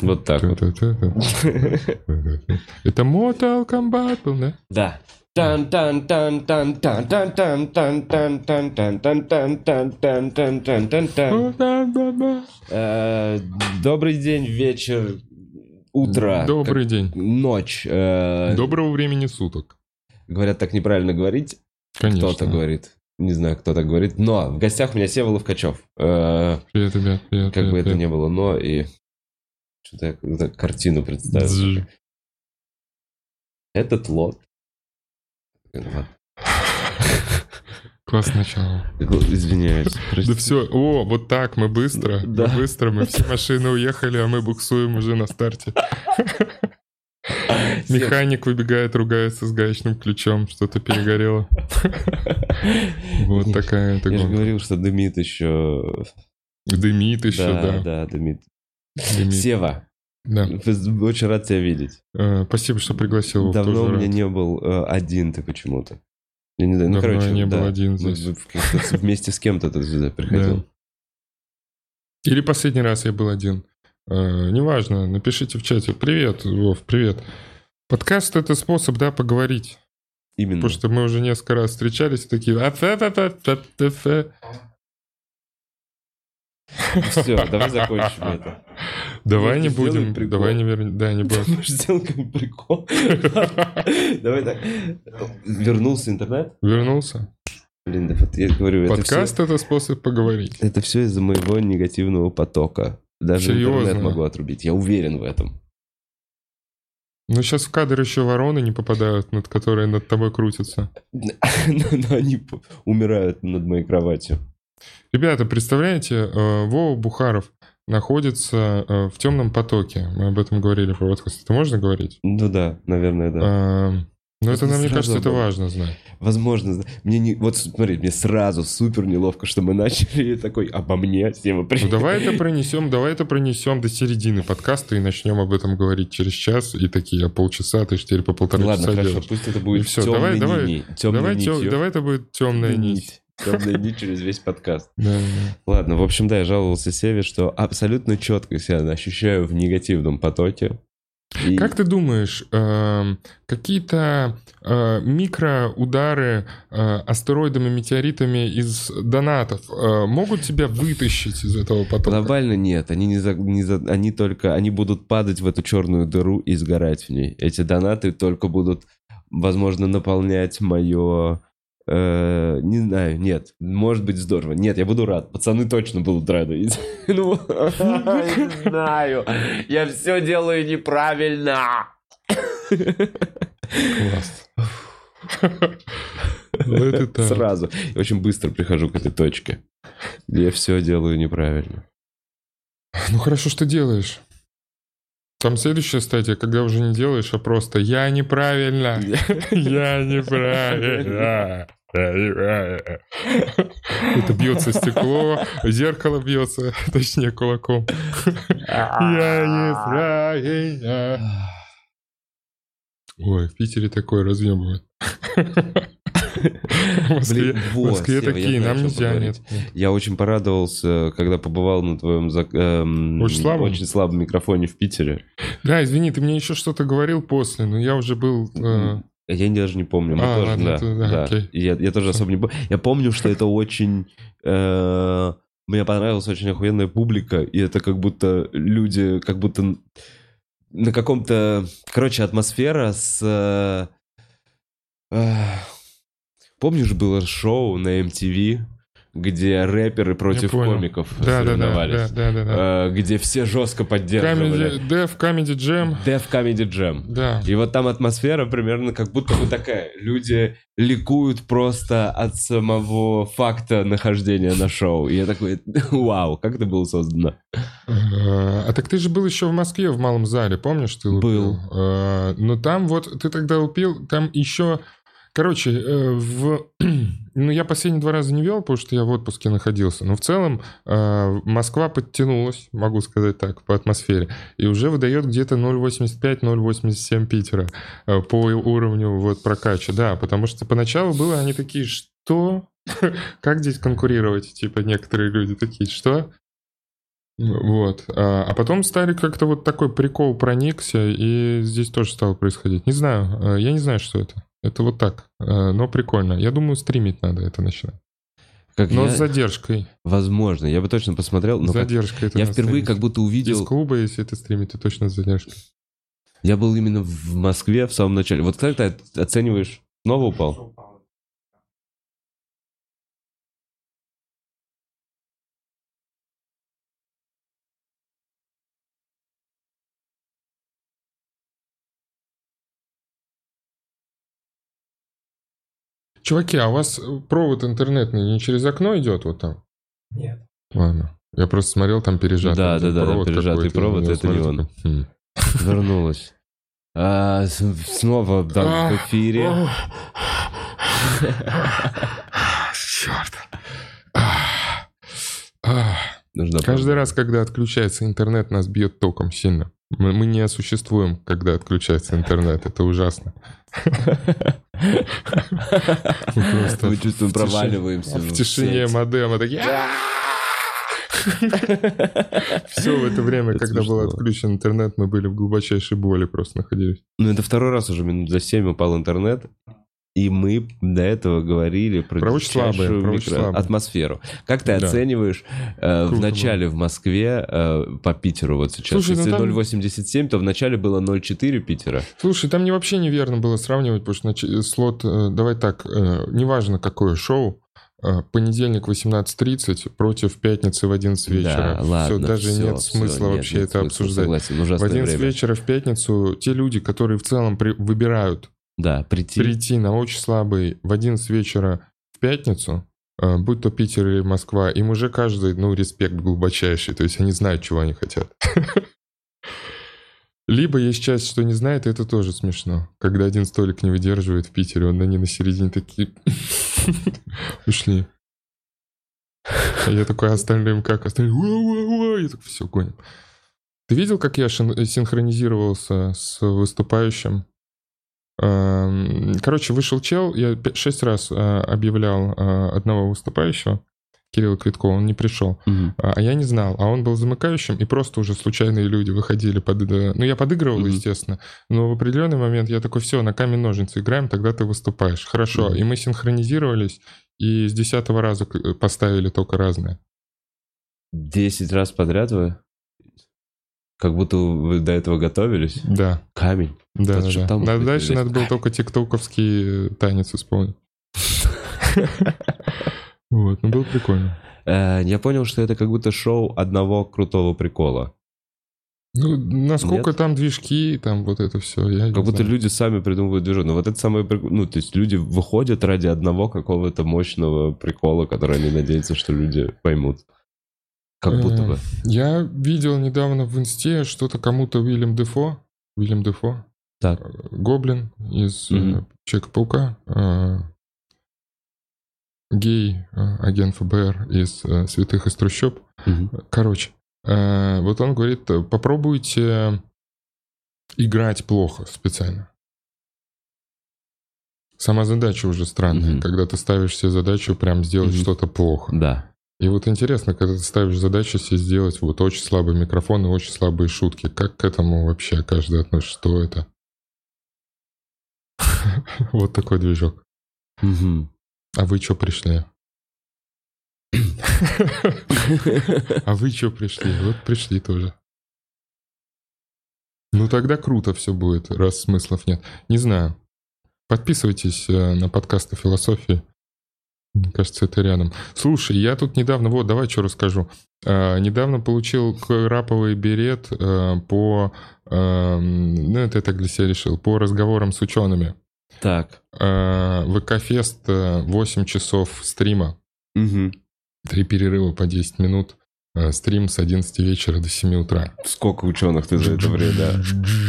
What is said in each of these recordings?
Вот так вот. Это Mortal Kombat был, да? Да. Добрый день, вечер, утро. Добрый день. Ночь. Доброго времени суток. Говорят, так неправильно говорить. Конечно. Кто-то говорит. Не знаю, кто так говорит. Но в гостях у меня Сева Ловкачев. Привет, ребят. Привет, как бы привет. это ни было, но и... Что-то я какую-то картину представил. Этот лот. Классное начало. Извиняюсь. Да все, вот так, мы быстро. Да. Мы все машины уехали, а мы буксуем уже на старте. Механик выбегает, ругается с гаечным ключом, что-то перегорело. Вот такая это Я же гонка. говорил, что дымит еще. Дымит еще, да. Да, дымит. Дымит. Сева, Да. очень рад тебя видеть. Спасибо, что пригласил. Давно у тоже меня рад. не был один ты почему-то. Я не знаю, Давно короче, я не был да. один Мы здесь. вместе с кем-то ты сюда приходил. Да. Или последний раз я был один. Неважно, напишите в чате. Привет, Вов, привет. Подкаст — это способ, да, поговорить. Именно. Потому что мы уже несколько раз встречались и такие... Все, давай закончим это. Давай не Сделаем будем... прикол. Давай не вернем... Да, не будем. Может, сделаем какой-нибудь прикол? Давай так. Вернулся интернет? Вернулся. Блин, да вот я говорю, Подкаст — это способ поговорить. это все из-за моего негативного потока. Даже Серьезно? интернет могу отрубить. Я уверен в этом. Ну, сейчас в кадр еще вороны не попадают, которые над тобой крутятся. Но они умирают над моей кроватью. Ребята, представляете, Вова Бухаров находится в темном потоке. Мы об этом говорили про подкаст. Это можно говорить? Ну да, наверное, да. Но это, мне Сразу кажется, это было. важно знать. Возможно. Вот смотри, мне сразу супер неловко, что мы начали такой обо мне. Сева, Ну, привет. давай это пронесем до середины подкаста и начнем об этом говорить через час. И такие полчаса, ты же теперь по полтора Ладно, часа хорошо, делаешь. пусть это И будет все, темной давай нитью. давай это будет темная нить. Темная нить через весь подкаст. Да. Ладно, в общем, да, я жаловался Севе, что абсолютно четко себя ощущаю в негативном потоке. И- Как ты думаешь, какие-то микроудары астероидами, метеоритами из донатов могут тебя вытащить из этого потока? Глобально нет, они только, они будут падать в эту черную дыру и сгорать в ней. Эти донаты только будут, возможно, наполнять мое... не знаю, нет, может быть здорово. Нет, я буду рад, пацаны точно будут рады. Ну, не знаю, я все делаю неправильно. Класс. Ну, это так. Сразу. Я очень быстро прихожу к этой точке. Я все делаю неправильно. Ну хорошо, что делаешь. Там следующая стадия, когда уже не делаешь, а просто «я неправильно». Я неправильно. Это бьется стекло, зеркало бьется, точнее, кулаком. Я неправильно. Ой, в Питере такое разъебывает. Блин, В вот, Москве Сева, я такие, знаю, нам о чем нельзя, поговорить. нет. Я очень порадовался, когда побывал на твоем очень слабом микрофоне в Питере. Да, извини, ты мне еще что-то говорил после, но я уже был... Я даже не помню. Мы А, тоже, ладно, да, это да, да. окей. И я тоже особо не помню. Я помню, что это очень... Мне понравилась очень охуенная публика, и это как будто люди, как будто на каком-то... Короче, атмосфера с... Помнишь, было шоу на MTV, где рэперы против понял. комиков Да, соревновались? да. Где все жестко поддерживали. Comedy Jam. Def Comedy Jam. Да. И вот там атмосфера примерно как будто бы такая. Люди ликуют просто от самого факта нахождения на шоу. И я такой, вау, как это было создано? А так ты же был еще в Москве в малом зале, помнишь, ты лупил? Был. Но там вот, ты тогда лупил, там еще... Короче, ну, я последние 2 раза не вел, потому что я в отпуске находился. Но в целом Москва подтянулась, могу сказать так, по атмосфере. И уже выдает где-то 0,85-0,87 Питера по уровню вот прокача. Да, потому что поначалу было они такие, что? Как здесь конкурировать? Типа некоторые люди такие, что? Вот. А потом стали как-то вот такой прикол проникся, и здесь тоже стало происходить. Не знаю, я не знаю, что это. Это вот так, но прикольно. Я думаю, стримить надо это начинать. Но с задержкой. Возможно, я бы точно посмотрел. Но задержкой. Я впервые как будто увидел... Из клуба, если это стримить, то точно с задержкой. Я был именно в Москве в самом начале. Вот как ты оцениваешь? Снова упал? Чуваки, а у вас провод интернетный не через окно идет вот там? Нет. Ладно. Я просто смотрел, там пережатый Да, провод. пережатый провод, это не он. Вернулась. Снова в эфире. Черт. Нужно Каждый раз, когда отключается интернет, нас бьет током сильно. Мы не существуем, когда отключается интернет. Это ужасно. Мы чувствуем, проваливаемся. В тишине модема такие... Все в это время, когда был отключен интернет, мы были в глубочайшей боли просто находились. Ну, это второй раз уже минут за 7 упал интернет. И мы до этого говорили про очень слабую атмосферу. Как ты оцениваешь в начале в Москве по Питеру вот сейчас? Слушай, если 0,87, то в начале было 0,4 Питера. Слушай, там вообще неверно было сравнивать, потому что слот, давай так, неважно какое шоу, понедельник 18:30 против пятницы в 11 вечера. Да, ладно, даже нет смысла вообще это обсуждать. Согласен, в 11 вечера в пятницу те люди, которые в целом выбирают прийти на очень слабый в 11 вечера в пятницу, будь то Питер или Москва, им уже каждый, респект глубочайший, то есть они знают, чего они хотят. Либо есть часть, что не знает, и это тоже смешно. Когда один столик не выдерживает в Питере, они на середине такие... Ушли. А я такой, остальным как? Остальные... Я такой, все, гоним. Ты видел, как я синхронизировался с выступающим? Короче, вышел чел, я 6 раз объявлял одного выступающего, Кирилла Квиткова, он не пришел. А я не знал. А он был замыкающим, и просто уже случайные люди выходили я подыгрывал, естественно, но в определенный момент я такой, все, на камень-ножницы играем, тогда ты выступаешь. Хорошо. И мы синхронизировались, и с 10-го раза поставили только разное. 10 раз подряд вы? Как будто вы до этого готовились? Да. Камень. Да. Дальше надо было только тиктоковский танец исполнить. Вот, было прикольно. Я понял, что это как будто шоу одного крутого прикола. Насколько там движки, там вот это все. Как будто люди сами придумывают движок. Но вот это самое прикольное. То есть люди выходят ради одного какого-то мощного прикола, который они надеются, что люди поймут. Как будто бы. Я видел недавно в инсте что-то кому-то Уильям Дефо. Так. Гоблин из Человека-паука. Гей, агент ФБР из «Святых из трущоб». Короче, вот он говорит, попробуйте играть плохо специально. Сама задача уже странная, когда ты ставишь себе задачу прям сделать что-то плохо. Да. И вот интересно, когда ты ставишь задачу себе сделать вот очень слабый микрофон и очень слабые шутки, как к этому вообще каждый относится? Что это? Вот такой движок. А вы что пришли? А вы что пришли? Вот пришли тоже. Тогда круто все будет, раз смыслов нет. Не знаю. Подписывайтесь на подкасты философии. Мне кажется, это рядом. Слушай, я тут недавно... давай что расскажу. Недавно получил раповый берет по... это я так для себя решил. По разговорам с учеными. Так. ВК-фест 8 часов стрима. 3 перерыва по 10 минут. Стрим с 11 вечера до 7 утра. Сколько ученых ты за это время?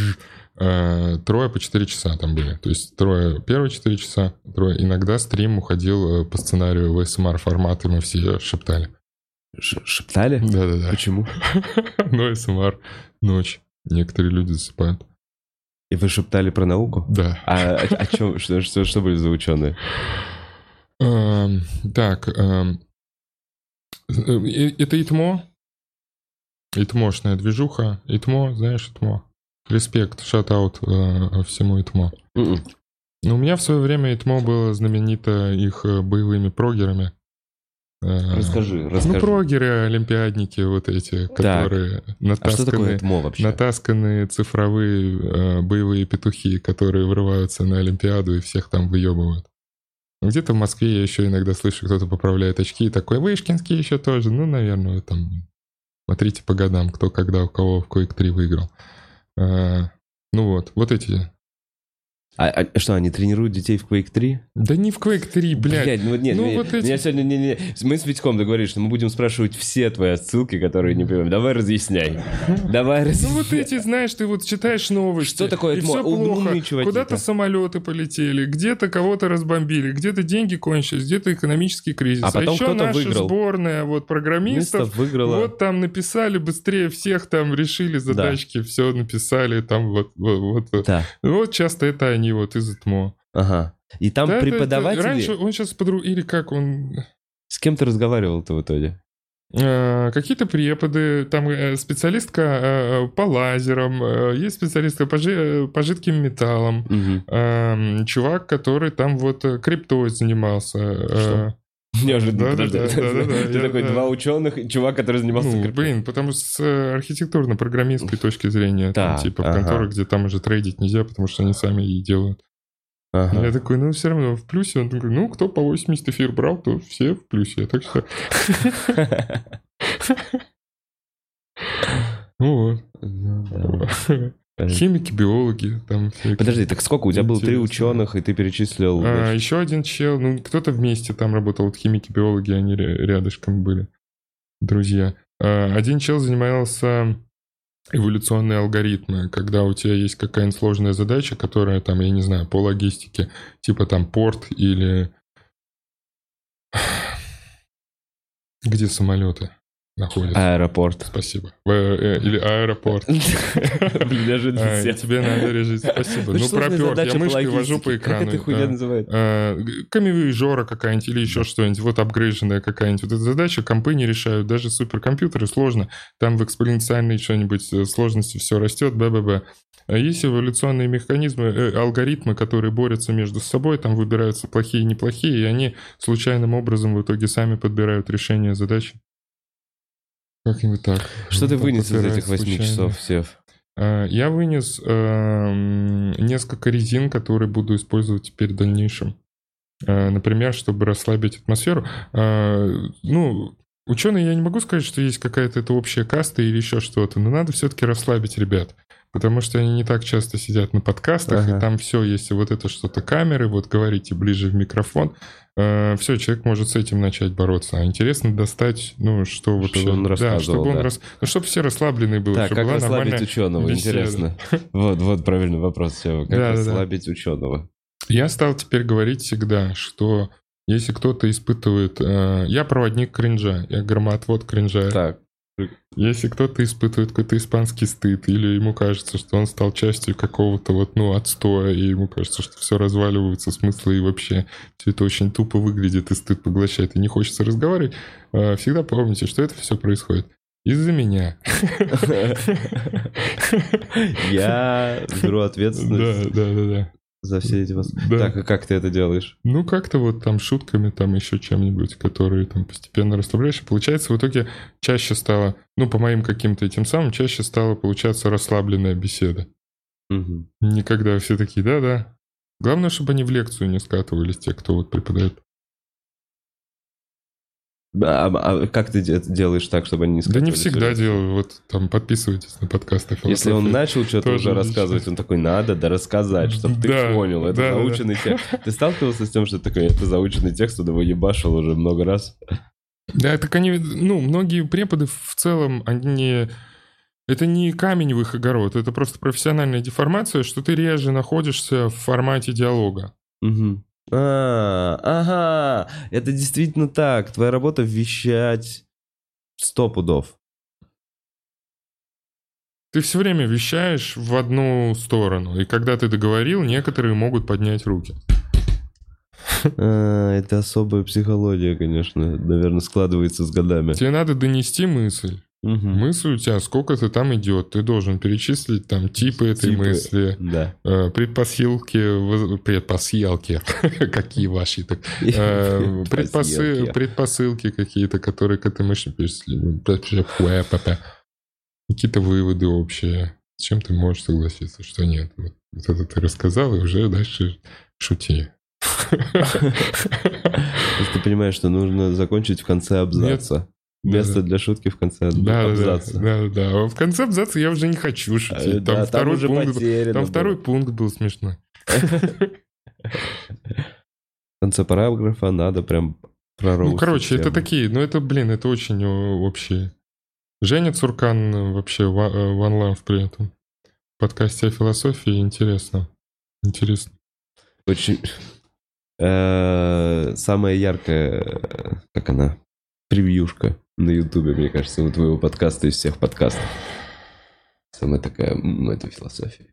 3 по 4 часа там были. То есть 3 первые 4 часа, 3. Иногда стрим уходил по сценарию в СМР формат, и мы все шептали. Шептали? Да. Почему? СМР, ночь. Некоторые люди засыпают. И вы шептали про науку? Да. А о чем? Что были за ученые? Так. Это ИТМО. ИТМОшная движуха. ИТМО, знаешь, ИТМО. Респект, шат-аут всему ИТМО. Мгм. Ну, у меня в свое время ИТМО было знаменито их боевыми прогерами. Расскажи. Ну, прогеры, олимпиадники вот эти, которые А что такое ТМО вообще? натасканные цифровые боевые петухи, которые врываются на Олимпиаду и всех там выебывают. Где-то в Москве я еще иногда слышу, кто-то поправляет очки и такой, Вышкинский еще тоже. Ну, наверное, там смотрите по годам, кто когда у кого в Quake 3 выиграл. Ну вот эти. А что, они тренируют детей в Quake 3? Да не в Quake 3, блядь. Ну нет, вот эти... меня сегодня... Мы с Витьком договорились, что мы будем спрашивать все твои отсылки, которые не понимаем. Давай разъясняй. Ну вот эти, знаешь, ты вот читаешь новости. Что такое и все плохо. Куда-то самолеты полетели, где-то кого-то разбомбили, где-то деньги кончились, где-то экономический кризис. А потом еще кто-то наша выиграл. Сборная вот программистов выиграла. вот там написали быстрее всех, там решили задачки, все написали, там вот. Да. Вот часто это они вот из ИТМО. Ага. И там Да, преподаватели... Раньше он сейчас или как он... С кем ты разговаривал-то в итоге? Какие-то преподы, там специалистка по лазерам, есть специалистка по жидким металлам, чувак, который там вот криптой занимался. Что? Неожиданно, подожди. Ты такой, да. два ученых, и чувак, который занимался криптой. Блин, потому что с архитектурно-программистской точки зрения, там, Так, типа в конторах, где там уже трейдить нельзя, потому что они сами и делают. Ага. Я такой, ну все равно в плюсе. Он такой, ну кто по 80 эфир брал, то все в плюсе. Я так что... Ну вот. Химики, биологи, там всякие. Подожди, так сколько? У тебя было 3 ученых, и ты перечислил... Еще один чел, ну кто-то вместе там работал, вот химики, биологи, они рядышком были, друзья. Один чел занимался эволюционные алгоритмы, когда у тебя есть какая-нибудь сложная задача, которая там, я не знаю, по логистике, типа там порт или... Где самолеты находятся? Аэропорт. Спасибо. Или аэропорт. Тебе надо решить. Спасибо. Ну, пропер. Я мышкой вожу по экрану. Как это хуйня называет? Камевыжора какая-нибудь или еще что-нибудь. Вот апгрейженная какая-нибудь. Вот эта задача компы не решают. Даже суперкомпьютеры сложно. Там в экспоненциальной что-нибудь сложности все растет. Б-б-б. Есть эволюционные механизмы, алгоритмы, которые борются между собой, там выбираются плохие и неплохие, и они случайным образом в итоге сами подбирают решение задачи. Как-нибудь так. Что ты вынес из этих 8 часов, Сев? Я вынес несколько резин, которые буду использовать теперь в дальнейшем. Например, чтобы расслабить атмосферу. Ну, ученые, я не могу сказать, что есть какая-то это общая каста или еще что-то, но надо все-таки расслабить ребят. Потому что они не так часто сидят на подкастах, и там все, если вот это что-то камеры, вот говорите ближе в микрофон, все, человек может с этим начать бороться. А интересно достать, ну, что вообще... Чтобы он рассказывал, Ну, чтобы все расслабленные были. Так, чтобы как была расслабить ученого, беседа. интересно. Вот правильный вопрос, Сева. Как расслабить ученого? Я стал теперь говорить всегда, что если кто-то испытывает... Я проводник кринжа, я громоотвод кринжа. Так. Если кто-то испытывает какой-то испанский стыд, или ему кажется, что он стал частью какого-то вот, ну, отстоя, и ему кажется, что все разваливается, смыслы, и вообще все это очень тупо выглядит, и стыд поглощает, и не хочется разговаривать, всегда помните, что это все происходит из-за меня. Я беру ответственность. Да. За все эти... Так, а как ты это делаешь? Ну, как-то вот там шутками, там еще чем-нибудь, которые там постепенно расслабляешь. И получается, в итоге чаще стало, ну, по моим каким-то этим самым, чаще стала получаться расслабленная беседа. Никогда все такие, да. Главное, чтобы они в лекцию не скатывались, те, кто вот преподает. А как ты делаешь так, чтобы они не скатывались? Да не всегда делаю. Вот там подписывайтесь на подкасты. Если он начал что-то уже рассказывать, он такой, надо рассказать, чтобы ты понял. Это заученный текст. Ты сталкивался с тем, что такое, это заученный текст, он его ебашил уже много раз? Да, так они, ну, многие преподы в целом, они... Это не камень в их огород, это просто профессиональная деформация, что ты реже находишься в формате диалога. Ага, это действительно так. Твоя работа вещать 100 пудов. Ты все время вещаешь в одну сторону, и когда ты договорил, некоторые могут поднять руки. Это особая психология, конечно, наверное, складывается с годами. Тебе надо донести мысль. Мысль у тебя сколько-то там идет. Ты должен перечислить там типы этой мысли, да. предпосылки, какие ваши, предпосылки какие-то, которые к этой мысли перечислили, какие-то выводы общие. С чем ты можешь согласиться, что нет? Вот это ты рассказал, и уже дальше шути. То есть ты понимаешь, что нужно закончить в конце абзаца. Место для шутки в конце абзаца. Да. А в конце абзаца я уже не хочу шутить. Там второй пункт был смешной. В конце параграфа надо прям пророустить. Ну, короче, это такие... Ну, это, это очень общие. Женя Цуркан вообще one love при этом. В подкасте о философии интересно. Очень... Самая яркая, как она, превьюшка на Ютубе, мне кажется, у твоего подкаста из всех подкастов. Самая такая, это философия.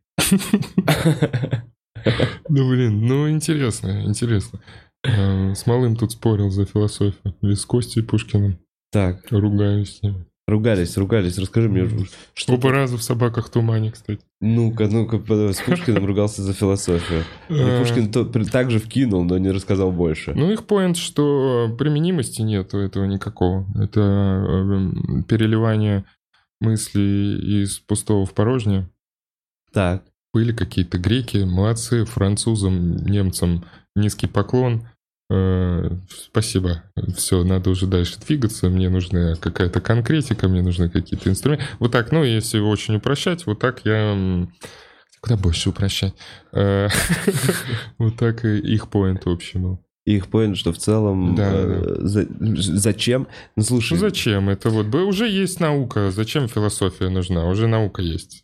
Ну, интересно. С малым тут спорил за философию. И с Костей Пушкиным. Так. Ругались с ним. Ругались. Расскажи мне, что... Оба раза в «Собаках в тумане», кстати. Ну-ка, с Пушкиным ругался за философию. Пушкин также вкинул, но не рассказал больше. Ну, их поинт, что применимости нет у этого никакого. Это переливание мыслей из пустого в порожнее. Так. Были какие-то греки, молодцы, французам, немцам низкий поклон. Спасибо. Все, надо уже дальше двигаться. Мне нужна какая-то конкретика, мне нужны какие-то инструменты. Вот так, если очень упрощать, вот так я... Куда больше упрощать? Вот так и их поинт, в общем. Их поинт, что в целом... Зачем? Ну, слушай... Зачем? Это вот... Уже есть наука. Зачем философия нужна? Уже наука есть.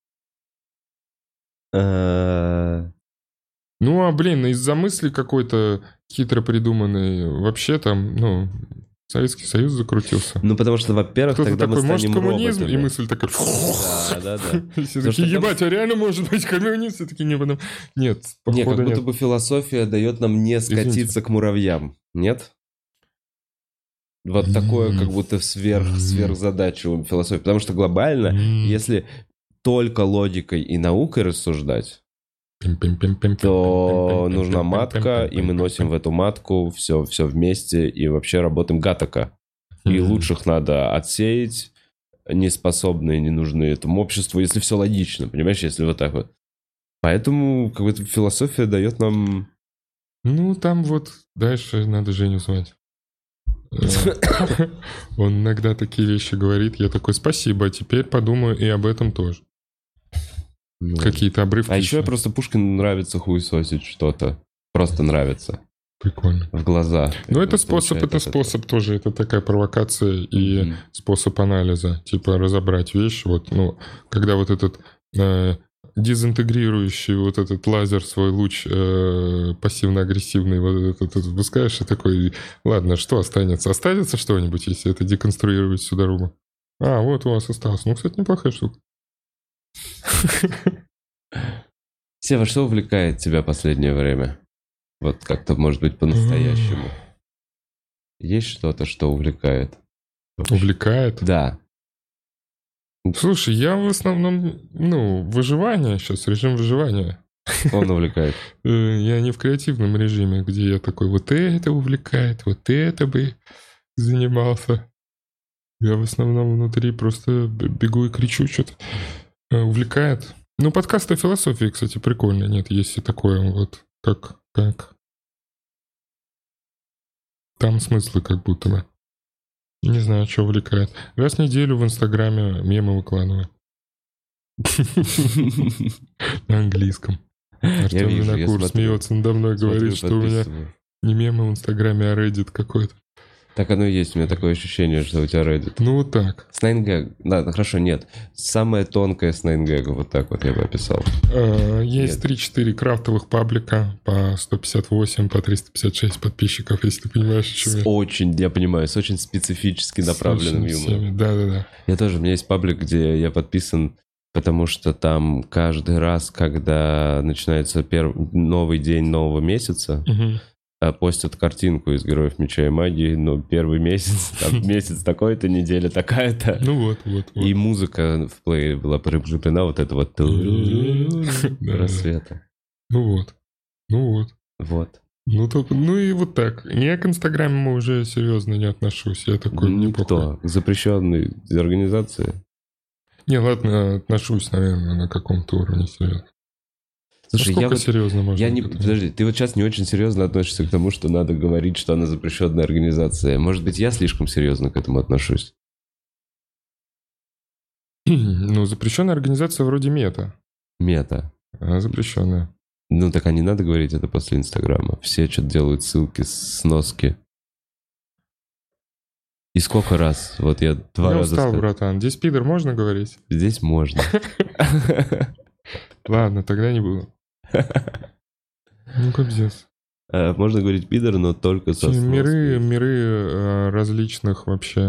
Из-за мысли какой-то хитро придуманной, вообще там, Советский Союз закрутился. Ну, потому что, во-первых, кто-то тогда такой, мы станем может, коммунизм? роботами. И мысль такая... Да. Все такие, ебать, а реально может быть коммунизм? Все такие, нет, походу как будто бы философия дает нам не скатиться к муравьям. Нет? Вот такое, как будто сверхзадача у философии. Потому что глобально, если только логикой и наукой рассуждать, то нужна матка, и мы носим в эту матку все вместе, и вообще работаем гатака. И лучших надо отсеять, неспособные, не нужны этому обществу, если все логично, понимаешь, если вот так вот. Поэтому как бы философия дает нам... там вот дальше надо Женю звать. Он иногда такие вещи говорит, я такой, спасибо, теперь подумаю и об этом тоже. Какие-то обрывки. А еще просто Пушкину нравится хуесосить что-то. Просто нравится. Прикольно. В глаза. Это способ тоже. Это такая провокация и способ анализа. Типа разобрать вещи. Когда вот этот дезинтегрирующий вот этот лазер, свой луч пассивно-агрессивный, вот этот выпускаешь, и такой, ладно, что останется? Останется что-нибудь, если это деконструировать всю дорогу? Вот у вас осталось. Кстати, неплохая штука. Сева, что увлекает тебя в последнее время? Вот как-то, может быть, по-настоящему. Есть что-то, что увлекает? Увлекает? Да. Слушай, я в основном, выживание сейчас, режим выживания. Он увлекает. Я не в креативном режиме, где я такой, вот это увлекает, вот это бы занимался. Я в основном внутри просто бегу и кричу что-то. Увлекает. Подкаст о философии, кстати, прикольно. Нет, есть и такое вот, как... Там смыслы как будто бы. Не знаю, что увлекает. Раз в неделю в Инстаграме мемы выкладываю. На английском. Артем Винокур смеется надо мной, говорит, что у меня не мемы в Инстаграме, а Reddit какой-то. Так оно и есть, у меня такое ощущение, что у тебя Reddit. Вот так. С 9gag. Да, хорошо, нет. Самая тонкая с 9gag, вот так вот я бы описал. Есть 3-4 крафтовых паблика по 158, по 356 подписчиков, если ты понимаешь, о чем я. Я понимаю, с очень специфически направленным юмором. Да. Я тоже, у меня есть паблик, где я подписан, потому что там каждый раз, когда начинается новый день нового месяца, постят картинку из Героев Меча и Магии, но первый месяц, там, месяц такой-то, неделя такая-то. Ну вот. И музыка в плеере была прикреплена, вот это вот рассвета. Ну вот. Вот. Ну и вот так. Я к Инстаграму уже серьезно не отношусь. Я такой Никто. Запрещенной организации. Не, ладно, отношусь, наверное, на каком-то уровне серьезно. Слушай, насколько серьезно можно? Подожди, ты вот сейчас не очень серьезно относишься к тому, что надо говорить, что она запрещенная организация. Может быть, я слишком серьезно к этому отношусь? Ну, запрещенная организация вроде Мета. Мета. Она запрещенная. Ну, так а не надо говорить это после Инстаграма. Все что-то делают ссылки, сноски. И сколько раз? Вот я 2 раза устал, сказал. братан. Здесь пидор можно говорить? Здесь можно. Ладно, тогда не буду. Ну, капздец. Можно говорить пидор, но только со Миры различных вообще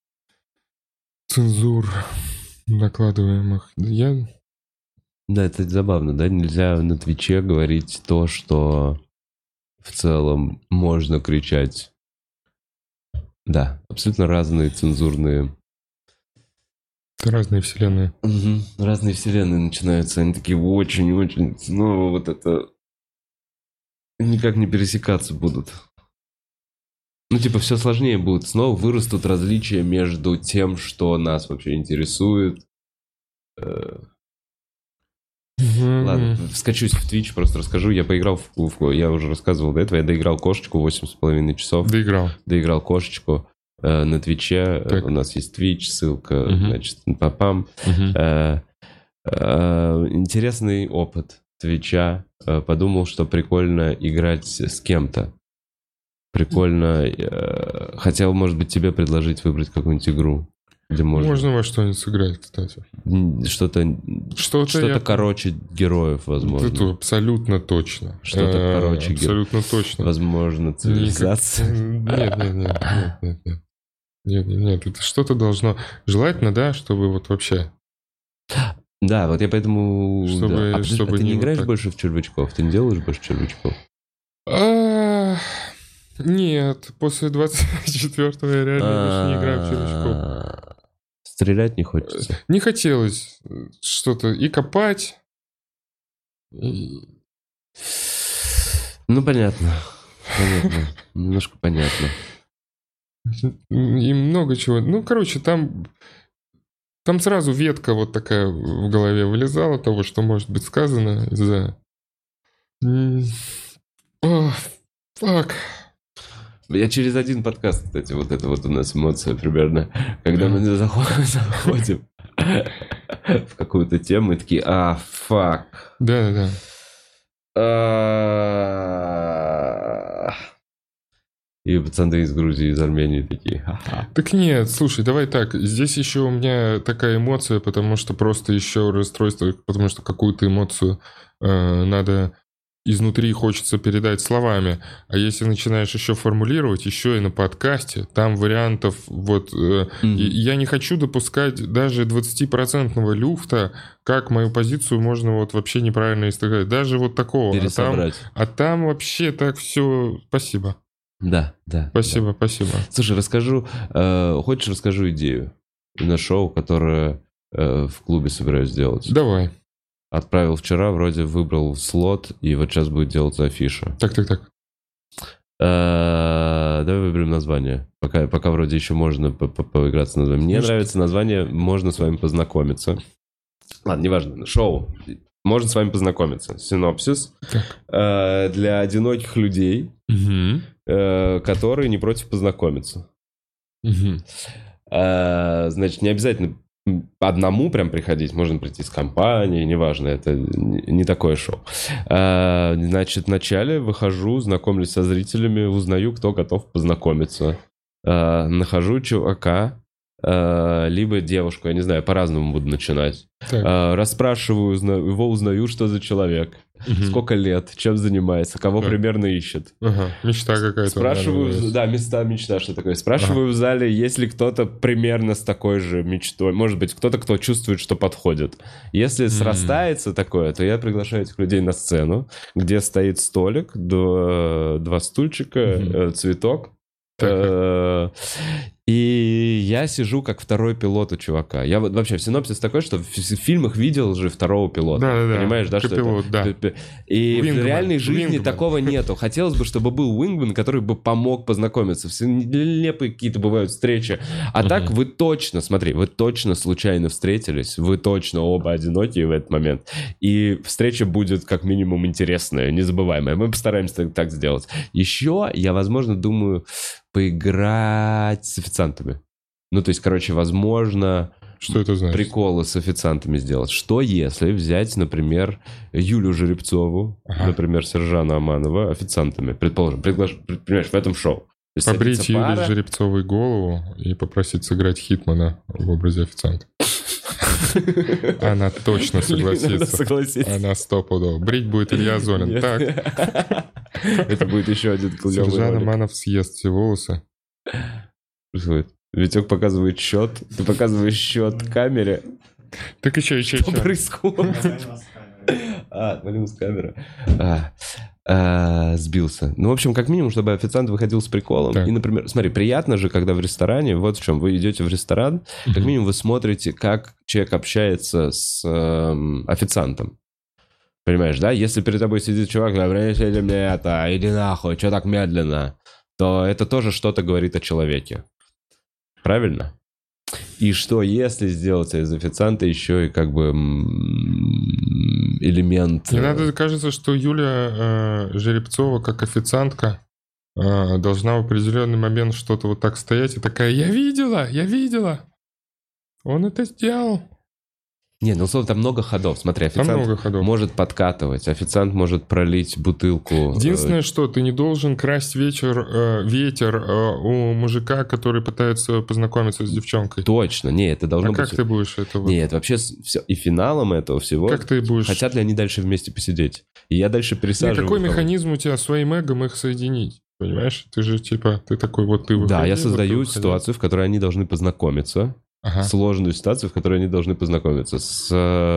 цензур накладываемых. Да, это забавно, да? Нельзя на Твиче говорить то, что в целом можно кричать. Да, абсолютно разные цензурные... Разные вселенные. Угу. Разные вселенные начинаются. Они такие очень-очень... Снова вот это... Никак не пересекаться будут. Ну, типа, все сложнее будет. Снова вырастут различия между тем, что нас вообще интересует. Ладно, вскочусь в Twitch, просто расскажу. Я поиграл я уже рассказывал до этого, я доиграл кошечку 8,5 часов. Доиграл кошечку на Твиче. У нас есть Twitch, ссылка, значит, папам. Интересный опыт Твича. Подумал, что прикольно играть с кем-то. Прикольно. Хотел, может быть, тебе предложить выбрать какую-нибудь игру. Где можно во что-нибудь сыграть, кстати. Что-то короче героев, возможно. Это абсолютно точно. Что-то короче героев. Абсолютно точно. Возможно, цивилизация. Нет, это что-то должно... Желательно, да, чтобы вот вообще... Да, вот я поэтому... Чтобы ты не играешь больше в червячков? Ты не делаешь больше червячков? Нет, после 24-го я реально больше не играю в червячков. Стрелять не хочется? Не хотелось что-то и копать. Ну, понятно. Немножко понятно. И много чего. Ну, короче, там сразу ветка вот такая в голове вылезала того, что может быть сказано из-за... Фак. Я через один подкаст, кстати, вот это вот у нас эмоция примерно, когда мы заходим в какую-то тему и такие, фак. Да. И пацаны из Грузии, из Армении такие, ха-ха. Так нет, слушай, давай так, здесь еще у меня такая эмоция, потому что просто еще расстройство, потому что какую-то эмоцию надо... Изнутри хочется передать словами. А если начинаешь еще формулировать, еще и на подкасте, там вариантов вот... Я не хочу допускать даже 20% люфта, как мою позицию можно вот вообще неправильно истолковать. Даже вот такого. А там вообще так все... Спасибо. Да. Спасибо. Слушай, хочешь расскажу идею на шоу, которое в клубе собираюсь сделать? Давай. Отправил вчера, вроде выбрал слот, и вот сейчас будет делаться афиша. Так. Давай выберем название. Пока вроде еще можно поиграться с названием. Мне нравится название «Можно с вами познакомиться». Ладно, неважно. Шоу. Можно с вами познакомиться. Синопсис. Для одиноких людей, которые не против познакомиться. Значит, не обязательно одному прям приходить, можно прийти с компанией, неважно, это не такое шоу. Значит, вначале выхожу, знакомлюсь со зрителями, узнаю, кто готов познакомиться. Нахожу чувака, либо девушку, я не знаю, по-разному буду начинать. Расспрашиваю, его узнаю, что за человек, сколько лет, чем занимается, кого примерно ищет. Мечта какая-то. Спрашиваю, да, мечта, что такое. Спрашиваю в зале, есть ли кто-то примерно с такой же мечтой. Может быть, кто-то, кто чувствует, что подходит. Если срастается такое, то я приглашаю этих людей на сцену, где стоит столик, два стульчика, цветок. И я сижу как второй пилот у чувака. Я вот вообще синопсис такой, что в фильмах видел же второго пилота. Да. Понимаешь, да, что пилот, это? Да. И Wingman. в реальной жизни Wingman. такого нету. Хотелось бы, чтобы был Wingman, который бы помог познакомиться. Все нелепые какие-то бывают встречи. А так вы точно, смотри, вы точно случайно встретились, вы точно оба одинокие в этот момент. И встреча будет как минимум интересная, незабываемая. Мы постараемся так сделать. Еще я, возможно, думаю поиграть с официантами. Ну, то есть, короче, возможно... Что это значит? Приколы с официантами сделать. Что если взять, например, Юлю Жеребцову, например, Сержана Аманова официантами, предположим, понимаешь, в этом шоу. Побрить Юлю Жеребцовой голову и попросить сыграть Хитмана в образе официанта. Она точно согласится. Она стопудово. Брить будет Илья Золин. Так. Это будет еще один клевый ролик. Сержан Аманов съест все волосы. Витек показывает счет. Ты показываешь счет камере. Так и что? Что происходит? Валим с камеры. Сбился. Ну, в общем, как минимум, чтобы официант выходил с приколом. И, например, смотри, приятно же, когда в ресторане, вот в чем, вы идете в ресторан, как минимум вы смотрите, как человек общается с официантом. Понимаешь, да? Если перед тобой сидит чувак, принесите мне это, иди нахуй, что так медленно, то это тоже что-то говорит о человеке. Правильно? И что, если сделать из официанта еще и как бы элемент... Мне надо, кажется, что Юля Жеребцова как официантка должна в определенный момент что-то вот так стоять и такая: я видела, он это сделал. Не, ну, условно, там много ходов. Смотри, официант может подкатывать, официант может пролить бутылку. Единственное, что ты не должен красть ветер у мужика, который пытается познакомиться с девчонкой. Точно, не, это должно быть... как ты будешь это... Нет, вообще все. И финалом этого всего... Как ты будешь... Хотят ли они дальше вместе посидеть? И я дальше пересаживаю... Какой механизм у тебя своим эгом их соединить? Понимаешь? Ты же типа, ты такой вот ты выходи. Да, я создаю ситуацию, в которой они должны познакомиться. Сложную ситуацию, в которой они должны познакомиться с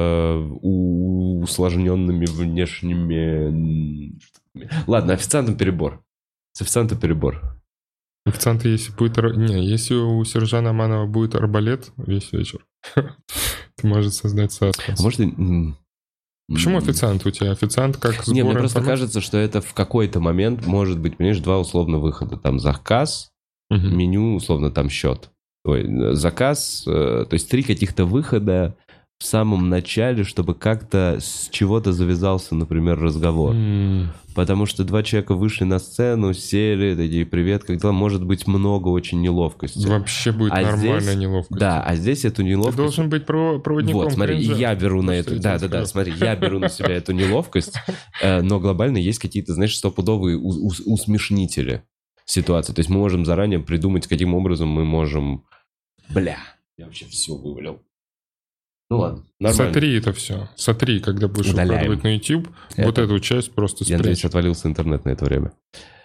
усложненными внешними... Ладно, официантом перебор. С официантом перебор. Официанта, если будет... Не, если у Сержана Аманова будет арбалет весь вечер, ты можешь создать саспенс. Может, почему официант у тебя? Официант как сбор... Не, мне просто кажется, что это в какой-то момент может быть, понимаешь, два условно выхода. Там заказ, меню, условно, там счет. Заказ, то есть 3 каких-то выхода в самом начале, чтобы как-то с чего-то завязался, например, разговор. Потому что 2 человека вышли на сцену, сели, такие: привет, как дела? Может быть много очень неловкости. Вообще будет нормальная неловкость. Да, а здесь эту неловкость... Ты должен быть проводником. Вот, смотри, я беру на это... Да, смотри, я беру на себя эту неловкость, но глобально есть какие-то, знаешь, стопудовые усмешнители ситуации. То есть мы можем заранее придумать, каким образом мы можем... Бля, я вообще все вывалил. Ну ладно, нормально. Сотри это все. Сотри, когда будешь выкладывать на YouTube, вот эту часть просто спрячь. Я надеюсь, отвалился интернет на это время.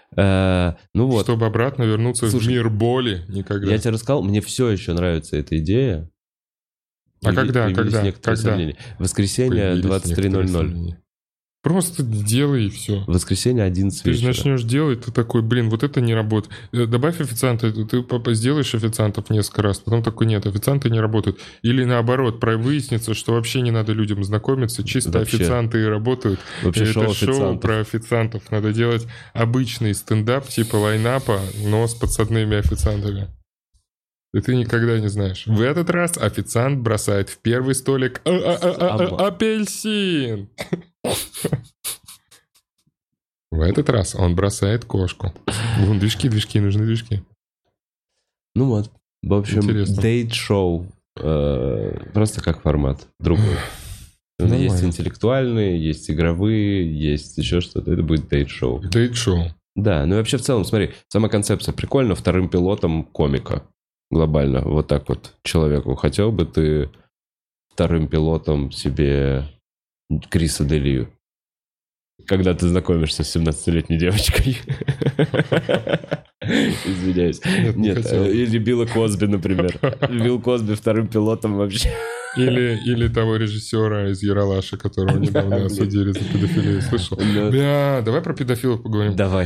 Ну вот. Чтобы обратно вернуться в мир боли никогда. Я тебе рассказал, мне все еще нравится эта идея. А когда? Воскресенье 23:00. Просто делай и все. Воскресенье 11 вечера. Ты же начнешь делать, ты такой: блин, вот это не работает. Добавь официанта, ты сделаешь официантов несколько раз, потом такой: нет, официанты не работают. Или наоборот, выяснится, что вообще не надо людям знакомиться, чисто вообще официанты и работают. Вообще это шоу про официантов. Надо делать обычный стендап типа лайнапа, но с подсадными официантами. И ты никогда не знаешь. В этот раз официант бросает в первый столик апельсин. В этот раз он бросает кошку. Вон, движки, нужны движки. Ну вот, в общем, дейт-шоу. Просто как формат другой. Есть интеллектуальные, есть игровые, есть еще что-то. Это будет дейт-шоу. Дейт-шоу. Да, ну и вообще в целом, смотри, сама концепция прикольна. Вторым пилотом комика. глобально, вот так вот человеку? Хотел бы ты вторым пилотом себе Криса Делию, когда ты знакомишься с 17-летней девочкой? Извиняюсь. Нет, или Билла Косби, например. Билл Косби вторым пилотом вообще. Или того режиссера из Ералаша, которого недавно осудили за педофилию. Слышал? Бля, давай про педофилов поговорим. Давай.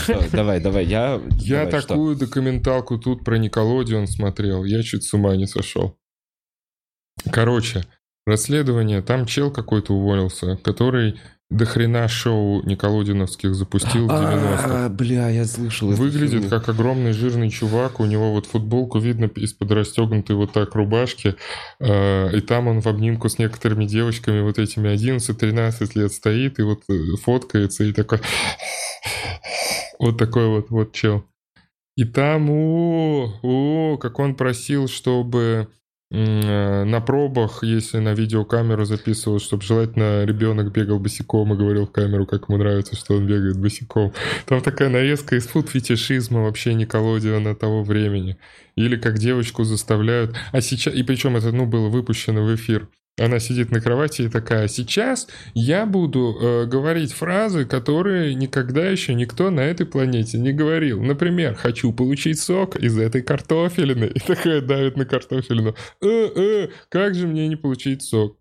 Я такую документалку тут про Никелодеон смотрел. Я чуть с ума не сошел. Короче, расследование. Там чел какой-то уволился, который до хрена шоу никелодеоновских запустил в 90-х. Бля, я слышал. Выглядит как огромный жирный чувак. У него вот футболку видно из-под расстегнутой вот так рубашки. И там он в обнимку с некоторыми девочками вот этими 11-13 лет стоит и вот фоткается и такой... Вот такой вот чел. И там, как он просил, чтобы... на пробах, если на видеокамеру записывал, чтобы желательно ребенок бегал босиком и говорил в камеру, как ему нравится, что он бегает босиком. Там такая нарезка из фуд-фетишизма вообще Никелодеона того времени. Или как девочку заставляют... А сейчас... И причем это, было выпущено в эфир. Она сидит на кровати и такая: сейчас я буду говорить фразы, которые никогда еще никто на этой планете не говорил. Например, хочу получить сок из этой картофелины. И такая давит на картофелину. Как же мне не получить сок?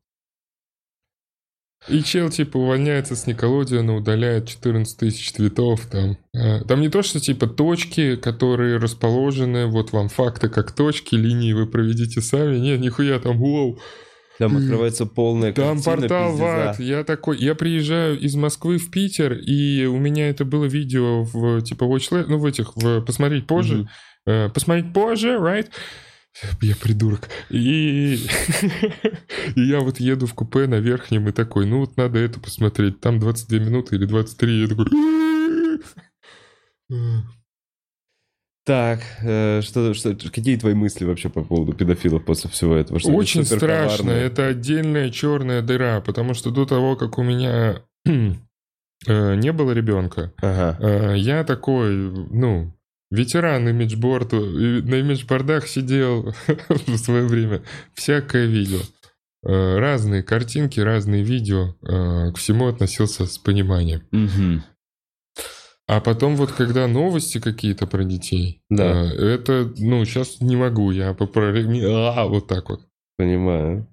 И чел типа увольняется с Никелодеона, удаляет 14 тысяч твитов. Там не то, что типа точки, которые расположены, вот вам факты как точки, линии вы проведите сами. Нет, нихуя там, воу. Там открывается полная картина. Там портал в ад. Я приезжаю из Москвы в Питер, и у меня это было видео в типа Watch, посмотреть позже. Посмотреть позже, right? Я придурок. И я вот еду в купе на верхнем и такой, надо это посмотреть. Там 22 минуты или 23. Я такой... Так, какие твои мысли вообще по поводу педофилов после всего этого? Что очень страшно, это отдельная черная дыра, потому что до того, как у меня не было ребенка, я такой, ветеран имиджборда, на имиджбордах сидел в свое время, всякое видео. Разные картинки, разные видео, к всему относился с пониманием. А потом вот когда новости какие-то про детей, это, сейчас не могу, я вот так вот. Понимаю.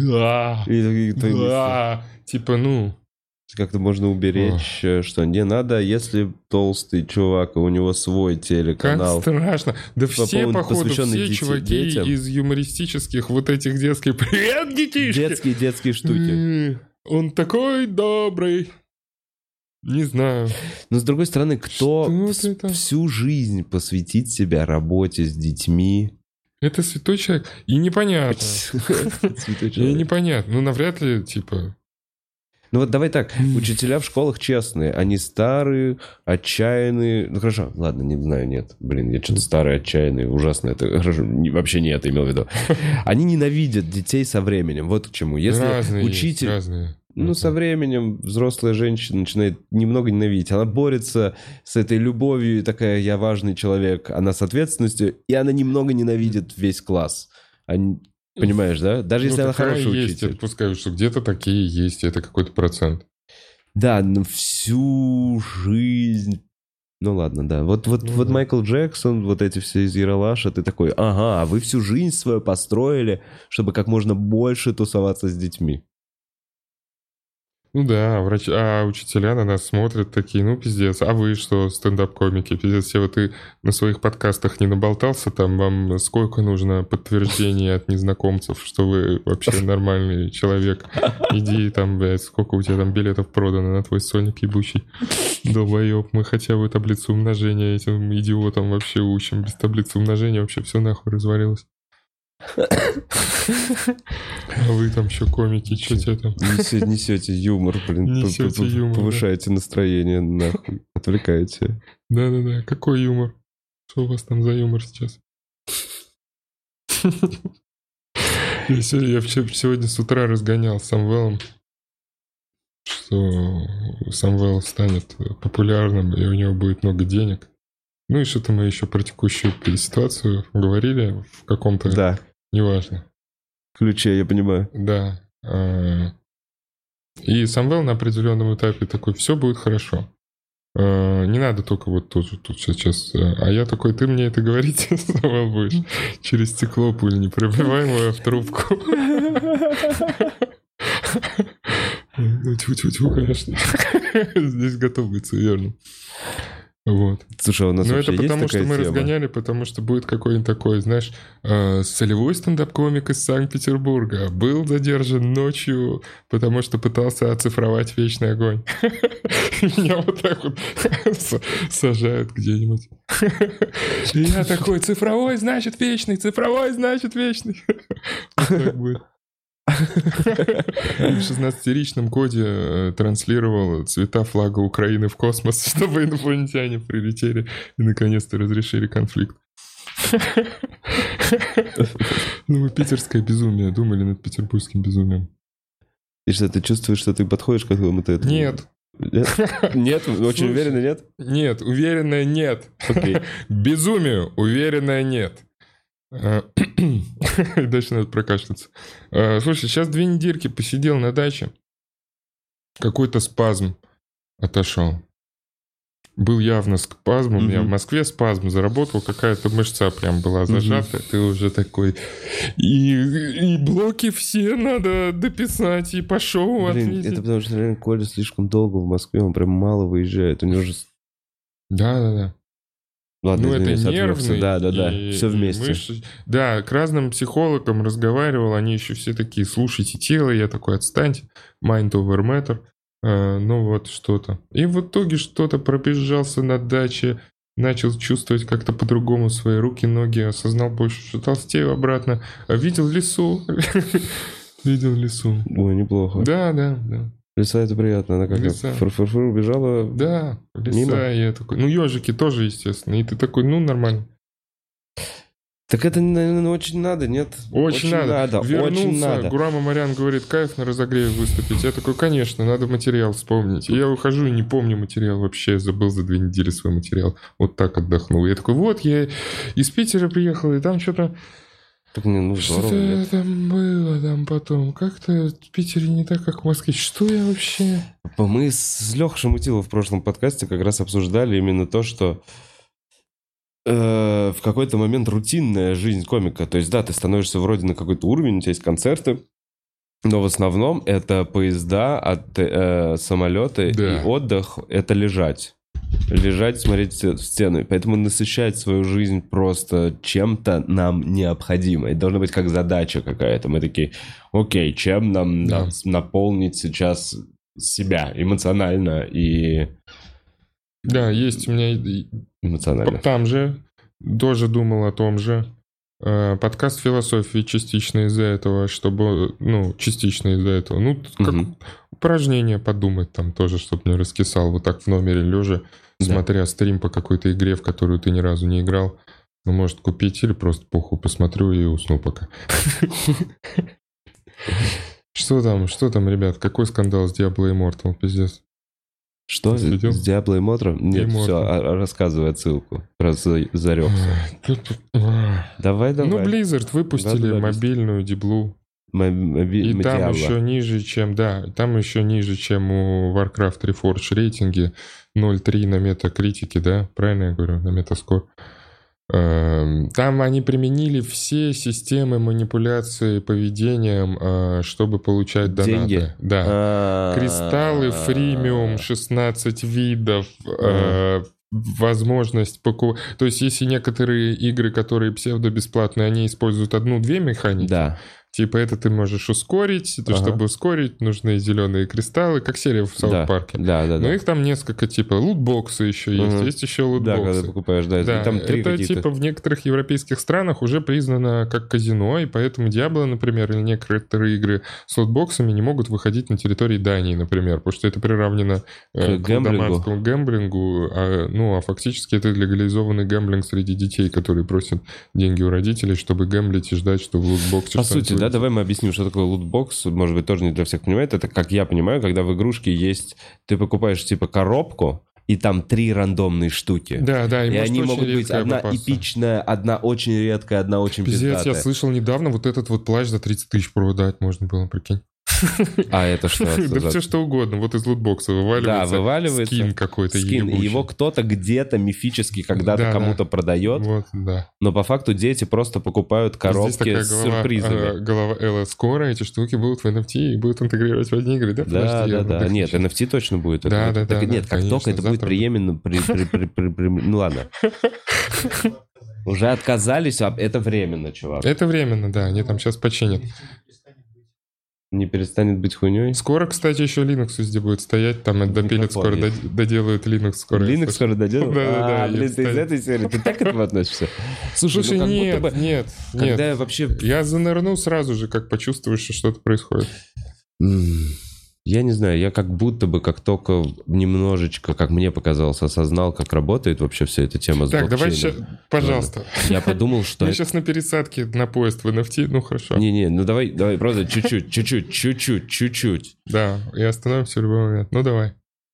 Типа, как-то можно уберечь, что не надо, если толстый чувак, у него свой телеканал. Как страшно. Да все, походу, все чуваки из юмористических вот этих детских... Привет, детишки! Детские штуки. Он такой добрый. Не знаю. Но с другой стороны, кто всю жизнь посвятит себя работе с детьми? Это святой человек. И непонятно. Святой человек. И непонятно. Навряд ли, типа... вот давай так, учителя в школах честные, они старые, отчаянные. Хорошо, ладно, не знаю, нет. Я что-то старый, отчаянный, ужасно. Это хорошо, вообще не это имел в виду. Они ненавидят детей со временем, вот к чему. Если разные учитель... есть, разные. Со временем взрослая женщина начинает немного ненавидеть. Она борется с этой любовью, и такая: я важный человек, она с ответственностью, и она немного ненавидит весь класс. Понимаешь, да? Даже если она хороший учитель. Я допускаю, что где-то такие есть, это какой-то процент. Да, но всю жизнь... ладно, да. Вот Майкл Джексон, вот эти все из Ералаша, ты такой: ага, вы всю жизнь свою построили, чтобы как можно больше тусоваться с детьми. Да, а учителя на нас смотрят такие: пиздец, а вы что, стендап-комики, пиздец, все, ты на своих подкастах не наболтался, там вам сколько нужно подтверждений от незнакомцев, что вы вообще нормальный человек, иди там, блядь, сколько у тебя там билетов продано на твой сольник ебучий, долбоеб, мы хотя бы таблицу умножения этим идиотам вообще учим, без таблицы умножения вообще все нахуй развалилось. А вы там еще комики, что тебе там? Несете юмор, повышаете настроение, нахуй, отвлекаете. Да-да-да, какой юмор? Что у вас там за юмор сейчас? Я сегодня с утра разгонял с Самвелом, что Самвел станет популярным, и у него будет много денег. Ну и что-то мы еще про текущую ситуацию говорили в каком-то... Да, Неважно. ключе, я понимаю. Да. И Самвел на определенном этапе такой, все будет хорошо. Не надо только вот тут сейчас. А я такой, ты мне это говорить, Самвел, будешь через стекло пуль непробиваемую в трубку. Ну, тьфу-тьфу-тьфу, конечно. Здесь готов быть суеверным. Вот. Слушай, у нас Ну, вообще это есть потому, что такая мы тема? разгоняли, потому что будет какой-нибудь такой, знаешь, солевой стендап-комик из Санкт-Петербурга был задержан ночью, потому что пытался оцифровать вечный огонь. Меня вот так вот сажают где-нибудь. И я такой, цифровой значит вечный, цифровой значит вечный. Вот так будет. В 16-ричном коде транслировал цвета флага Украины в космос, чтобы инопланетяне прилетели и наконец-то разрешили конфликт. Ну, мы питерское безумие, думали над петербургским безумием. И что, ты чувствуешь, что ты подходишь к какому-то этому? Нет. Нет? Очень уверенно нет? Нет, уверенное нет. Окей. Безумию уверенное нет. Дальше надо прокашляться. Слушай, сейчас 2 недельки посидел на даче. Какой-то спазм отошел. Был явно спазм. У меня в Москве спазм заработал. Какая-то мышца прям была зажата. Ты уже такой... И блоки все надо дописать. И пошел отметить. Это потому что, наверное, Коля слишком долго в Москве. Он прям мало выезжает. У него же... Да. Ладно, Ну, это извиняюсь, нервный. Да. Все вместе. Да, к разным психологам разговаривал. Они еще все такие, слушайте тело. Я такой, отстаньте. Mind over matter. Ну вот что-то. И в итоге что-то пробежался на даче. Начал чувствовать как-то по-другому свои руки, ноги. Осознал больше, что толстею обратно. Видел лесу. Видел лесу. Ой, неплохо. Да. Лиса — это приятно. Она как фур-фур-фур убежала. Да, лиса. Мимо. Я такой... Ну, ежики тоже, естественно. И ты такой, ну, нормально. Так это, наверное, очень надо, нет? Очень надо. Вернулся, очень надо. Гурам Амарян говорит, кайф на разогреве выступить. Я такой, конечно, надо материал вспомнить. И я ухожу и не помню материал вообще. Забыл за 2 недели свой материал. Вот так отдохнул. Я такой, вот, я из Питера приехал, и там что-то... Так мне, ну, здорово. Что-то там было там потом. Как-то в Питере не так, как в Москве. Что я вообще... Мы с Лехой Шамутиловым в прошлом подкасте как раз обсуждали именно то, что в какой-то момент рутинная жизнь комика. То есть, да, ты становишься вроде на какой-то уровень, у тебя есть концерты, но в основном это поезда, самолеты Да. и отдых — это лежать. Лежать, смотреть в стену. И поэтому насыщать свою жизнь просто чем-то нам необходимо. Это должна быть как задача какая-то. Мы такие, окей, чем нам наполнить сейчас себя эмоционально и... Да, есть у меня... Эмоционально. Там же тоже думал о том же. Подкаст философии частично из-за этого, чтобы... Ну, частично из-за этого. Ну, как упражнение подумать там тоже, чтобы не раскисал вот так в номере лежа, смотря стрим по какой-то игре, в которую ты ни разу не играл. Ну, может, купить или просто похуй посмотрю и усну пока. Что там, ребят? Какой скандал с Diablo Immortal, пиздец? Что? С Diablo Immortal? Нет, все, рассказывай отсылку. Просто зарекся. Давай. Ну, Blizzard выпустили мобильную диблу. И там еще ниже, чем... Да, там еще ниже, чем у Warcraft Reforged рейтинги. 0.3 на метакритике, да? Правильно я говорю? На метаскор. Там они применили все системы манипуляции поведением, чтобы получать донаты. Деньги? Да. Кристаллы, фримиум, 16 видов, возможность покупать. То есть, если некоторые игры, которые псевдо-бесплатные, они используют 1-2 механики. Да. Типа это ты можешь ускорить, чтобы ускорить, нужны зеленые кристаллы, как серия в Саут-парке. Да. Но их там несколько, типа лутбоксы еще есть еще лутбоксы. Да, когда покупаешь, да. И там 3 это какие-то. Типа в некоторых европейских странах уже признано как казино, и поэтому Diablo, например, или некоторые игры с лутбоксами не могут выходить на территории Дании, например, потому что это приравнено к гэмблингу. Гэмблингу, а фактически это легализованный гэмблинг среди детей, которые просят деньги у родителей, чтобы гэмблить и ждать, что в лутбоксе... По сути, да, давай мы объясним, что такое лутбокс. Может быть, тоже не для всех понимает. Это, как я понимаю, когда в игрушке есть... Ты покупаешь, типа, коробку, и там 3 рандомные штуки. Да, и И может они очень могут быть редкая одна попасться. эпичная, одна очень редкая, одна очень Пиздец, пиздатая. я слышал недавно, вот этот вот плащ за 30 тысяч продать можно было, прикинь. А это что? Да все что угодно, вот из лутбокса вываливается. Да, вываливается. Скин какой-то Скин, и ебучий. его кто-то где-то мифически когда-то Да, кому-то продает, Вот, да. но по факту дети просто покупают Здесь коробки такая с сюрпризами. голова Элла. Скоро эти штуки будут в NFT и будут интегрировать в одни игры, да? Подожди, я Да. Нет, выключу. NFT точно будет. Да. Нет, как конечно, только это будет завтра. приемлемо... Ну ладно. Уже отказались, а это временно, чувак. Это временно, да, они там сейчас починят. Не перестанет быть хуйней. Скоро, кстати, еще Linux везде будет стоять, там это допилят скоро, есть. доделают Linux скоро. Linux скоро доделал? Да. Блин, ты из этой серии, ты так к этому относишься? Слушай, как нет, будто бы, нет. Когда я вообще... Я занырну сразу же, как почувствуешь, что что-то происходит. Я не знаю, я как будто бы, как только немножечко, как мне показалось, осознал, как работает вообще вся эта тема с Так, давай блокчейном. сейчас, пожалуйста. Я подумал, что... Мы сейчас на пересадке на поезд в NFT, ну хорошо. Не, ну давай просто чуть-чуть. Да, и остановимся в любой момент. Ну давай.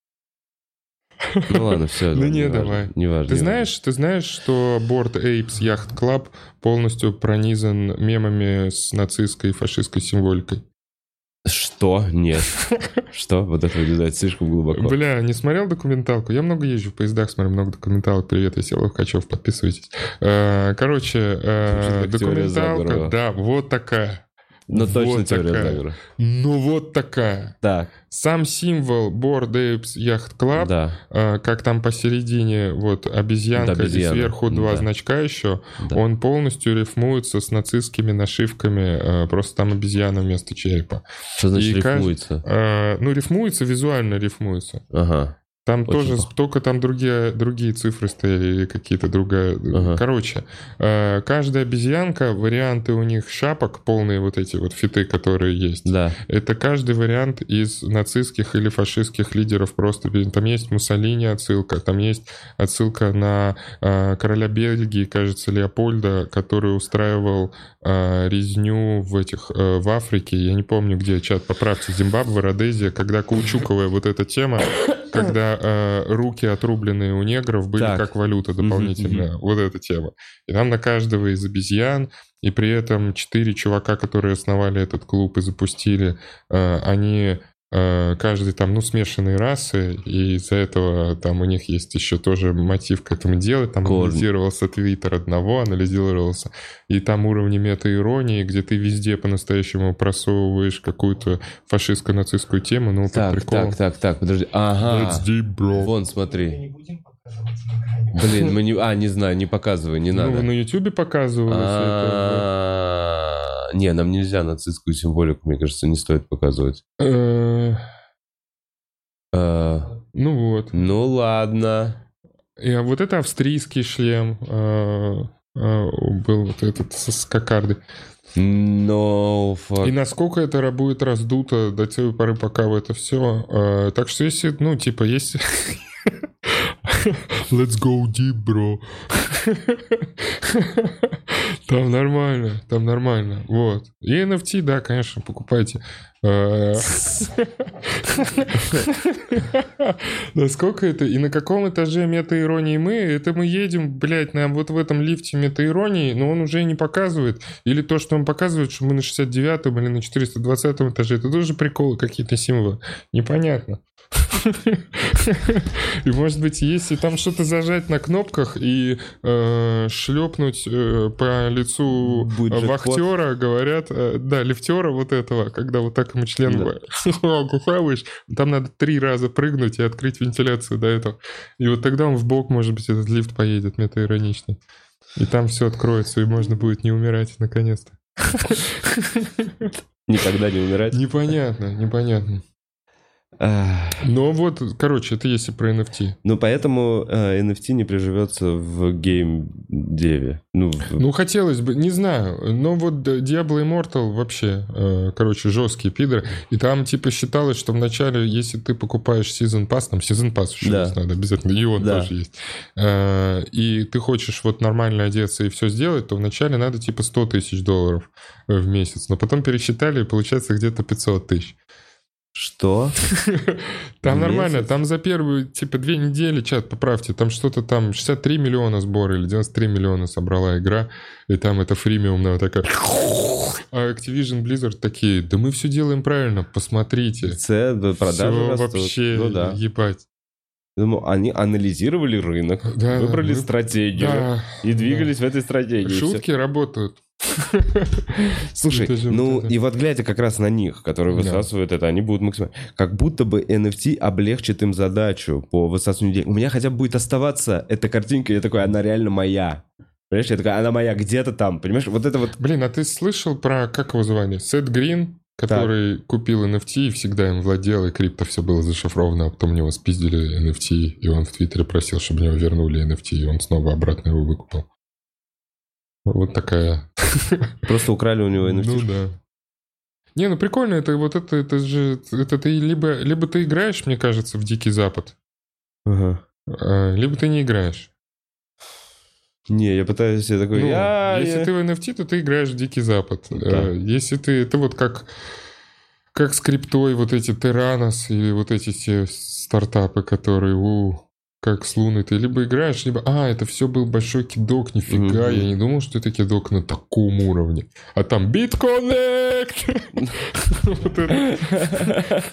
Ну ладно, все. Ну не, давай. Неважно. Ты знаешь, что Bored Apes Yacht Club полностью пронизан мемами с нацистской и фашистской символикой? Что? Нет. Что? Вот это вылезает слишком глубоко. Бля, не смотрел документалку? Я много езжу в поездах, смотрю много документалок. Привет, я Силов Качев, подписывайтесь. Короче, как теория заговора. документалка, да, вот такая. Ну точно Вот теория такая. заговора. Ну вот такая. Так, Сам символ Bored Apes Yacht Club, да. как там посередине вот обезьянка Да, обезьяна. и сверху 2 Да. значка еще, Да. он полностью рифмуется с нацистскими нашивками, просто там обезьяна вместо черепа. Что значит И рифмуется? Ну, рифмуется, визуально рифмуется. Ага. Там Очень тоже, плохо. только там другие цифры стояли или какие-то другая... Ага. Короче, каждая обезьянка, варианты у них шапок, полные вот эти вот фиты, которые есть. Да. Это каждый вариант из нацистских или фашистских лидеров просто. Там есть Муссолини отсылка, там есть отсылка на короля Бельгии, кажется, Леопольда, который устраивал резню в Африке, я не помню где, чат, поправьте, Зимбабве, Родезия, когда каучуковая вот эта тема, когда руки отрубленные у негров были Так. как валюта дополнительная, вот эта тема. И там на каждого из обезьян, и при этом 4 чувака, которые основали этот клуб и запустили, они каждый там, ну, смешанные расы, и из-за этого там у них есть еще тоже мотив к этому делать. Там Корни. анализировался твиттер одного, анализировался, и там уровни мета-иронии, где ты везде по-настоящему просовываешь какую-то фашистско-нацистскую тему, ну, под приколом. Так, подожди. Ага. Let's deep, bro. Вон, смотри. Блин, мы не... не знаю, не показывай, не Ну, надо. на Ютубе показывалось это. Не, нам нельзя нацистскую символику, мне кажется, не стоит показывать. Ну Э, вот. Ну ладно. И вот это австрийский шлем был вот этот с кокардой. No fuck. И насколько это будет раздуто до той поры, пока в это все. Так что если, ну, типа, если... Let's go deep, bro. Там нормально. Вот. И NFT, да, конечно, покупайте. Насколько это? И на каком этаже мета-иронии мы? Это мы едем, блядь, на вот в этом лифте мета-иронии, но он уже не показывает. Или то, что он показывает, что мы на 69-м или на 420-м этаже. Это тоже приколы, какие-то символы. Непонятно. И может быть, если там что-то зажать на кнопках и шлепнуть по лицу Будет джекпот. вахтера, говорят, да, лифтера вот этого, когда вот так ему член кухаваешь, там надо 3 раза прыгнуть и открыть вентиляцию до этого. И вот тогда он в бок, может быть, этот лифт поедет метаиронично. И там все откроется, и можно будет не умирать наконец-то. Никогда не умирать. Непонятно. Но вот, короче, это если про NFT. Ну, поэтому NFT не приживется в гейм-деве. Ну, хотелось бы, не знаю. Но вот Diablo Immortal вообще, короче, жесткие пидоры. И там, типа, считалось, что вначале, если ты покупаешь Season Pass, там Season Pass еще Да. есть, надо обязательно, и он Да. тоже есть. И ты хочешь вот нормально одеться и все сделать, то вначале надо, типа, $100 000 в месяц. Но потом пересчитали, и получается где-то 500 000. Что? Там В нормально, месяц? там за первые, типа, 2 недели, чат, поправьте, там что-то там 63 миллиона сбора или 93 миллиона собрала игра, и там это фримиумная такая... А Activision Blizzard такие, да мы все делаем правильно, посмотрите. Продажи Все растут. вообще, Ну да. ебать. Думаю, они анализировали рынок, Да, выбрали мы- стратегию Да, и двигались в этой стратегии. Всё. шутки работают. Слушай, Это же ну вот это. и вот глядя как раз на них, которые Да. высасывают это, они будут максимально... Как будто бы NFT облегчит им задачу по высасыванию денег. У меня хотя бы будет оставаться эта картинка, я такой, она реально моя. Понимаешь, я такой, она моя, где-то там. Понимаешь, вот это вот... Блин, а ты слышал про, как его звали? Сет Грин, который купил NFT и всегда им владел, и крипто все было зашифровано, а потом у него спиздили NFT, и он в Твиттере просил, чтобы него вернули NFT, и он снова обратно его выкупил. Вот такая... Просто украли у него NFT. Ну да. Не, ну прикольно, это же... Это ты либо ты играешь, мне кажется, в Дикий Запад, Ага. либо ты не играешь. Не, я пытаюсь, я такой... Ну, я- если ты в NFT, то ты играешь в Дикий Запад. Да. Если ты... Это вот как с криптой, вот эти Terranos или вот эти все стартапы, которые... как с Луной. Ты либо играешь, либо... это все был большой кидок, нифига. Мгм. Я не думал, что это кидок на таком уровне. А там BitConnect! Вот это.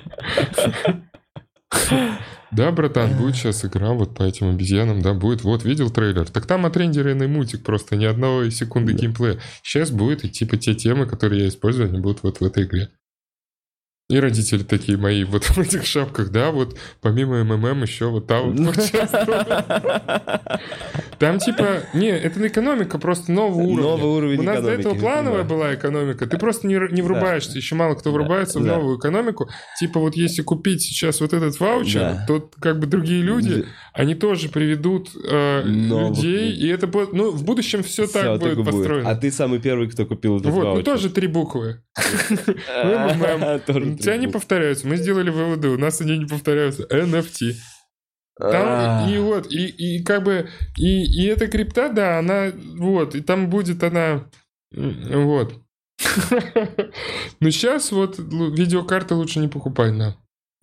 Да, братан, будет сейчас игра вот по этим обезьянам, да, будет. Вот, видел трейлер? Так там отрендеренный мультик просто, ни одной секунды геймплея. Сейчас будет, и типа те темы, которые я использую, они будут вот в этой игре. И родители такие мои вот в этих шапках, да, вот помимо МММ еще вот там вот участвуют. Там типа, не, это экономика просто нового уровня. Новый уровень У нас до экономики, этого плановая да. была экономика, ты просто не врубаешься, еще мало кто врубается в да. новую экономику. Типа вот если купить сейчас вот этот ваучер, Да. то как бы другие люди, они тоже приведут Новых людей, людей. и это будет, ну, в будущем все Всё, так будет построено. А ты самый первый, кто купил этот Вот, ну ваучер. тоже 3 буквы. МММ. Тоже У тебя не требует. повторяются. Мы сделали выводы, у нас они не повторяются. NFT. Там, и вот, и как бы, и эта крипта, да, она, вот, и там будет она, вот. Но сейчас вот видеокарты лучше не покупать, да.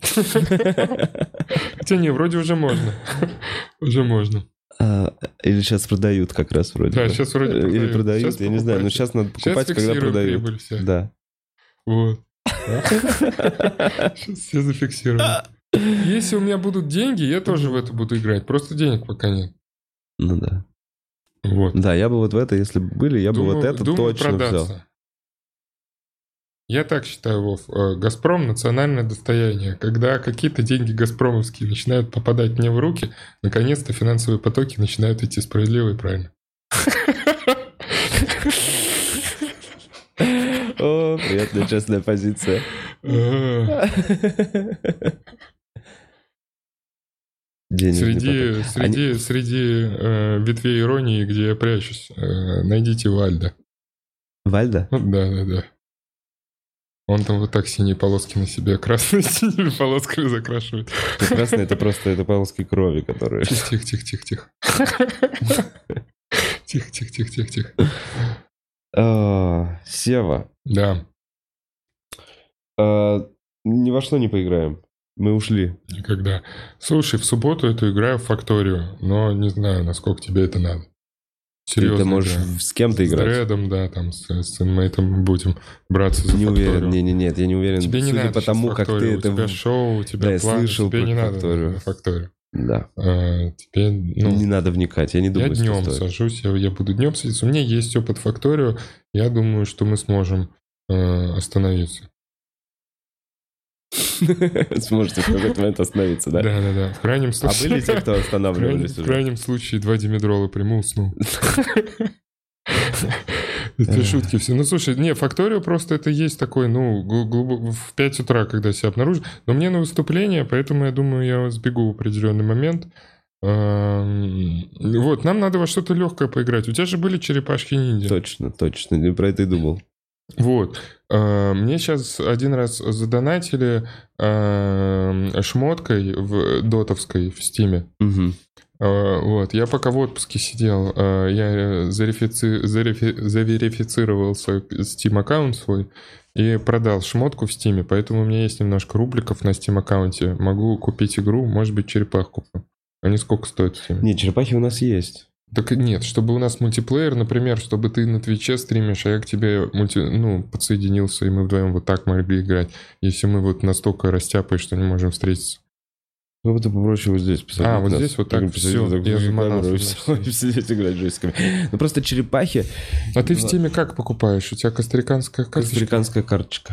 Хотя не, вроде уже можно. Уже можно. Или сейчас продают как раз вроде. Да, бы. сейчас вроде Или продают. продают, Сейчас я не знаю. Но покупайте. сейчас надо Сейчас покупать, когда фиксируем продают. прибыль все. Да. Вот. Сейчас все зафиксируем. Если у меня будут деньги, я тоже в это буду играть. Просто денег пока нет. Ну да. Вот. Да, я бы вот в это, если бы были, я бы вот это Думаю точно продаться. взял. Я так считаю, Вов. «Газпром» — национальное достояние. Когда какие-то деньги газпромовские начинают попадать мне в руки, наконец-то финансовые потоки начинают идти справедливо и правильно. О, приятная честная позиция. Денежный поток. Среди ветвей иронии, где я прячусь, найдите Вальда. Вальда? Да. Он там вот так синие полоски на себе красными полосками закрашивает. Красный это просто это полоски крови, которые... Тихо. Тихо. Сева, Да, ни во что не поиграем. Мы ушли. никогда. Слушай, в субботу эту играю в Факторию, но не знаю, насколько тебе это надо. Серьезно. Ты можешь с кем-то С играть? Дредом, да, там с инмейтом будем браться за Не Факторию. уверен, нет, я не уверен. Тебе не Судя надо по тому, сейчас как ты Факторию. это... У тебя шоу, у тебя Да, я планы, слышал тебе про не надо Факторию. на Факторию. Да. Тебе, Не надо вникать, я не я думаю, что днем стоит. сажусь, я буду днем садиться. У меня есть опыт Факторию, я думаю, что мы сможем остановиться. Сможете в какой-то момент остановиться, да? Да. В крайнем А случае... были те, кто В останавливались уже? крайнем случае 2 димедрола приму, усну. Это шутки все. Ну, слушай, не, Факторио просто это есть такой, ну, в 5 утра, когда себя обнаружу. Но мне на выступление, поэтому я думаю, я сбегу в определенный момент. Вот, нам надо во что-то легкое поиграть. У тебя же были черепашки-ниндзя. Точно, я про это и думал. Вот. Мне сейчас один раз задонатили шмоткой в дотовской в Стиме. Угу. Вот, я пока в отпуске сидел, я заверифицировал свой Steam аккаунт свой и продал шмотку в Steam, поэтому у меня есть немножко рубликов на Steam аккаунте. Могу купить игру, может быть, черепах куплю. Они сколько стоят в Steam? Нет, черепахи у нас есть. Так нет, чтобы у нас мультиплеер, например, чтобы ты на Твиче стримишь, а я к тебе подсоединился, и мы вдвоем вот так могли играть. Если мы вот настолько растяпаешь, что не можем встретиться. Ну, вот ты попроще вот здесь посадить. Вот здесь вот так все, я заманался. Сидеть играть джойстиками. Ну, просто черепахи... А ты в Стиме как покупаешь? У тебя костриканская карточка? Костриканская карточка.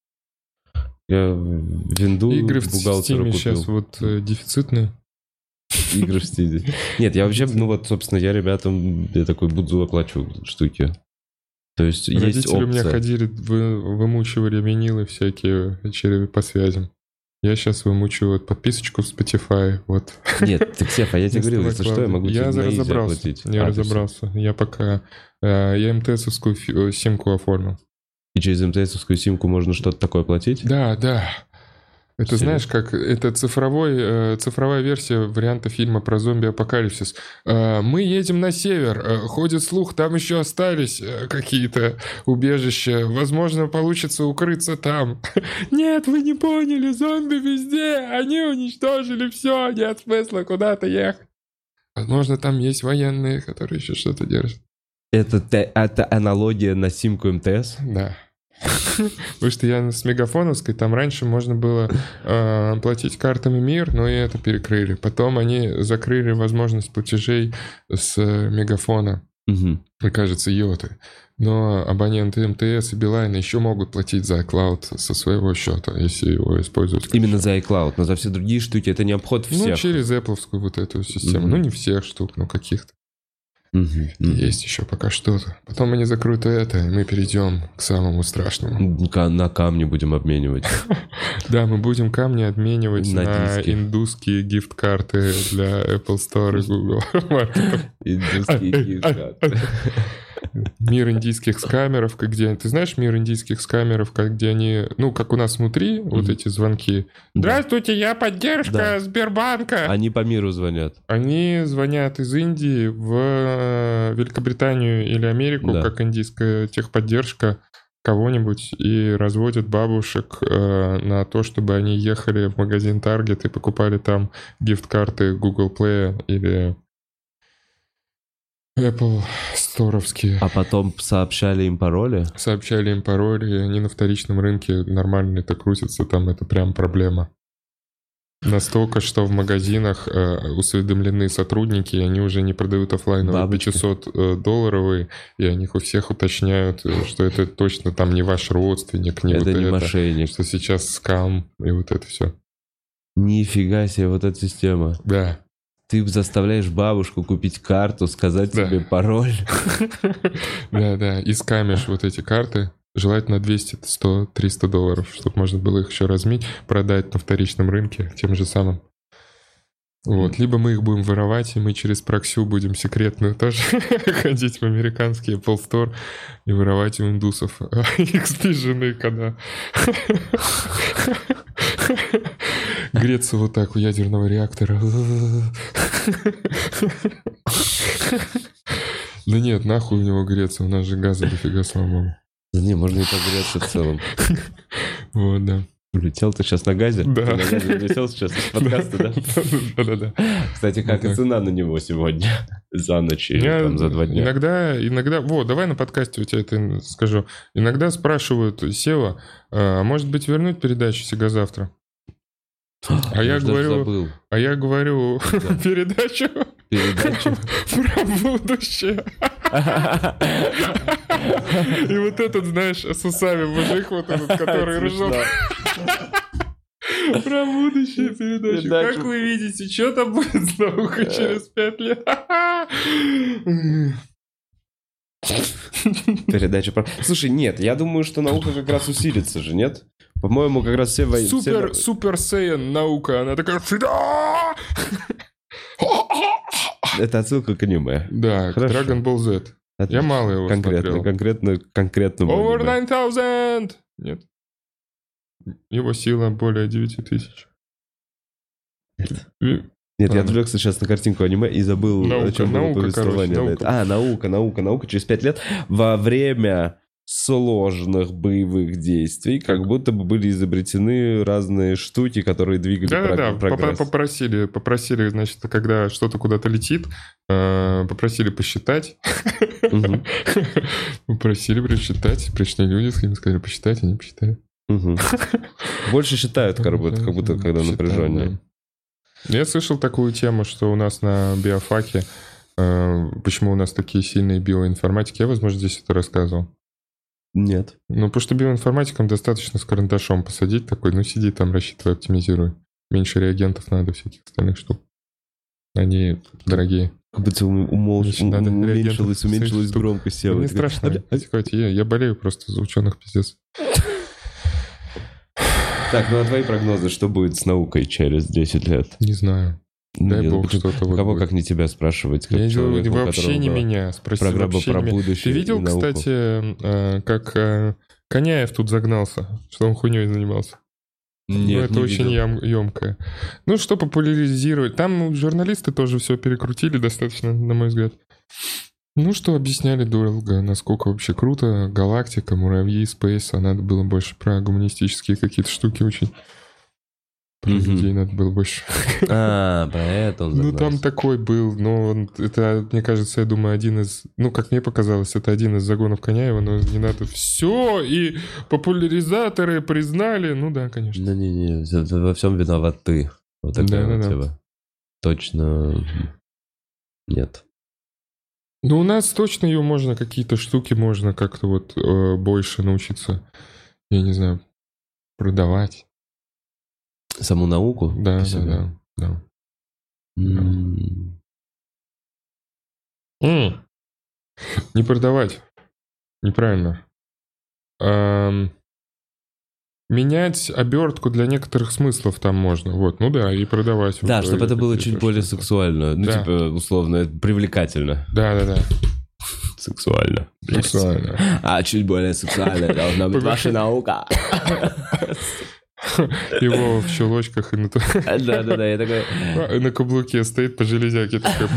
Я винду игры в бухгалтеру Стиме купил. сейчас вот дефицитные. Игры в Стиме. Нет, я вообще, собственно, я ребятам, я такой буду оплачивать штуки. То есть есть Родители опция. у меня ходили, вымучивали винилы всякие по связям. Я сейчас вымучиваю подписочку в Spotify. Вот. Нет, ты, Ксеф, а я тебе говорил, если что, я могу тебе на изи оплатить. Я разобрался. Я пока... Я МТСовскую симку оформил. И через МТСовскую симку можно что-то такое платить? Да. Это Серьезно? знаешь, как это цифровая версия варианта фильма про зомби-апокалипсис. Мы едем на север. Ходит слух, там еще остались какие-то убежища. Возможно, получится укрыться там. Нет, вы не поняли, зомби везде. Они уничтожили все. Нет смысла куда-то ехать. Возможно, там есть военные, которые еще что-то держат. Это аналогия на симку МТС? Да. Потому что я с мегафоновской, там раньше можно было платить картами МИР, но и это перекрыли. Потом они закрыли возможность платежей с мегафона. Угу. Мне кажется, йоты. Но абоненты МТС и Билайна еще могут платить за iCloud со своего счета, если его использовать. Именно за iCloud, но за все другие штуки это не обход всех. Ну, через Apple-овскую вот эту систему. Ну, не всех штук, но каких-то. Есть еще пока что-то. Потом они закроют это, и мы перейдем к самому страшному. На камни будем обменивать. Да, мы будем камни обменивать На на диски. индусские гифт-карты для Apple Store и Google Market. Индусские гифт-карты. Мир индийских скамеров, где... Ты знаешь мир индийских скамеров, где они... Ну, как у нас внутри, вот эти звонки. Здравствуйте, я поддержка Сбербанка. Они по миру звонят. Они звонят из Индии в Великобританию или Америку, как индийская техподдержка, кого-нибудь, и разводят бабушек на то, чтобы они ехали в магазин Target и покупали там гифт-карты Google Play или Apple Store'овские. А потом сообщали им пароли? Сообщали им пароли, и они на вторичном рынке нормально это крутятся, там это прям проблема. Настолько, что в магазинах усведомлены сотрудники, и они уже не продают офлайновые $500, и они у всех уточняют, что это точно там не ваш родственник, не это вот не это, мошенник. что сейчас скам, и вот это все. Нифига себе, вот эта система. Да. Ты заставляешь бабушку купить карту, сказать тебе пароль. Да, и скамишь вот эти карты. Желательно 200, 100, 300 долларов, чтобы можно было их еще размить, продать на вторичном рынке тем же самым. Вот. Либо мы их будем воровать, и мы через проксю будем секретную тоже ходить в американский Apple Store и воровать у индусов их сбеженные, когда греться вот так у ядерного реактора. Да нет, нахуй у него греться, у нас же газа дофига, слава богу. Да не, можно и погреться в целом. Вот, да. Улетел ты сейчас на газе? Да. Ты на газе улетел сейчас из подкаста, да? Да. Кстати, как и цена на него сегодня? За ночь или там за 2 дня? Иногда... Вот, давай на подкасте у тебя это скажу. Иногда спрашивают, Сева, а может быть вернуть передачу «Сега-завтра»? А я говорю, передачу про будущее. И вот этот, знаешь, с усами мужик, вот этот, который ржет. Про будущее передачу. Как вы видите, что там будет с наукой через 5 лет? Передача про... Слушай, нет, я думаю, что наука как раз усилится же, нет? По-моему, как раз все военные... Супер Сейян наука, она такая... Это отсылка к аниме. Да, к Dragon Ball Z. Отлично. Я мало его смотрел. Конкретно. Over 9000! Нет. Его сила более 9000. Нет, я отвлекся сейчас на картинку аниме и забыл, о чем было повествование. Наука. Через 5 лет во время сложных боевых действий как будто бы были изобретены разные штуки, которые двигали прогресс. Попросили, значит, когда что-то куда-то летит, попросили посчитать. Попросили прочитать. Пришли люди, сказали посчитать, они посчитали. Больше считают, как будто когда напряжение. Я слышал такую тему, что у нас на биофаке, почему у нас такие сильные биоинформатики. Я, возможно, здесь это рассказывал. Нет. Ну, потому что биоинформатикам достаточно с карандашом посадить такой, ну, сиди там, рассчитывай, оптимизируй. Меньше реагентов надо, всяких остальных штук. Они дорогие. Как будто уменьшилась громкость. Мне страшно. Я болею просто за ученых, пиздец. Так, ну а твои прогнозы, что будет с наукой через 10 лет? Не знаю. Дай бог, что-то вот кого, будет. как не тебя спрашивать, как человека, вообще не меня. Спроси, программа про будущее. Ты видел, кстати, как Коняев тут загнался, что он хуйней занимался? Нет, это очень емкое. Ну, что популяризировать? Там журналисты тоже все перекрутили достаточно, на мой взгляд. Ну, что объясняли долго, насколько вообще круто. Галактика, муравьи, спейс. А надо было больше про гуманистические какие-то штуки учить. Про людей надо было больше. Про это он загнался. Ну, там такой был. Но это, мне кажется, я думаю, один из... Ну, как мне показалось, это один из загонов Коняева. Но не надо все. И популяризаторы признали. Ну, да, конечно. Ну, не, во всем виноват ты. Вот такая вот тема. Точно нет. Ну, у нас точно ее можно, какие-то штуки можно как-то вот больше научиться, я не знаю, продавать. Саму науку? Да. Не продавать. Неправильно. Менять обертку для некоторых смыслов там можно. Вот, ну да, и продавать. Да, чтобы это было чуть более сексуально. Ну, типа, условно, привлекательно. Да. Сексуально. А чуть более сексуально должна быть ваша наука. Его в чулочках и на... Да, я такой... На каблуке стоит по железяке такой...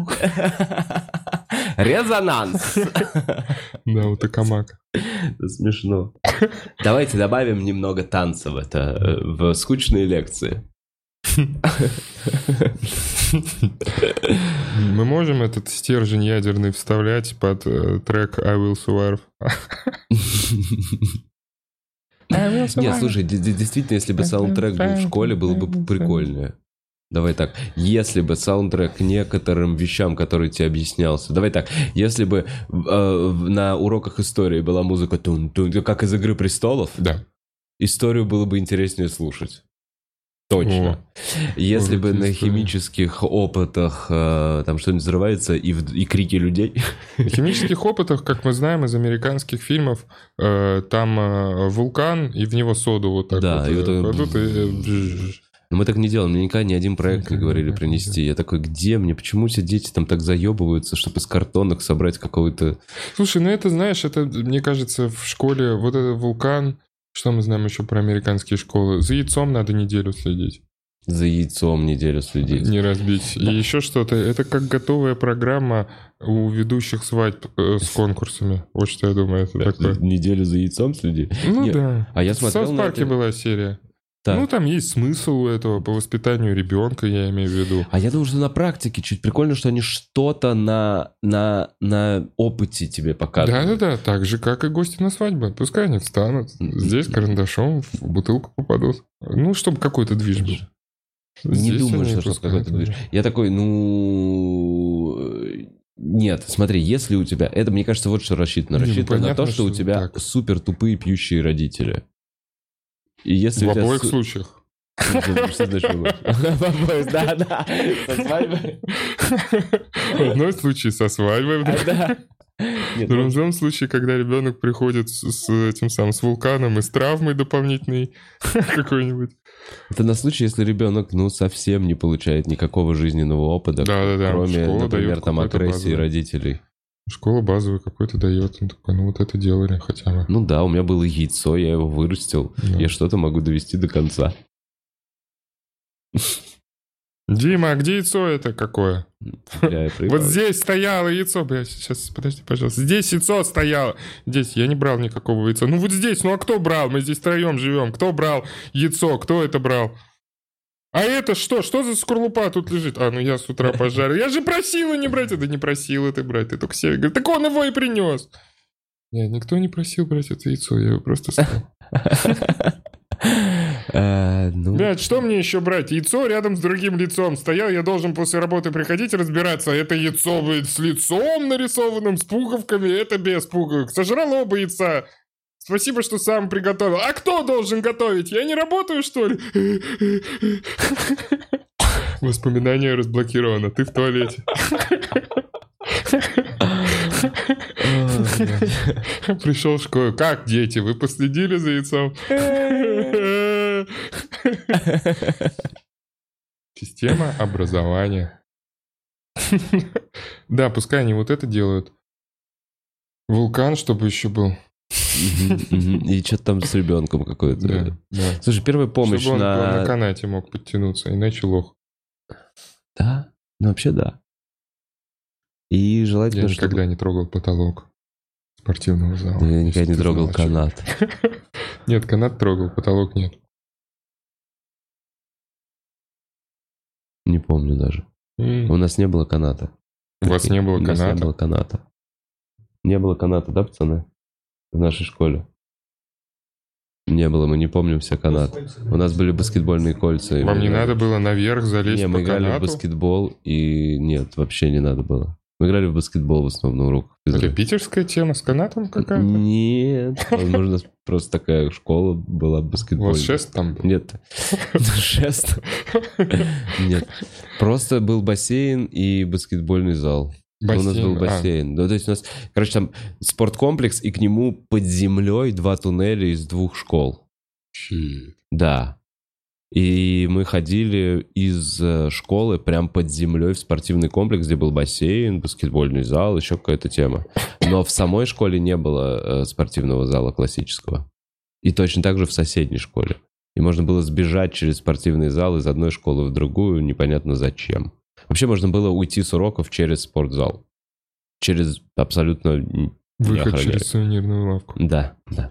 Резонанс! Да, вот токамак. Это смешно. Давайте добавим немного танца в скучные лекции. Мы можем этот стержень ядерный вставлять под трек I Will Survive? Не, слушай, действительно, если бы саундтрек был в школе, было бы прикольнее. Давай так, если бы саундтрек к некоторым вещам, которые тебе объяснялся. Давай так, если бы на уроках истории была музыка тун-тун, как из «Игры престолов», да, историю было бы интереснее слушать. Точно. Если бы на химических опытах там что-нибудь взрывается и крики людей. На химических опытах, как мы знаем из американских фильмов, там вулкан, и в него соду вот так да, вот кладут, Но мы так не делаем, мне никогда ни один проект не говорили принести. Я такой, где мне? Почему все дети там так заебываются, чтобы из картонок собрать какого-то... Слушай, ну это, знаешь, это, мне кажется, в школе вот этот вулкан... Что мы знаем еще про американские школы? За яйцом надо неделю следить. За яйцом неделю следить. Не разбить. Да. И еще что-то. Это как готовая программа у ведущих свадьб с конкурсами. Вот что я думаю. Это такое. Неделю за яйцом следить? Ну нет. Да. А я смотрел в Саус-парке была серия. Так. Ну, там есть смысл у этого по воспитанию ребенка, я имею в виду. А я думаю, что на практике чуть прикольно, что они что-то на опыте тебе показывают. Да, так же, как и гости на свадьбе. Пускай они встанут, здесь карандашом в бутылку попадут. Ну, чтобы какой-то движ был. Не думаю, что какой-то движ. Я такой, Нет, смотри, если у тебя... Это, мне кажется, вот что рассчитано. Рассчитано на то, что у тебя супер тупые пьющие родители. И если в обоих случаях. Что значит в обоих? Да. Со свадьбой. В одном случае со свадьбой. В другом случае, когда ребенок приходит с вулканом и с травмой дополнительной какой-нибудь. Это на случай, если ребенок, совсем не получает никакого жизненного опыта, кроме, например, там агрессии родителей. Школа базовая какой-то дает. Он такой, вот это делали хотя бы. Ну да, у меня было яйцо, я его вырастил. Да. Я что-то могу довести до конца. Дима, а где яйцо это какое? Я Вот здесь стояло яйцо. Бля, сейчас, подожди, пожалуйста. Здесь яйцо стояло. Здесь я не брал никакого яйца. Ну вот здесь, ну а кто брал? Мы здесь втроем живем. Кто брал яйцо? Кто это брал? А это что? Что за скорлупа тут лежит? А, ну я с утра пожарил. Я же просила не брать. Да не просила ты брать. Ты только себе говоришь. Так он его и принес. Нет, никто не просил брать это яйцо. Я его просто сказал. Блядь, что мне еще брать? Яйцо рядом с другим лицом. Стоял, я должен после работы приходить и разбираться. Это яйцо будет с лицом нарисованным, с пуговками, это без пуговок. Сожрал оба яйца. Спасибо, что сам приготовил. А кто должен готовить? Я не работаю, что ли? Воспоминание разблокировано. Ты в туалете. Пришел в школу. Как, дети, вы последили за яйцом? Система образования. Да, пускай они вот это делают. Вулкан, чтобы еще был. И что-то там с ребенком какой-то. Да. Слушай, первая помощь чтобы он на канате мог подтянуться, иначе лох. Да? Ну, вообще да. И желательно, Я никогда не трогал потолок спортивного зала. Я никогда не трогал канат. Нет, канат трогал, потолок нет. Не помню даже. У нас не было каната. У вас не было У нас не каната? было каната. Не было каната, да, пацаны? В нашей школе. Не было, мы не помним все канаты. У нас были баскетбольные кольца. Вам не надо было наверх залезть по канату? Не, мы играли в баскетбол, и нет, вообще не надо было. Мы играли в баскетбол в основном на уроках. Это питерская тема с канатом какая-то? Нет, возможно, просто такая школа была баскетбольная. У вас шест там был? Нет. Шест? Нет. Просто был бассейн и баскетбольный зал. У нас был бассейн. Ну, то есть у нас, короче, там спорткомплекс, и к нему под землей 2 туннеля из 2 школ. Да. И мы ходили из школы прям под землей в спортивный комплекс, где был бассейн, баскетбольный зал, еще какая-то тема. Но в самой школе не было спортивного зала классического. И точно так же в соседней школе. И можно было сбежать через спортивный зал из одной школы в другую, непонятно зачем. Вообще можно было уйти с уроков через спортзал. Через абсолютно... Выход через сувенирную лавку. Да, да.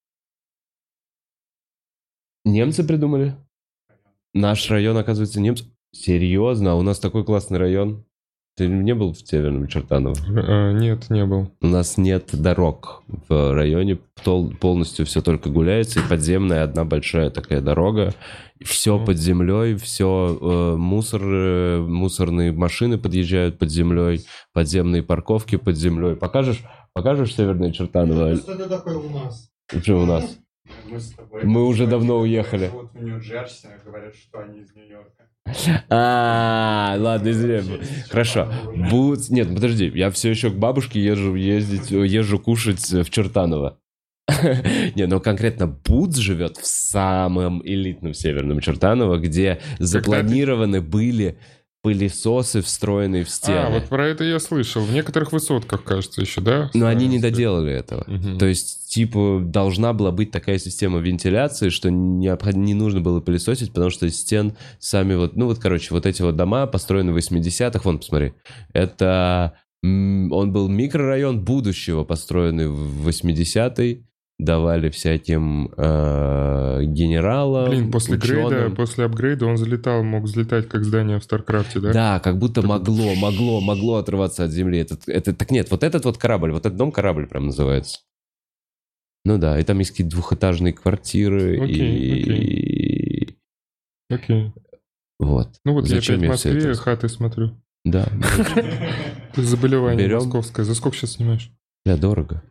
Немцы придумали? Наш район, оказывается, немцы... Серьезно? А у нас такой классный район. Ты не был в Северном Чертаново? Нет, не был. У нас нет дорог в районе. Полностью все только гуляется. И подземная одна большая такая дорога. Все под землей, все мусорные машины подъезжают под землей, подземные парковки под землей. Покажешь Северное Чертаново? Что это такое у нас? Что у нас? Мы уже давно уехали. Вот в Нью-Джерси говорят, что они из Нью-Йорка. Ладно, извини. Хорошо. Нет, подожди, я все еще к бабушке езжу кушать в Чертаново. Не, но конкретно Буц живет в самом элитном Северном Чертаново, где запланированы были пылесосы, встроенные в стены. Вот про это я слышал. В некоторых высотках, кажется, еще, да? Но они не доделали этого. То есть, типа, должна была быть такая система вентиляции, что не нужно было пылесосить, потому что из стен сами вот... Ну, вот, короче, вот эти вот дома построены в 80-х. Вон, посмотри. Это... Он был микрорайон будущего, построенный в 80-е. Давали всяким генералам, Блин, после ученым. грейда, после апгрейда он мог взлетать, как здание в Старкрафте, да? Да, как будто могло отрываться от земли. Так нет, вот этот вот корабль, вот этот дом-корабль прям называется. Ну да, и там есть какие-то двухэтажные квартиры. Окей. Вот. Ну вот зачем я опять в Москве хаты смотрю. Да. Ты заболевание московское. За сколько сейчас снимаешь? Бля, дорого.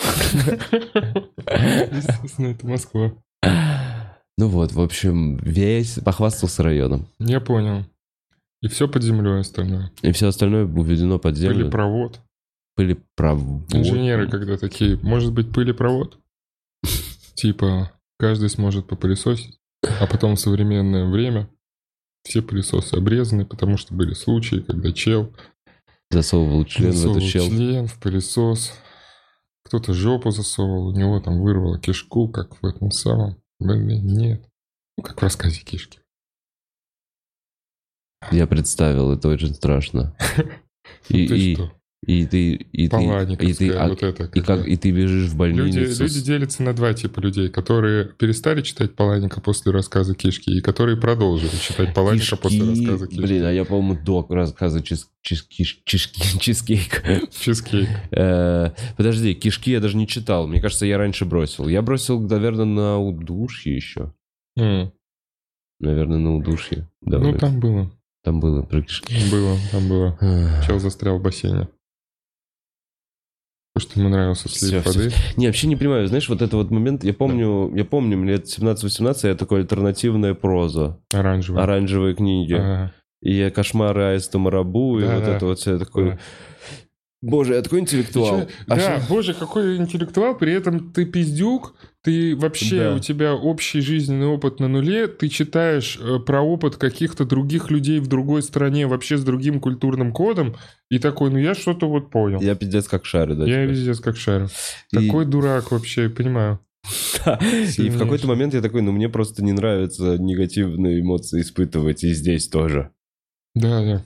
Естественно, это Москва. Ну вот, в общем, весь похвастался районом. Я понял. И все под землей остальное. И все остальное уведено под землю. Пылепровод. Пылепровод. Инженеры когда такие, может быть, пылепровод? Типа, каждый сможет попылесосить, а потом в современное время все пылесосы обрезаны, потому что были случаи, когда чел засовывал член в эту щель. член в пылесос. Кто-то жопу засовывал, у него там вырвало кишку, как в этом самом. Блин, нет. Ну, как в рассказе Кишки. Я представил, это очень страшно. Ты что? И ты, Паланиковская, вот это. и ты бежишь в больницу. Люди делятся на два типа людей, которые перестали читать Паланика после рассказа «Кишки», и которые продолжили читать Паланика после рассказа «Кишки». Блин, а я, по-моему, до рассказа «Чизкейк». Чизкейк. Подожди, «Кишки» я даже не читал. Мне кажется, я раньше бросил. Я бросил, наверное, на «Удушье» еще. Наверное, на «Удушье». Ну, там было. Там было про кишки. Там было. Чел застрял в бассейне. Потому что ему нравился слив воды. Не, вообще не понимаю. Знаешь, вот этот вот момент, я помню, мне лет 17-18, я такой альтернативная проза. Оранжевые книги. Ага. И «Кошмары Аиста Марабу», и вот это вот все такое. Боже, я такой интеллектуал. Боже, какой интеллектуал, при этом ты пиздюк, ты вообще, у тебя общий жизненный опыт на нуле, ты читаешь про опыт каких-то других людей в другой стране, вообще с другим культурным кодом, и такой, я что-то вот понял. Я пиздец как шарю, да? Я пиздец как шарю. Такой дурак вообще, понимаю. Да. И в какой-то момент я такой, мне просто не нравится негативные эмоции испытывать, и здесь тоже. Да.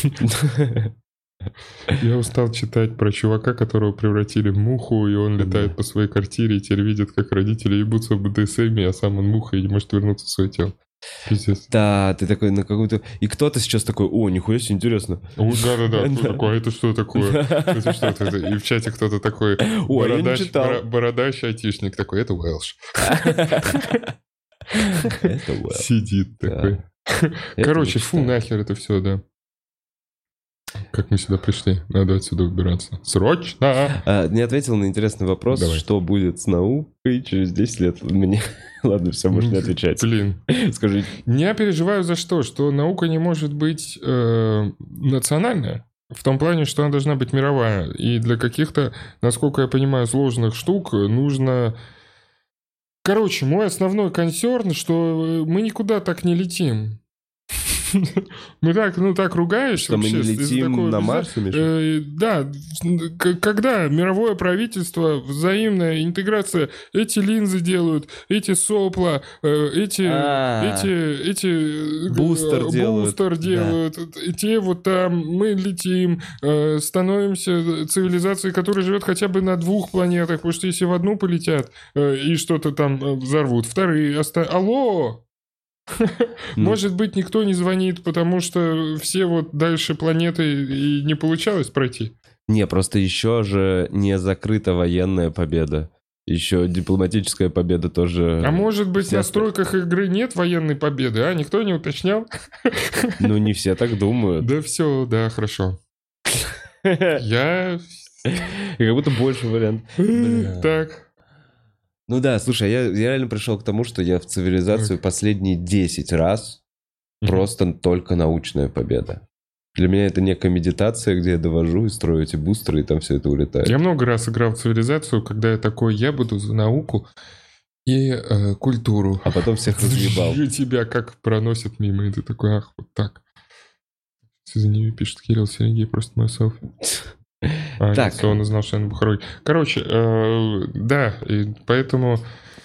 Я устал читать про чувака, которого превратили в муху, и он летает по своей квартире, и теперь видит, как родители ебутся в БДСМ, а сам он муха и не может вернуться в свое тело. Пиздец. Да, ты такой на какую-то... И кто-то сейчас такой, нихуя себе, интересно. Да. Такой, это что такое? Это что? И в чате кто-то такой, бородач айтишник такой, это Уэлш. Это Уэлш. Сидит такой. Короче, фу, нахер это все, да. Как мы сюда пришли? Надо отсюда убираться. Срочно! Не ответил на интересный вопрос, что будет с наукой через 10 лет. Мне... Ладно, все, можешь не отвечать. Блин. Скажи. Я переживаю за что? Что наука не может быть национальная. В том плане, что она должна быть мировая. И для каких-то, насколько я понимаю, сложных штук нужно... Короче, мой основной консерн, что мы никуда так не летим. Мы так ругаешься. Что мы не летим на Марс? Да, когда мировое правительство, взаимная интеграция, эти линзы делают, эти сопла, эти бустер делают, те вот там, мы летим, становимся цивилизацией, которая живет хотя бы на 2 планетах, потому что если в одну полетят и что-то там взорвут, вторые Алло! Может быть, никто не звонит, потому что все вот дальше планеты и не получалось пройти? Не, просто еще же не закрыта военная победа. Еще дипломатическая победа тоже... А может быть, в настройках игры нет военной победы, а? Никто не уточнял? Не все так думают. Да все, да, хорошо. Я... Как будто больше вариант. Так... Ну да, слушай, я реально пришел к тому, что я в цивилизацию последние 10 раз просто только научная победа. Для меня это некая медитация, где я довожу и строю эти бустеры, и там все это улетает. Я много раз играл в цивилизацию, когда я такой, я буду за науку и культуру. А потом всех разъебал. И тебя как проносят мимо, и ты такой, ах, вот так. За нее пишет Кирилл Сергей, просто мой селфи. Так. Нет, он узнал, что я на Бухарой. Короче, да, и поэтому...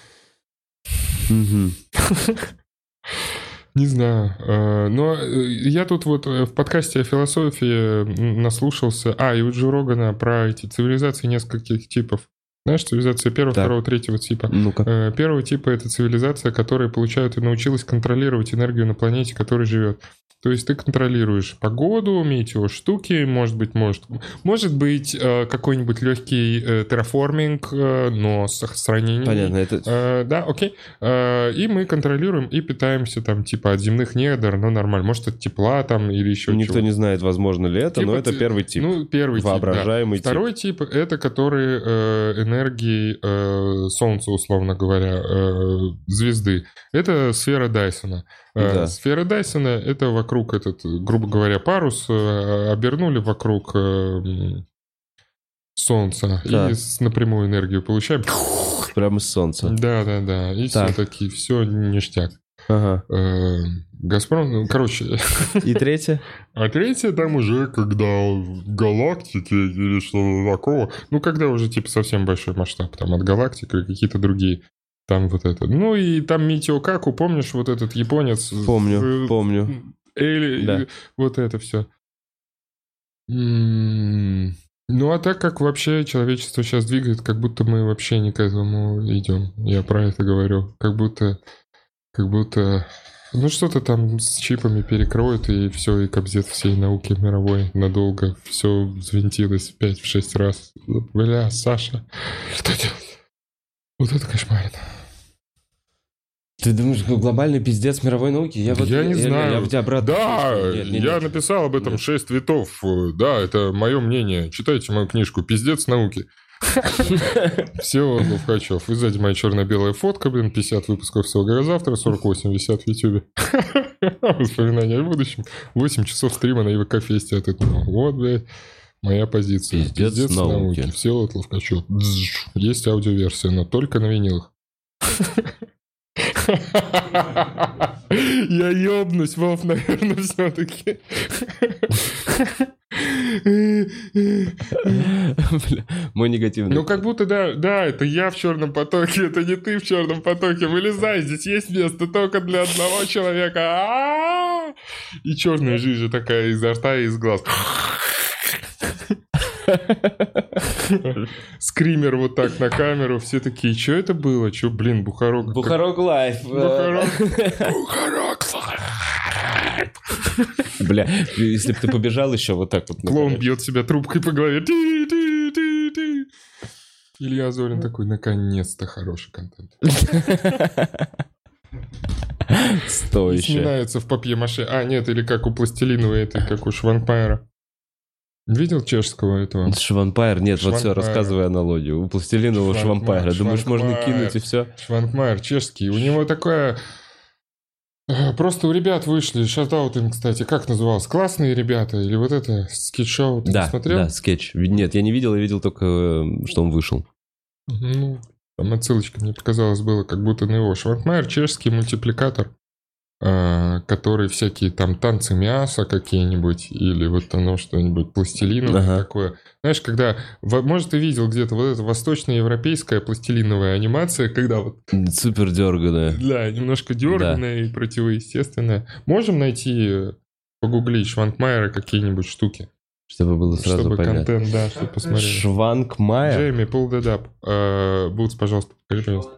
Не знаю. Но я тут вот в подкасте о философии наслушался... и у Джо Рогана про эти цивилизации нескольких типов. Знаешь, цивилизация первого, второго, третьего типа. Ну-ка. Первого типа — это цивилизация, которая получает и научилась контролировать энергию на планете, которая живет. То есть ты контролируешь погоду, метеоштуки, может быть какой-нибудь легкий терраформинг, но с сохранением. Понятно, это... Да, окей. И мы контролируем и питаемся там типа от земных недр, нормально. Может, от тепла там или еще чего-то. Никто не знает, возможно ли это, но это первый тип. Первый воображаемый тип, да. Второй тип — это который энергии Солнца, условно говоря, звезды. Это сфера Дайсона. Да. Сфера Дайсона — это вокруг грубо говоря, парус обернули вокруг Солнца и напрямую энергию получаем. Прямо с Солнца. Да. И все-таки все ништяк. Ага. Газпром, короче. И третье? А третье там уже, когда галактики или что-то такого. Когда уже типа совсем большой масштаб. Там от галактик или какие-то другие. Там вот это. И там Митио Каку, помнишь, вот этот японец? Помню. Или вот это все. Ну, а так как вообще человечество сейчас двигает, как будто мы вообще не к этому идем. Я про это говорю. Как будто, ну, что-то там с чипами перекроют, и все, и кобзет всей науки мировой надолго. Все взвинтилось в 5-6 раз. Бля, Саша, что делать? Вот это кошмарно. Ты думаешь, глобальный пиздец мировой науки? Я не знаю. Я в тебя обратно. Да, Нет. я написал об этом 6 твитов. Да, это мое мнение. Читайте мою книжку «Пиздец науки». Всеволод Ловкачев. И сзади моя черно-белая фотка, 50 выпусков «Всего говоря завтра», 48 висят в Ютубе. Воспоминания о будущем. 8 часов стрима на ИВК-фесте от этого. Вот, блядь, моя позиция. Пиздец науки. Всеволод Ловкачев. Есть аудиоверсия, но только на винилах. Я ёбнусь, Вов, наверное, все-таки. Мой негативный. Ну, как будто, да, это я в черном потоке, это не ты в черном потоке. Вылезай, здесь есть место только для одного человека. И черная жижа такая изо рта и из глаз. Скример вот так на камеру. Все такие, что это было? Что, блин, Бухарок... Бухарок лайф. Бухарок лайф. Бля, если бы ты побежал еще вот так вот. Клоун бьет себя трубкой по голове. Илья Зорин такой, наконец-то хороший контент. Стоящий. Сминается в папье-маше. А, нет, или как у пластилиновой этой, как у Шванпайра. Видел чешского этого? Шванпайр? Нет, вот все, рассказывай аналогию. У пластилинового Шванпайра. Думаешь, можно кинуть и все? Шванпайр чешский. У него такое... Просто у ребят вышли, шатаут им, кстати, как называлось? «Классные ребята» или вот это скетч-шоу? Ты не смотрел? Да, скетч. Нет, я не видел, я видел только, что он вышел. Ну, там отсылочка, мне показалось, было как будто на его. Шванпайр, чешский мультипликатор, который всякие там танцы мяса какие-нибудь или вот оно что-нибудь пластилиновое такое. Знаешь, когда, может, ты видел где-то вот эта восточноевропейская пластилиновая анимация, когда вот... Супер дерганая. Да, немножко дерганая и противоестественная. Можем найти, погуглить Шванкмайера какие-нибудь штуки? Чтобы было сразу чтобы понятно. Контент, да, чтобы посмотреть. Шванкмайер? Джейми, pull that up. Бутс, пожалуйста, покажи, пожалуйста.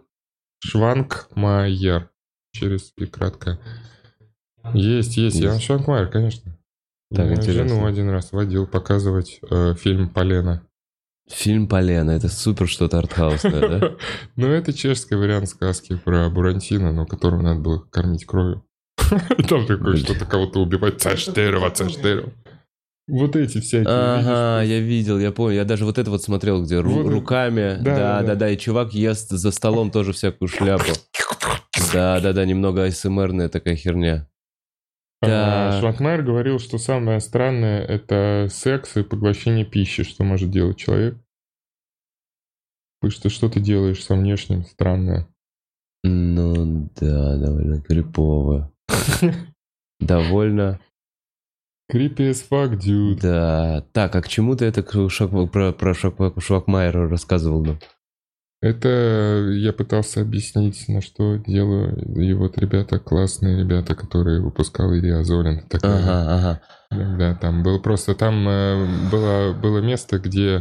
Шванкмайер. Через и кратко. Есть. Ян Шванкмайер, конечно. Так, я интересно. жену один раз водил показывать фильм «Полено». Фильм «Полено». Это супер что-то артхаусное, да? Ну, это чешский вариант сказки про Буратино, но которого надо было кормить кровью. Там такое что-то кого-то убивать. Царь дерева. Вот эти всякие. Ага, я видел, я помню. Я даже вот это вот смотрел, где руками. Да. И чувак ест за столом тоже всякую шляпу. Да, немного АСМРная такая херня. Да. Шванкмайер говорил, что самое странное — это секс и поглощение пищи, что может делать человек. Потому что что ты делаешь со внешним странное. Ну да, довольно крипово. Довольно... Creepy as fuck, dude. Да. Так, а к чему ты это про Шванкмайера рассказывал нам? Это я пытался объяснить, на что делаю. И вот ребята, классные ребята, которые выпускал Илья Зорин. Ага. Да, там был просто... Там было место, где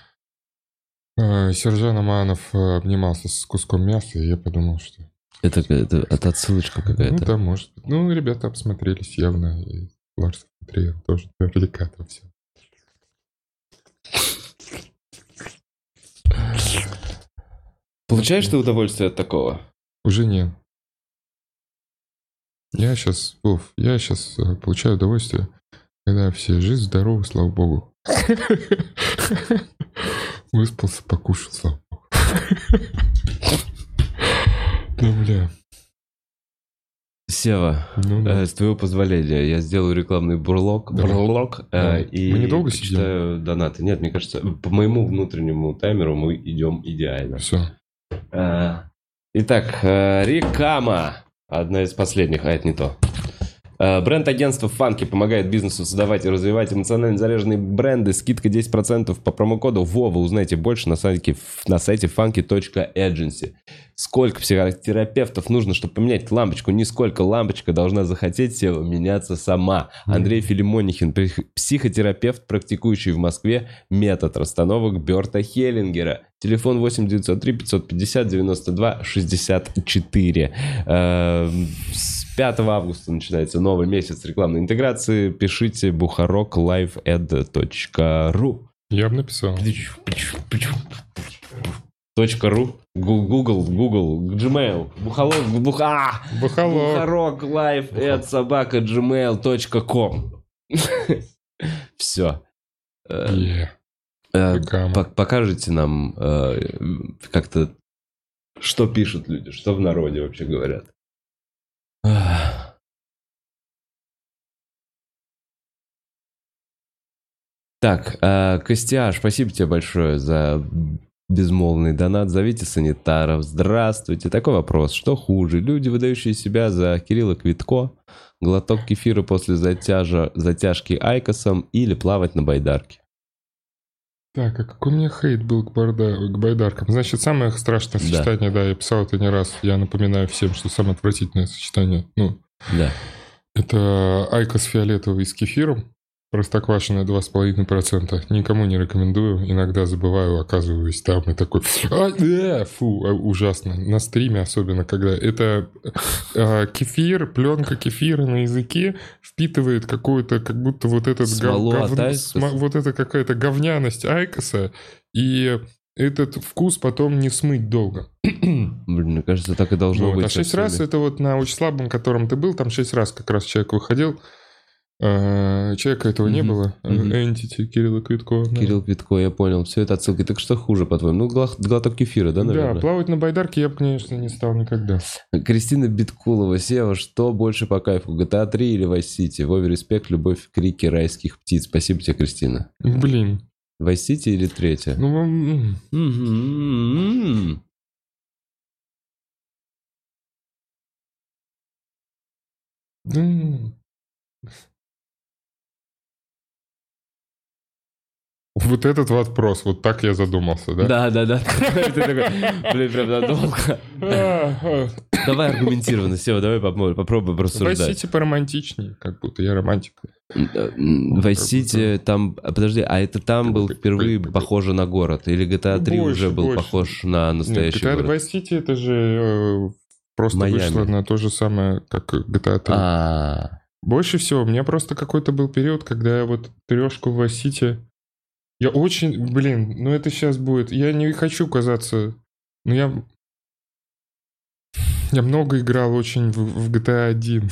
Сержан Аманов обнимался с куском мяса, и я подумал, что... Это отсылочка какая-то. Ну да, может быть. Ну, ребята обсмотрелись явно. И Ларс Триер тоже наверняка там все. Получаешь ты удовольствие от такого? Уже нет. Я сейчас получаю удовольствие, когда все жив, здоров, слава богу. Выспался, покушал, слава богу. Да, бля. Сева, с твоего позволения, я сделаю рекламный бурлок, и мы недолго читаю донаты. Нет, мне кажется, по моему внутреннему таймеру мы идем идеально. Все. Итак, реклама. Одна из последних, а это не то. Бренд-агентство Funky помогает бизнесу создавать и развивать эмоционально заряженные бренды. Скидка 10% по промокоду ВОВА. Узнаете больше на сайте funky.agency. Сколько психотерапевтов нужно, чтобы поменять лампочку? Нисколько лампочка должна захотеть себе меняться сама. Андрей Филимонихин, психотерапевт, практикующий в Москве метод расстановок Берта Хеллингера. Телефон 8-903-550-92-64. С 5 августа начинается новый месяц рекламной интеграции. Пишите buharok.liveed.ru. Я бы написал. .ru, Google, Gmail, Бухарок, live, собака, gmail.com. Все. Покажите нам как-то, что пишут люди, что в народе вообще говорят. Так, Костяш, спасибо тебе большое за безмолвный донат. Зовите санитаров. Здравствуйте. Такой вопрос. Что хуже? Люди, выдающие себя за Кирилла Квитко, глоток кефира после затяжки айкосом или плавать на байдарке? Так, а какой у меня хейт был к байдаркам? Значит, самое страшное сочетание, да, я писал это не раз. Я напоминаю всем, что самое отвратительное сочетание, да, это айкос фиолетовый с кефиром. Простоквашино 2,5%. Никому не рекомендую. Иногда забываю, оказываюсь там и такой... ужасно. На стриме особенно, когда это кефир, пленка кефира на языке впитывает какую-то, как будто вот этот вот это какая-то говняность айкоса, и этот вкус потом не смыть долго. Блин, мне кажется, так и должно быть. А 6 раз это вот на очень слабом, котором ты был, там 6 раз как раз человек выходил. Человека этого не было. Entity Кирилла Квитко. Да. Кирилл Квитко, я понял. Все это отсылки. Так что хуже, по-твоему? Глоток кефира, да, наверное? Да, плавать на байдарке я бы, конечно, не стал никогда. Кристина Биткулова. Сева, что больше по кайфу? GTA 3 или Vice City? Вове респект, любовь, крики райских птиц. Спасибо тебе, Кристина. Блин. Vice City или третья? Вот этот вопрос, вот так я задумался, да? Да. Ты такой, блин, прям надолго. Давай аргументированно, Сева, давай попробуем рассуждать. Vice City поромантичнее, как будто я романтик. Vice City, там, подожди, а это там был впервые похоже на город? Или GTA 3 уже был похож на настоящий город? Vice City это же просто вышло на то же самое, как GTA 3. Больше всего, у меня просто какой-то был период, когда я вот трешку в Vice City... Я очень... Блин, это сейчас будет... Я не хочу казаться... Я много играл очень в GTA 1.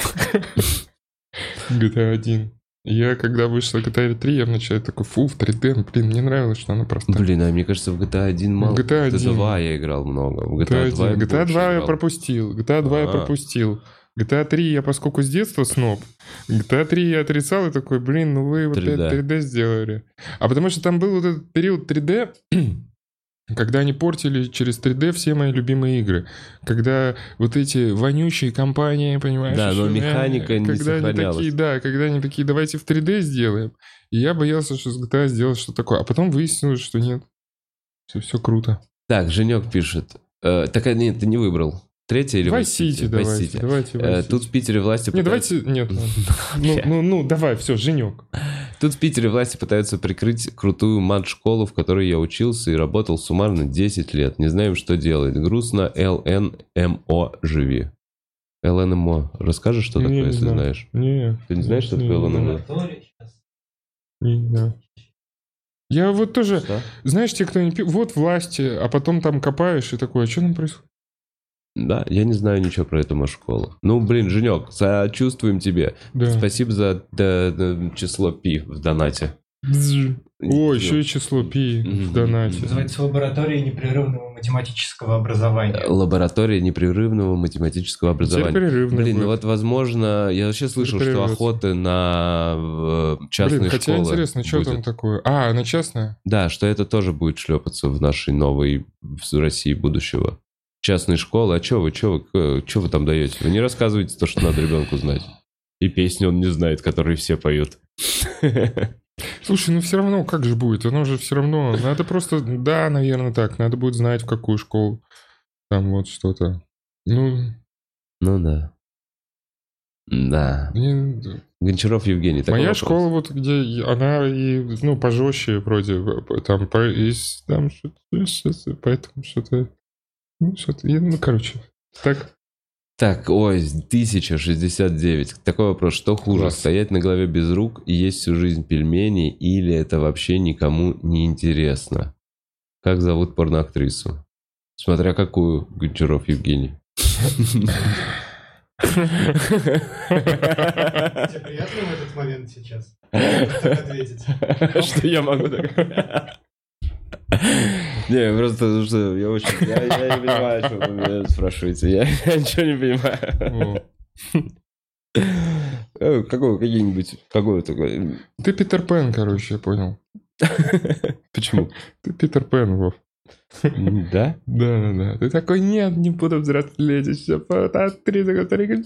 GTA 1. Я, когда вышла GTA 3, я вначале такой, в 3D, блин, мне нравилось, что она простая. Блин, а мне кажется, в GTA 1 мало. В GTA 2 я играл много. В GTA 2 GTA 2 я пропустил. GTA 2 я пропустил. GTA 3 я, поскольку с детства сноб, GTA 3 я отрицал и такой, блин, вы вот 3D сделали. А потому что там был вот этот период 3D, когда они портили через 3D все мои любимые игры. Когда вот эти вонючие компании, понимаешь? Да, но механика не сохранялась. Когда они такие, давайте в 3D сделаем. И я боялся, что с GTA сделать что-то такое. А потом выяснилось, что нет. Все круто. Так, Женек пишет. Так, нет, ты не выбрал. Третья или Vice City? Давайте Vice City. Тут в Питере власти пытаются... Нет. Давай, все, Женек. Тут в Питере власти пытаются прикрыть крутую мат-школу, в которой я учился и работал суммарно 10 лет. Не знаем, что делать. Грустно. ЛНМО живи. ЛНМО. Расскажешь, что такое, если знаешь? Нет. Ты не знаешь, что такое ЛНМО? Не знаю. Я вот тоже... Что? Знаешь, те, кто не пил... Вот власти, а потом там копаешь и такой, а что там происходит? Да, я не знаю ничего про эту школу. Блин, Женек, сочувствуем тебе. Да. Спасибо за число пи в донате. Еще и число пи в донате. Называется лаборатория непрерывного математического образования. Лаборатория непрерывного математического образования. Блин, вот возможно, я вообще слышал, что охоты на частные школы. Хотя интересно, что там такое? Она частная? Да, что это тоже будет шлепаться в нашей новой в России будущего. Частные школы, а что вы там даете? Вы не рассказываете то, что надо ребенку знать. И песни он не знает, которые все поют. Слушай, все равно, как же будет? Оно же все равно... Надо просто... Да, наверное, так. Надо будет знать, в какую школу. там вот что-то. Ну да. Да. Гончаров Евгений. Моя вопрос. Школа, вот где она и, пожестче вроде, там, там что-то, поэтому что-то, короче, так. Так, 1069. Такой вопрос, что хуже, Класс. Стоять на голове без рук и есть всю жизнь пельмени, или это вообще никому не интересно? Как зовут порноактрису? Смотря какую, Гончаров Евгений. Тебе приятно в этот момент сейчас? Так ответить. Что я могу так? Не, просто что я не понимаю, что вы меня спрашиваете. Я ничего не понимаю. Какой такой? Ты Питер Пен, короче, я понял. Почему? Ты Питер Пен, Вов. Да? Да. Ты такой, нет, не буду взрослеть. Еще актриса, которая говорит,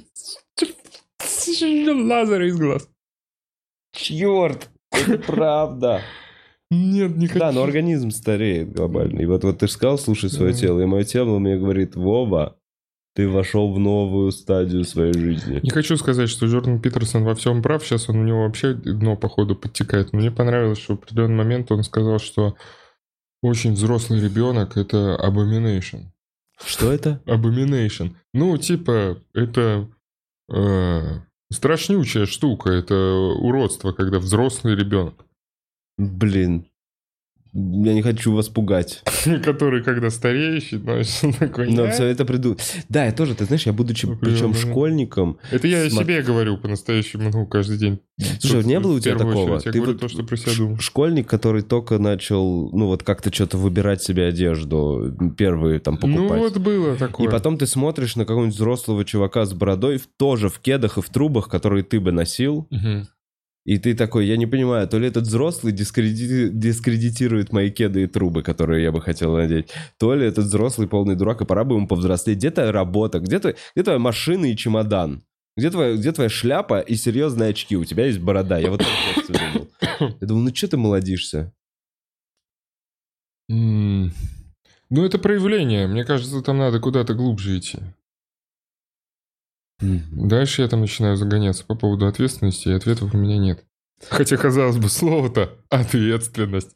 лазер из глаз. Черт, это правда. Нет, не хочу. Да, но организм стареет глобально. И вот ты же сказал, слушай свое тело. И мое тело мне говорит, Вова, ты вошел в новую стадию своей жизни. Не хочу сказать, что Джордан Питерсон во всем прав. Сейчас у него вообще дно, походу, подтекает. Но мне понравилось, что в определенный момент он сказал, что очень взрослый ребенок — это abomination. Что это? Abomination. Это страшнючая штука. Это уродство, когда взрослый ребенок. Блин. Я не хочу вас пугать. Который, когда стареющий, знаешь, такой... Но все это Да, я тоже, ты знаешь, я будучи, причем школьником... Это я себе говорю по-настоящему, каждый день. Слушай, не было у тебя такого? Я говорю то, что про себя думаю. Школьник, который только начал, как-то что-то выбирать себе одежду, первые там покупать. Было такое. И потом ты смотришь на какого-нибудь взрослого чувака с бородой, тоже в кедах и в трубах, которые ты бы носил. Угу. И ты такой, я не понимаю, то ли этот взрослый дискредитирует мои кеды и трубы, которые я бы хотел надеть, то ли этот взрослый полный дурак, и пора бы ему повзрослеть. Где твоя работа? Где твоя машина и чемодан? Где твоя шляпа и серьезные очки? У тебя есть борода. Я вот так думал. Я думал, что ты молодишься? Это проявление. Мне кажется, там надо куда-то глубже идти. Дальше я там начинаю загоняться по поводу ответственности, и ответов у меня нет. Хотя, казалось бы, слово-то ответственность.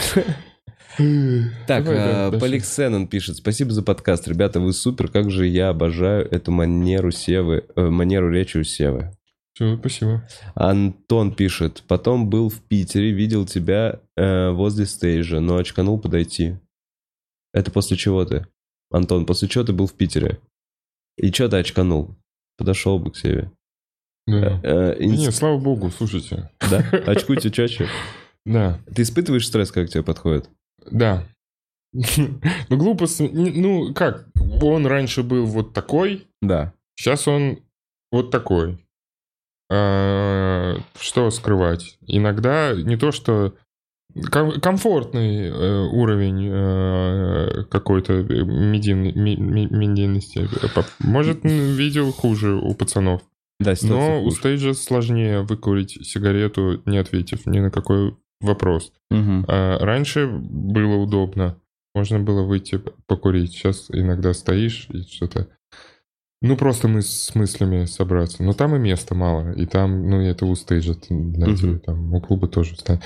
Так, Поликсенон пишет. Спасибо за подкаст. Ребята, вы супер. Как же я обожаю эту манеру речи у Севы. Все, спасибо. Антон пишет. Потом был в Питере, видел тебя возле стейджа, но очканул подойти. Это после чего ты? Антон, после чего ты был в Питере? И что ты очканул? Подошел бы к Севе. Да. Нет, слава богу, слушайте. Да? Очкуйте чаще? Да. Ты испытываешь стресс, как к тебе подходит? Да. Глупость... как? Он раньше был вот такой. Да. Сейчас он вот такой. Что скрывать? Иногда не то, что... комфортный уровень какой-то медийности. Может, видел хуже у пацанов. Да, но у стейджа сложнее выкурить сигарету, не ответив ни на какой вопрос. Угу. Раньше было удобно. Можно было выйти покурить. Сейчас иногда стоишь и что-то... просто мы с мыслями собраться. Но там и места мало. И там, это у стейджа, знаете, там у клуба тоже. Да.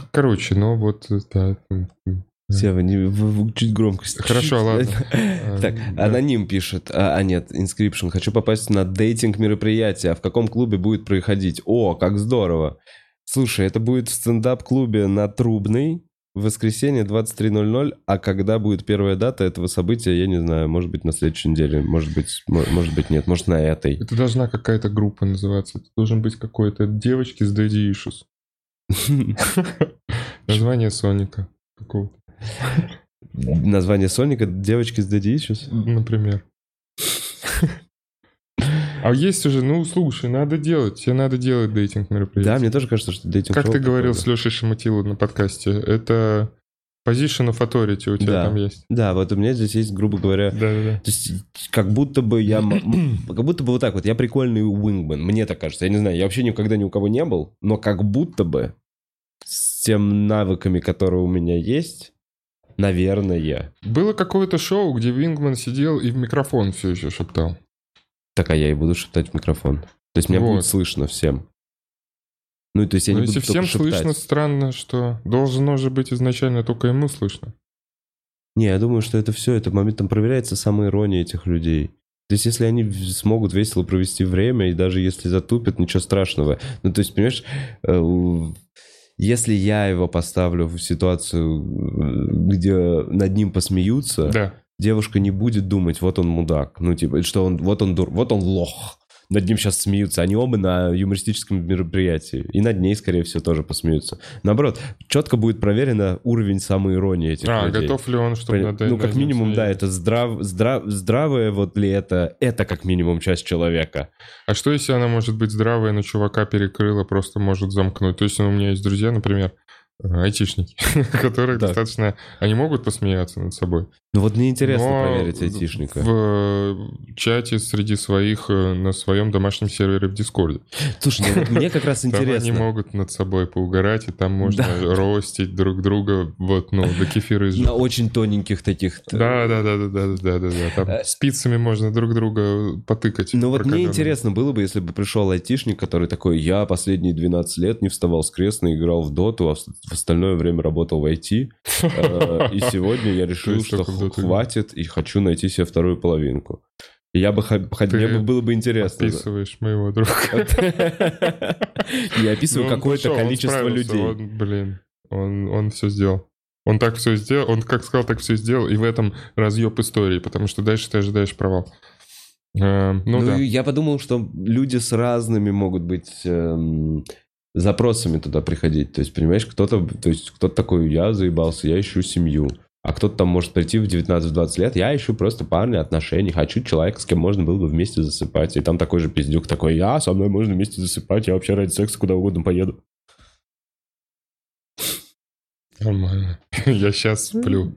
Сева, чуть громкость. Хорошо, ладно. Так, аноним пишет. Нет, Inscription. Хочу попасть на дейтинг-мероприятие. А в каком клубе будет проходить? О, как здорово. Слушай, это будет в стендап-клубе на Трубной. В воскресенье 23:00, а когда будет первая дата этого события, я не знаю. Может быть, на следующей неделе, может быть нет, может, на этой. Это должна какая-то группа называться. Это должен быть какой-то девочки с Daddy Issues. Название Соника какого-то. Название Соника девочки с Daddy Issues? Например. А есть уже, слушай, надо делать. Тебе надо делать дейтинг-мероприятие. Да, мне тоже кажется, что дейтинг... Как ты говорил с Лешей Шаматиловым на подкасте, это position of authority у тебя там есть. Да, вот у меня здесь есть, грубо говоря... Да. То есть, как будто бы вот так вот, я прикольный уингмен, мне так кажется. Я не знаю, я вообще никогда ни у кого не был, но как будто бы с тем навыками, которые у меня есть, Наверное. Было какое-то шоу, где Вингман сидел и в микрофон все еще шептал. Так, а я и буду шептать в микрофон. То есть меня Вот. будет слышно всем. Ну, то есть я Но не если буду только всем шептать. слышно, странно, что должно же быть изначально только ему слышно. Не, я думаю, что это все, это моментом проверяется самоирония этих людей. То есть, если они смогут весело провести время, и даже если затупят, ничего страшного. Ну, то есть, понимаешь, если я его поставлю в ситуацию, где над ним посмеются, Да. девушка не будет думать, вот он мудак. Ну, типа, что он, вот он лох. Над ним сейчас смеются. Они оба на юмористическом мероприятии. И над ней, скорее всего, тоже посмеются. Наоборот, четко будет проверено уровень самоиронии этих людей. Готов ли он, чтобы... Ну, как минимум, да, это здравое вот ли это как минимум часть человека. А что, если она может быть здравая, но чувака перекрыла, просто может замкнуть? То есть у меня есть друзья, например, айтишники, которые Да. достаточно... Они могут посмеяться над собой. Ну вот мне интересно Но проверить айтишника. В чате среди своих на своем домашнем сервере в Дискорде. Слушай, ну вот мне как раз Там они интересно. могут над собой поугарать, и там можно ростить друг друга, вот, ну, до кефира из На очень тоненьких таких... Да. Там спицами можно друг друга потыкать. Ну вот мне прокалёнными. интересно было бы, если бы пришел айтишник, который такой: я последние 12 лет не вставал с кресла, играл в доту, а в остальное время работал в IT. И сегодня я решил, есть что только в доту хватит, и хочу найти себе вторую половинку. И я бы мне было бы интересно. Описываешь моего друга. Я описываю Ну, какое-то он количество справился, людей. Он все сделал. Он так все сделал, он как сказал, так все сделал, и в этом разъеб истории, потому что дальше ты ожидаешь провал. Ну да. Я подумал, что люди с разными могут быть запросами туда приходить. То есть, понимаешь, кто-то такой: я заебался, я ищу семью. А кто-то там может прийти в 19-20 лет: я ищу просто парня, отношений, хочу человека, с кем можно было бы вместе засыпать. И там такой же пиздюк такой: со мной можно вместе засыпать, я вообще ради секса куда угодно поеду. Нормально. Я сейчас сплю.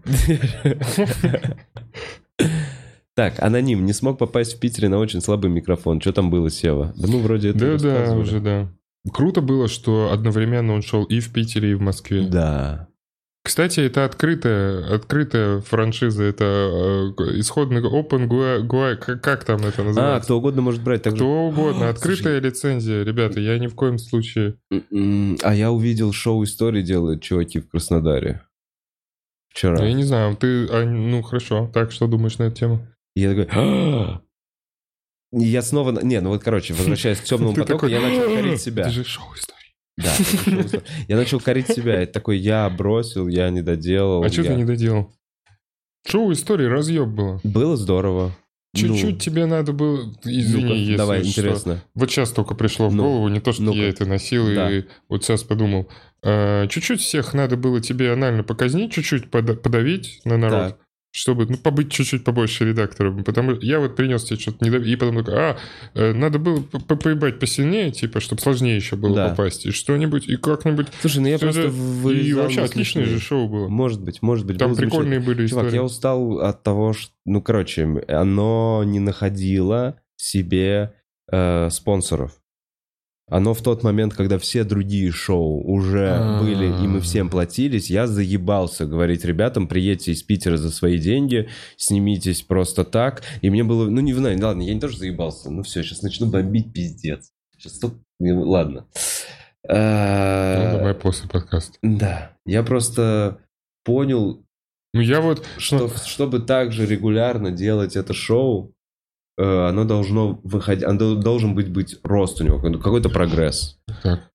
Так, аноним. Не смог попасть в Питере на очень слабый микрофон. Что там было, Сева? Да мы вроде это Да, рассказывали. уже да. Круто было, что одновременно он шел и в Питере, и в Москве. Да. Кстати, это открытая франшиза, это исходный open GUI, как там это называется? Кто угодно может брать. Так же... Кто угодно, открытая лицензия. Ребята, я ни в коем случае... А я увидел, шоу «Истории» делают чуваки в Краснодаре. Вчера. Я не знаю, ну хорошо, так, что думаешь на эту тему? Я такой... Я снова... возвращаясь к темному потоку, я начал корить себя. Это же шоу «Истории». Да, я начал корить себя. Это такой: я бросил, я не доделал. А что ты не доделал? Шоу «Истории» разъеб было. Было здорово. Чуть-чуть тебе надо было... Извини, если давай, что. интересно. Вот сейчас только пришло в голову, не то, что я это носил, и вот сейчас подумал. Чуть-чуть всех надо было тебе анально показнить, чуть-чуть подавить на народ, чтобы побыть чуть-чуть побольше редактором. Потому что я вот принес тебе что-то недавить, и потом такой: надо было поебать посильнее, типа, чтобы сложнее еще было попасть. И что-нибудь, и как-нибудь... Слушай, я просто вырезал. И вообще отличное же шоу было. Может быть. Там прикольные были истории. Чувак, я устал от того, что... оно не находило себе спонсоров. Оно в тот момент, когда все другие шоу уже были, и мы всем платились, я заебался говорить ребятам: приедьте из Питера за свои деньги, снимитесь просто так. И мне было... не знаю, ладно, я не тоже заебался. Все, сейчас начну бомбить, пиздец. Ладно. Давай после подкаста. Да, я просто понял, я вот... что чтобы так же регулярно делать это шоу, оно должно выходить, должен быть рост у него, какой-то прогресс. Так.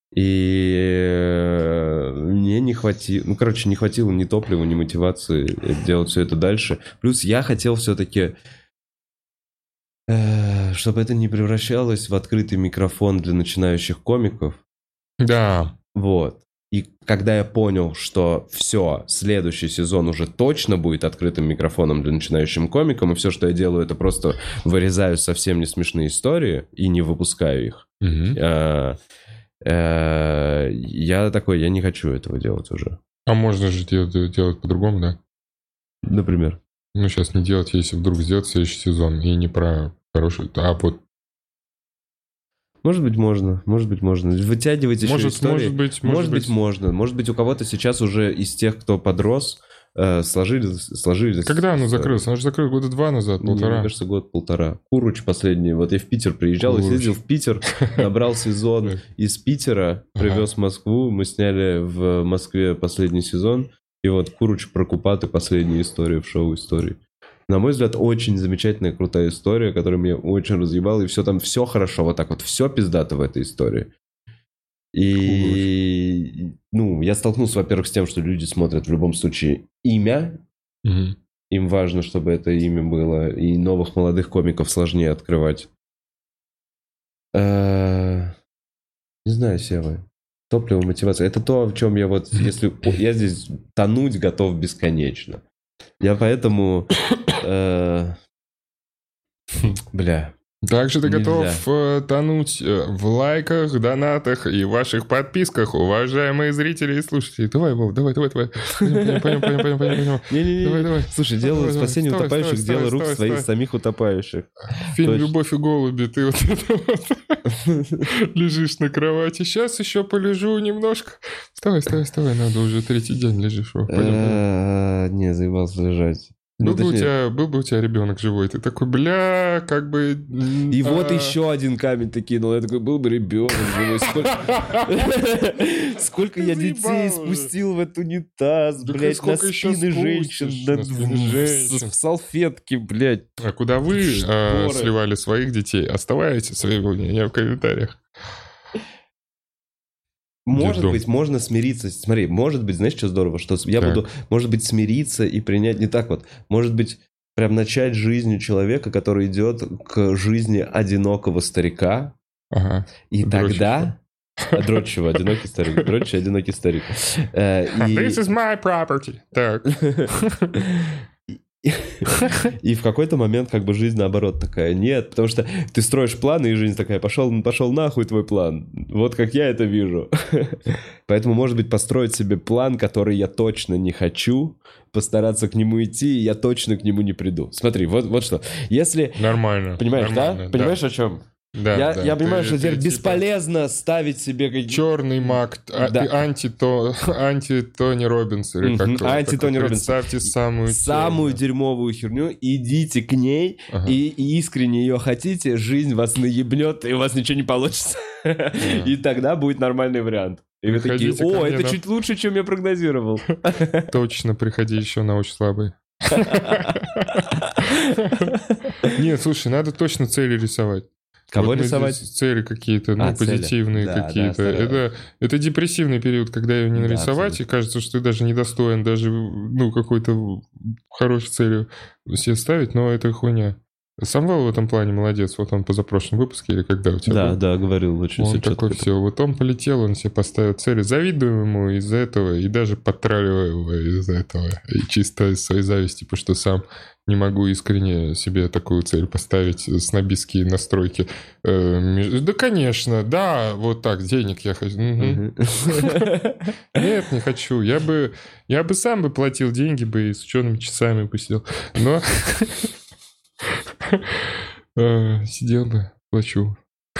И мне не хватило, не хватило ни топлива, ни мотивации делать все это дальше. Плюс я хотел все-таки, чтобы это не превращалось в открытый микрофон для начинающих комиков. Да. Вот. И когда я понял, что все, следующий сезон уже точно будет открытым микрофоном для начинающим комикам, и все, что я делаю, это просто вырезаю совсем не смешные истории и не выпускаю их. Я такой: я не хочу этого делать уже. А можно же делать по-другому, да? Например? Сейчас не делать, если вдруг сделать следующий сезон, и не про хороший... Может быть, можно. Вытягивать еще истории. Может быть, можно. Может быть, у кого-то сейчас уже из тех, кто подрос, сложились. Когда оно закрылось? Оно же закрылось года 2 назад, Мне 1,5. кажется, год-полтора. Куруч последний. Вот я в Питер приезжал, я съездил в Питер, набрал сезон из Питера, привез в Москву. Мы сняли в Москве последний сезон. И вот Куруч про Купаты последняя история в шоу-истории. На мой взгляд, очень замечательная, крутая история, которая меня очень разъебала. И все там, все хорошо, вот так вот, все пиздато в этой истории. И, ну, я столкнулся, во-первых, с тем, что люди смотрят в любом случае имя. Им важно, чтобы это имя было. И новых молодых комиков сложнее открывать. Не знаю, Сева. Топливо, мотивация. Это то, в чем я вот... Если я здесь тонуть готов бесконечно. Я поэтому... Бля. Также ты Нельзя. готов тонуть в лайках, донатах и ваших подписках, уважаемые зрители и слушатели. Давай, Вов, давай. Пойдем. Не-не-не. Давай. Слушай, дело Давай, спасения давай. утопающих, Вставай, дело рук вставай, своих вставай. самих утопающих. Фильм Точно. «Любовь и голуби», ты вот это вот лежишь на кровати. Сейчас еще полежу немножко. Вставай, надо уже 3-й день лежишь. Вов. Пойдем. Не, заебался лежать. Был бы у тебя ребенок живой, ты такой, бля, как бы... И вот еще один камень ты кинул. Я такой, был бы ребенок живой. Сколько я детей спустил в этот унитаз, Да блядь, на сколько еще спины спустишь, женщин, на спины женщин. в салфетке, блядь. А куда вы Шторы. сливали своих детей? Оставляйте свои мнения в комментариях. Может Детдом. быть, можно смириться. Смотри, может быть, знаешь, что здорово? Что я Так. буду, может быть, смириться и принять не так вот. Может быть, прям начать жизнью человека, который идет к жизни одинокого старика. Ага. И Дрочащего. тогда... Дрочащего, одинокий старик. Дрочащий, одинокий старик. This is my property. Так. И в какой-то момент как бы жизнь наоборот такая, нет, потому что ты строишь планы, и жизнь такая, пошел нахуй твой план. Вот как я это вижу. Поэтому, может быть, построить себе план, который я точно не хочу, постараться к нему идти, и я точно к нему не приду. Смотри, вот что. Если... Нормально. Понимаешь, нормально, да? Понимаешь, о чем? Да, Я понимаю, что теперь типа бесполезно ставить себе какие-то... Черный маг, Да. анти-Тони Роббинс. Или как его, Анти-Тони такой, Роббинс. Представьте самую дерьмовую херню, идите к ней, Ага. и искренне ее хотите, жизнь вас наебнет, и у вас ничего не получится. И тогда будет нормальный вариант. И вы такие, Приходите ко мне это на- чуть лучше, чем я прогнозировал. Точно, приходи еще на очень слабый. Нет, слушай, надо точно цели рисовать. Кого Вот мы рисовать? здесь цели какие-то, ну, Цели. позитивные Да, какие-то. да, стараюсь. Это депрессивный период, когда ее не Да, нарисовать, и кажется, что ты даже недостоин даже, ну, какой-то хорошей целью себе ставить, но это хуйня. Самвел в этом плане молодец. Вот он позапрошлом выпуске или когда у тебя был? Да, говорил очень Он все такой, четко. все, вот он полетел, он себе поставил цели. Завидуем ему из-за этого, и даже подтраливаю его из-за этого. И чисто из своей зависти, потому что сам не могу искренне себе такую цель поставить, снобистские настройки. Да, конечно, да, вот так, денег я хочу. Мгм. Нет, не хочу. Я бы сам бы платил деньги бы и с учеными часами бы сидел. Но сидел бы, плачу.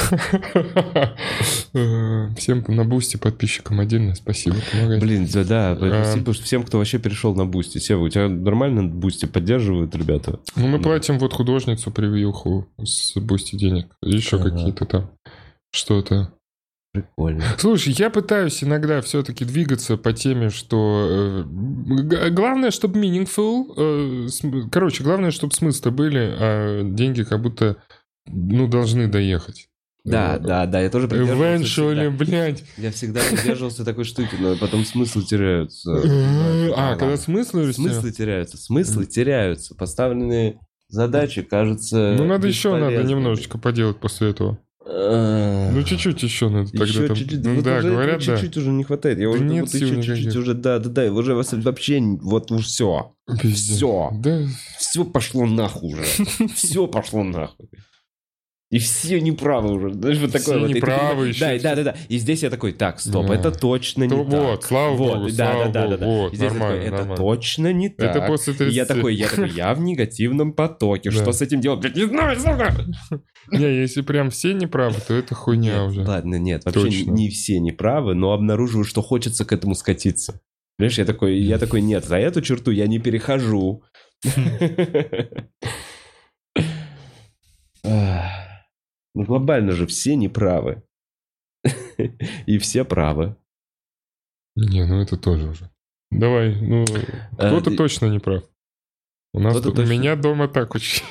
Всем на Бусти подписчикам отдельно спасибо, помогайте. Блин, да, спасибо всем, кто вообще перешел на Бусти. Сева, у тебя нормально Бусти поддерживают ребята? Ну, мы платим вот художницу привьюху с Бусти денег. Еще Ага. какие-то там что-то. Прикольно. Слушай, я пытаюсь иногда все-таки двигаться по теме, что главное, чтобы meaningful, короче, главное, чтобы смыслы были, а деньги как будто, ну, должны доехать. Да, я тоже придерживался Eventually, всегда. блядь. Я всегда придерживался такой штуки, но потом смыслы теряются. Когда смыслы Смыслы теряются. Поставленные задачи, кажется, Ну, надо еще бесполезными. немножечко поделать после этого. Ну, Ну, чуть-чуть еще надо тогда еще там. чуть-чуть. Ну, Вот да, уже говорят, да. чуть-чуть уже не хватает. Я Да уже нет как будто сил еще никаких. чуть-чуть уже, да, уже вообще вот уж все. Пиздец. Все. Да, Все пошло нахуй уже. Все пошло нахуй. И все неправы уже. Знаешь, вот такое Все вот. И ты неправы понимаешь, еще. Да. И здесь я такой, так, стоп, Да. это точно не так. Вот, слава богу, слава богу. Вот, И здесь я такой, нормально, это нормально. точно не так. Это после И 30. я такой, я в негативном потоке. Да. Что с этим делать? Блядь, не знаю, сука! Не, если прям все неправы, то это хуйня Нет, уже. ладно, нет, вообще Точно. не все неправы, но обнаруживаю, что хочется к этому скатиться. Понимаешь, я такой, нет, за эту черту я не перехожу. Ну, глобально же все неправы. И все правы. Не, ну это тоже уже. Давай, ну, кто-то точно не прав. У меня дома так очень.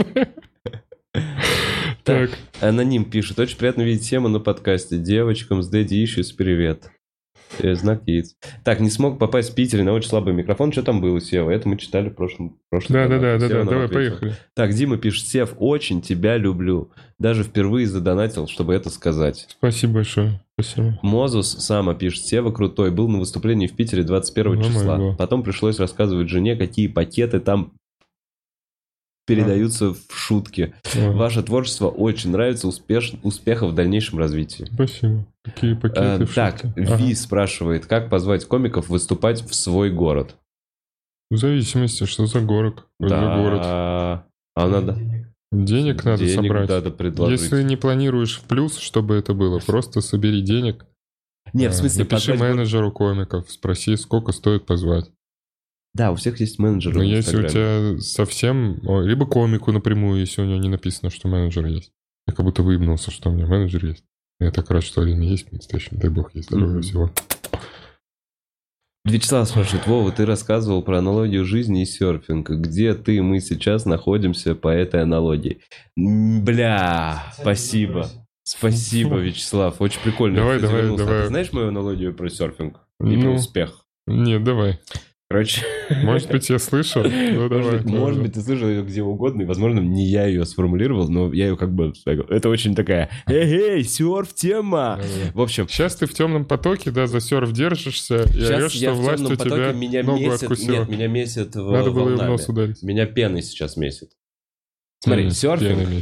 Так. Аноним пишет. Очень приятно видеть тему на подкасте. Девочкам с Daddy Issues привет. Знак яиц. Так, не смог попасть в Питере на очень слабый микрофон. Что там было, Сева? Это мы читали в прошлом. Да, давай, поехали. Так, Дима пишет. Сев, очень тебя люблю. Даже впервые задонатил, чтобы это сказать. Спасибо большое. Спасибо. Мозус Сама пишет. Сева крутой. Был на выступлении в Питере 21 числа. Потом пришлось рассказывать жене, какие пакеты там передаются в шутки. Ваше творчество очень нравится. Успехов в дальнейшем развитии. Спасибо. Какие пакеты в Так, Ви спрашивает, как позвать комиков выступать в свой город? В зависимости, что за город. Город. А надо... Денег надо собрать. Надо предложить. Если не планируешь в плюс, чтобы это было, просто собери денег. Не, в смысле... Напиши менеджеру комиков, спроси, сколько стоит позвать. Да, у всех есть менеджеры. Но если у тебя совсем... Либо комику напрямую, если у него не написано, что менеджер есть. Я как будто выебнулся, что у меня менеджер есть. Я так рад, что Алина есть, настоящий, дай бог, есть здоровья всего. Вячеслав спрашивает, Вова, ты рассказывал про аналогию жизни и серфинга. Где мы сейчас находимся по этой аналогии? Бля, спасибо. Спасибо, Вячеслав, очень прикольно. Давай. Ты знаешь мою аналогию про серфинг и про успех? Нет, давай. Короче... Может быть, я слышал? Может быть, ты слышал ее где угодно, и, возможно, не я ее сформулировал, но я ее как бы... Это очень такая, эй, серф-тема! В общем... Сейчас ты в темном потоке, да, за серф держишься, и орешь, что власть у тебя ногу откусила. Нет, меня месят Надо было ее в нос ударить. Меня пеной сейчас месит. Смотри, серфинг...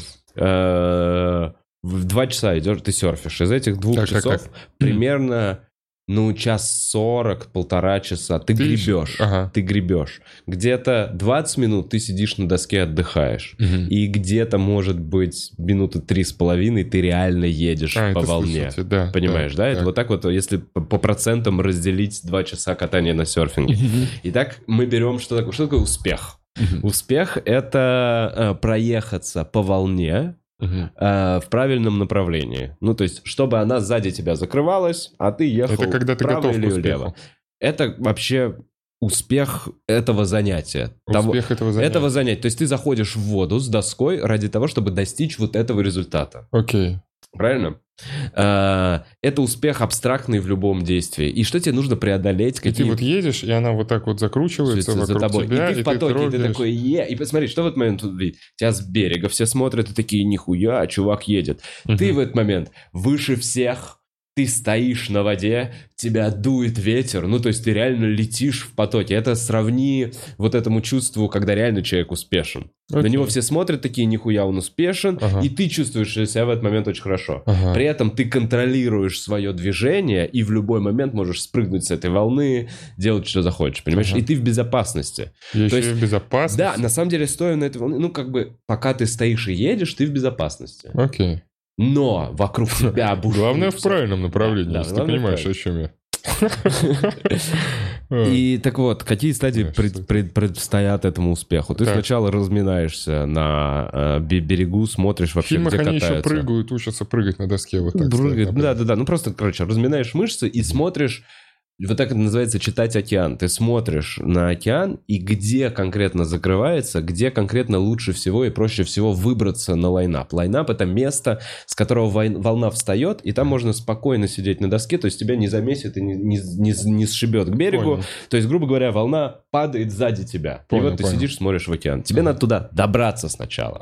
В 2 часа идешь, ты серфишь. Из этих 2 часов примерно... час 40, 1,5 часа ты гребешь. Ты гребешь. Где-то 20 минут ты сидишь на доске, отдыхаешь. И где-то, может быть, минуты 3,5 ты реально едешь по волне. Слушайте, понимаешь, да? Это вот так вот, если по процентам разделить 2 часа катания на серфинге. Итак, мы берем, что такое успех? Успех — это проехаться по волне, в правильном направлении. Ну, то есть, чтобы она сзади тебя закрывалась, а ты ехал это когда ты вправо готов или к успеху. влево. Это вообще успех этого занятия. Этого занятия. То есть, ты заходишь в воду с доской ради того, чтобы достичь вот этого результата. Окей. Правильно? Это успех абстрактный в любом действии. И что тебе нужно преодолеть? И ты вот едешь, и она вот так вот закручивается вокруг тебя, и ты в потоке, и ты такой, и посмотри, что в этот момент тут видит? Тебя с берега все смотрят и такие, нихуя, чувак едет. Ты в этот момент выше всех, ты стоишь на воде, тебя дует ветер, ну, то есть ты реально летишь в потоке. Это сравни вот этому чувству, когда реально человек успешен. На него все смотрят такие, нихуя, он успешен, и ты чувствуешь себя в этот момент очень хорошо. При этом ты контролируешь свое движение, и в любой момент можешь спрыгнуть с этой волны, делать, что захочешь, понимаешь? И ты в безопасности. Я еще и в безопасности? Да, на самом деле, стоя на этой волне, ну, как бы, пока ты стоишь и едешь, ты в безопасности. Окей. Но вокруг тебя бушует. Главное, в правильном направлении, если ты понимаешь, о чем я. И так вот, какие стадии предстоят этому успеху? Ты сначала разминаешься на берегу, смотришь вообще, где катаются. В фильмах они еще прыгают, учатся прыгать на доске. Вот так. Да. Ну просто, короче, разминаешь мышцы и смотришь. Вот так это называется читать океан. Ты смотришь на океан, и где конкретно закрывается, где конкретно лучше всего и проще всего выбраться на лайнап. Лайнап — это место, с которого волна встает, и там можно спокойно сидеть на доске, то есть тебя не замесит и не сшибет к берегу. Понял. То есть, грубо говоря, волна падает сзади тебя. И вот ты сидишь, смотришь в океан. Тебе надо туда добраться сначала.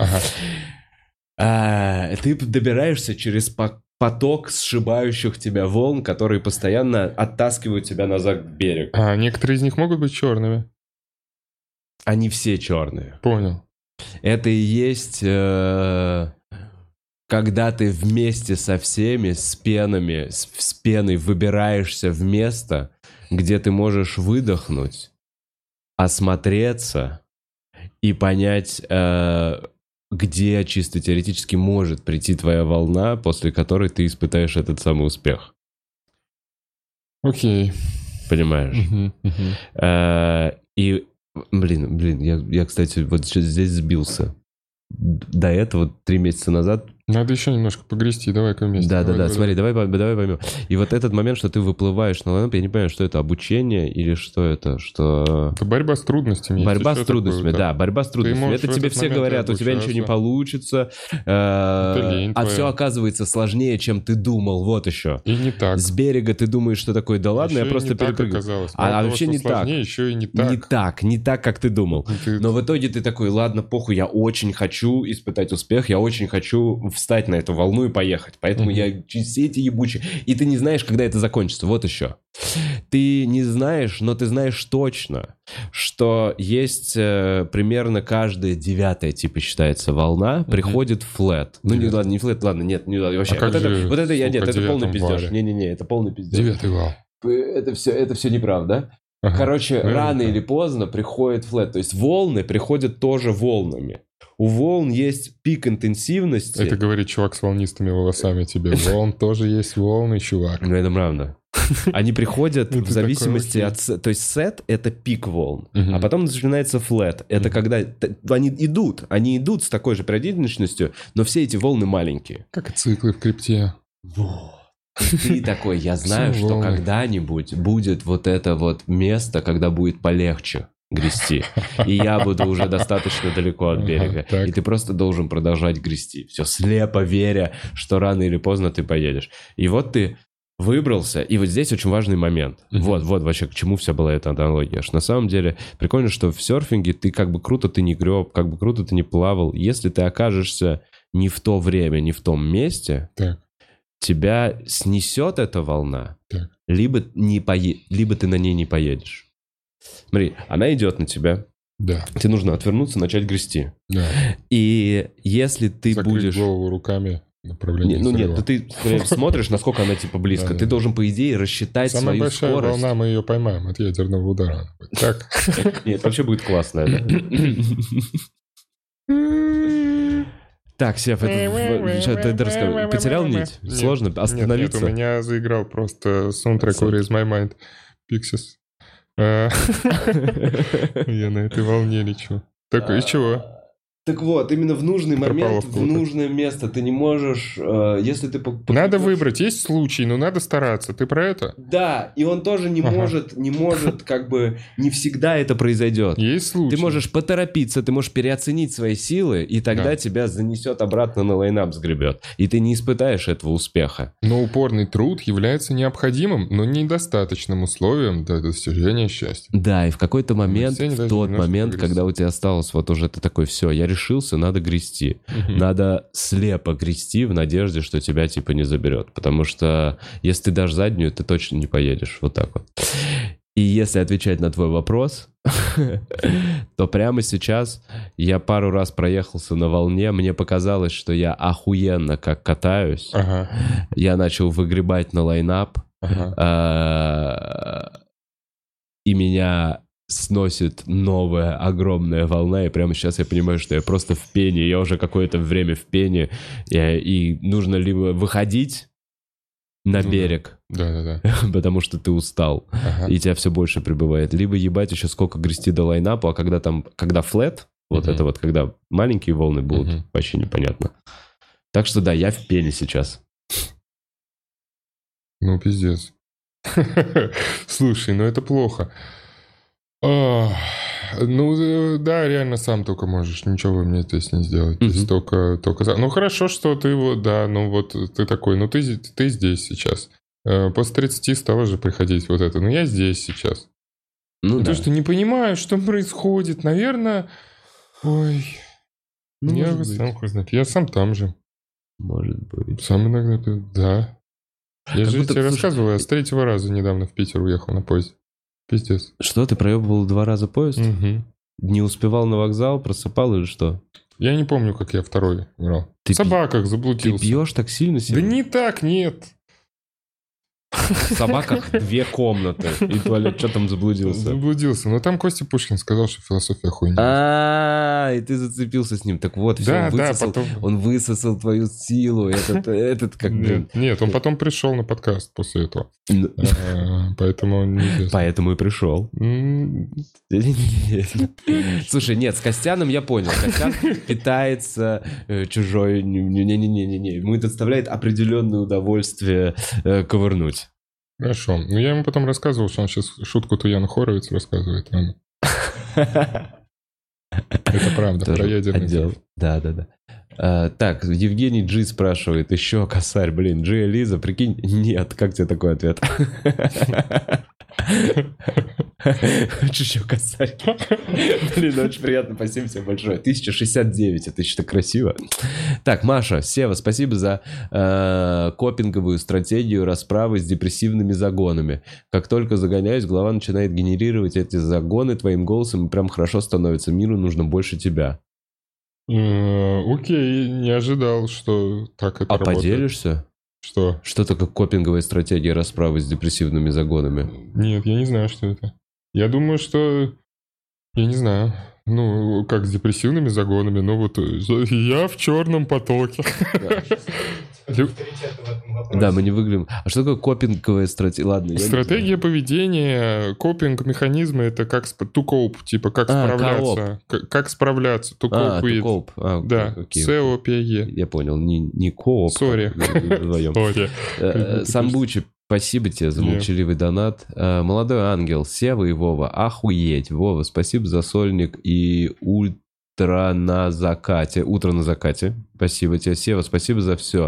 Ты добираешься через поток сшибающих тебя волн, которые постоянно оттаскивают тебя назад к берегу. А некоторые из них могут быть черными? Они все черные. Понял. Это и есть, когда ты вместе со всеми, с пеной выбираешься в место, где ты можешь выдохнуть, осмотреться и понять... где чисто теоретически может прийти твоя волна, после которой ты испытаешь этот самый успех. Окей. понимаешь? Мгм, мгм. И, блин, я, кстати, вот здесь сбился. До этого 3 месяца назад. Надо еще немножко погрести, давай-ка вместе. Да, смотри, давай поймем. И вот этот момент, что ты выплываешь на лайнап, я не понимаю, что это обучение или что это, что... Это борьба с трудностями. есть Борьба еще с трудностями, такое, да, борьба с трудностями. можешь Это в тебе этот все момент говорят, у тебя ничего не обучаться. получится, лень а твоя. все оказывается сложнее, чем ты думал, вот еще. И не так. С берега ты думаешь, что такое, да ладно, Еще я и просто не так перепрыгну. оказалось. А Мало того, вообще что не так. сложнее, еще и не так. Не так, как ты думал. Ты- Но в итоге ты такой, ладно, похуй, я очень хочу испытать успех, я очень хочу встать на эту волну и поехать. Поэтому Мгм. я через все эти ебучие... И ты не знаешь, когда это закончится, вот еще. Ты не знаешь, но ты знаешь точно, что есть примерно каждая 9-я, типа, считается, волна, приходит флэт. Ну, не, 9-я. ладно, не флэт, ладно, нет, не вообще. А как вот, же, это, вот это я, нет, сука, это полный 9-м пиздеж. вале? Не, это полный пиздеж. 9-й вал. Это все неправда. Ага. Короче, Наверняка. рано или поздно приходит флэт. То есть волны приходят тоже волнами. У волн есть пик интенсивности. Это говорит чувак с волнистыми волосами тебе. Волн тоже есть волны, чувак. Ну, это правда. Они приходят Ну, в ты зависимости такой, от... То есть сет — это пик волн. Мгм. А потом начинается флэт. Это когда... Они идут с такой же продолжительностью, но все эти волны маленькие. Как и циклы в крипте. Вот. И ты такой, я знаю, Все что волны. когда-нибудь будет вот это вот место, когда будет полегче грести. И я буду уже достаточно далеко от Ага, берега. так. И ты просто должен продолжать грести. Все слепо веря, что рано или поздно ты поедешь. И вот ты выбрался, и вот здесь очень важный момент. Мгм. Вот вообще к чему вся была эта аналогия. Что на самом деле прикольно, что в серфинге ты как бы круто ты не греб, как бы круто ты не плавал. Если ты окажешься не в то время, не в том месте, Так. тебя снесет эта волна, Так. либо ты на ней не поедешь. Смотри, она идет на тебя, Да. тебе нужно отвернуться, начать грести. Да. И если ты Закрыть будешь... голову руками направление Нет, взрыва. ты скорее смотришь, насколько она типа близко. Да. Ты должен, по идее, рассчитать Самая свою большая скорость. волна, мы ее поймаем от ядерного удара. Так. Нет, вообще будет классно, да? Так, Сев, ты потерял нить? Нет, Сложно Нет, остановиться? у меня заиграл просто саундтрек Where is my mind? Pixies. Я на этой волне лечу. Так, и чего? Так вот, именно в нужный Пропало момент, в в кого-то. нужное место. Ты не можешь, если ты... Надо выбрать. Есть случай, но надо стараться. Ты про это? Да, и он тоже не Ага. может, как бы, не всегда это произойдет. Есть случай. Ты можешь поторопиться, ты можешь переоценить свои силы, и тогда Да. тебя занесет обратно на лайнап сгребет. И ты не испытаешь этого успеха. Но упорный труд является необходимым, но недостаточным условием для достижения счастья. Да, и в какой-то момент, все не в должны тот немножко момент, погрести. когда у тебя осталось вот уже ты такой, все, я решился, надо грести. Мгм. Надо слепо грести в надежде, что тебя типа не заберет. Потому что если ты дашь заднюю, ты точно не поедешь. Вот так вот. И если отвечать на твой вопрос, то прямо сейчас я пару раз проехался на волне. Мне показалось, что я охуенно как катаюсь. Ага. Я начал выгребать на лайнап. Ага. И меня сносит новая огромная волна, и прямо сейчас я понимаю, что я просто в пене, я уже какое-то время в пене, и нужно либо выходить на Ну да. берег, Да. потому что ты устал, Ага. и тебя все больше прибывает, либо ебать еще сколько грести до лайнапа, а когда флэт, вот Мгм. это вот, когда маленькие волны будут, Мгм. вообще непонятно. Так что да, я в пене сейчас. Ну, пиздец. Слушай, ну это плохо. Ну, да, реально сам только можешь. Ничего вы мне здесь не сделать. То есть только сам. Ну, хорошо, что ты вот, да, ну вот ты такой, ну ты здесь сейчас. После 30 стало же приходить вот это. Ну, я здесь сейчас. Ну да. То, что не понимаю, что происходит, наверное... Ой, Ну, я может сам быть. хуй знает. Я сам там же. Может быть. Сам иногда, да. Я Как же будто, тебе слушай, рассказывал, я с 3-го раза недавно в Питер уехал на поезде. Пиздец. Что, ты проебывал 2 раза поезд? Мгм. Не успевал на вокзал, просыпал или что? Я не помню, как я второй играл. Ты В собаках Ты заблудился. пьешь так сильно Да сегодня? не так, нет. В собаках 2 комнаты. И туалет, что там заблудился? Заблудился. Но там Костя Пушкин сказал, что философия хуйня. И ты зацепился с ним. Так вот, Да, все, потом... он высосал твою силу. Этот как бы... Нет, он потом пришел на подкаст после этого. Поэтому он неизвестно. Поэтому и пришел. Слушай, нет, с Костяном я понял. Костян питается чужой... Не-не-не. Ему доставляет определенное удовольствие ковырнуть. Хорошо. Ну, я ему потом рассказывал, что он сейчас шутку Туяна Хоровиц рассказывает. Это правда, про ядерный отдел. Да. Так, Евгений Джи спрашивает, еще косарь, блин, Джи Элиза, прикинь, нет, как тебе такой ответ? Хочешь еще косарь? Блин, очень приятно, спасибо тебе большое. 1069, это еще так красиво. Так, Маша, Сева, спасибо за копинговую стратегию расправы с депрессивными загонами. Как только загоняюсь, голова начинает генерировать эти загоны твоим голосом, и прям хорошо становится. Миру нужно больше тебя. Окей, не ожидал, что так это работает. А поделишься? Что? Что такое копинговая стратегия расправы с депрессивными загонами? Нет, я не знаю, что это. Я думаю, что... Я не знаю. Ну, как с депрессивными загонами, но вот я в черном потоке. Да, мы не выглядим... А что такое копинговая стратегия? Ладно, стратегия поведения, копинг-механизмы, это как to cope, типа как справляться. Как справляться, to cope with. Да, C-O-P-E. Я понял, не кооп. Сори. Самбучи, спасибо тебе за молчаливый донат. Молодой ангел, Сева и Вова, охуеть. Вова, спасибо за сольник и утро на закате. Спасибо тебе, Сева, спасибо за все.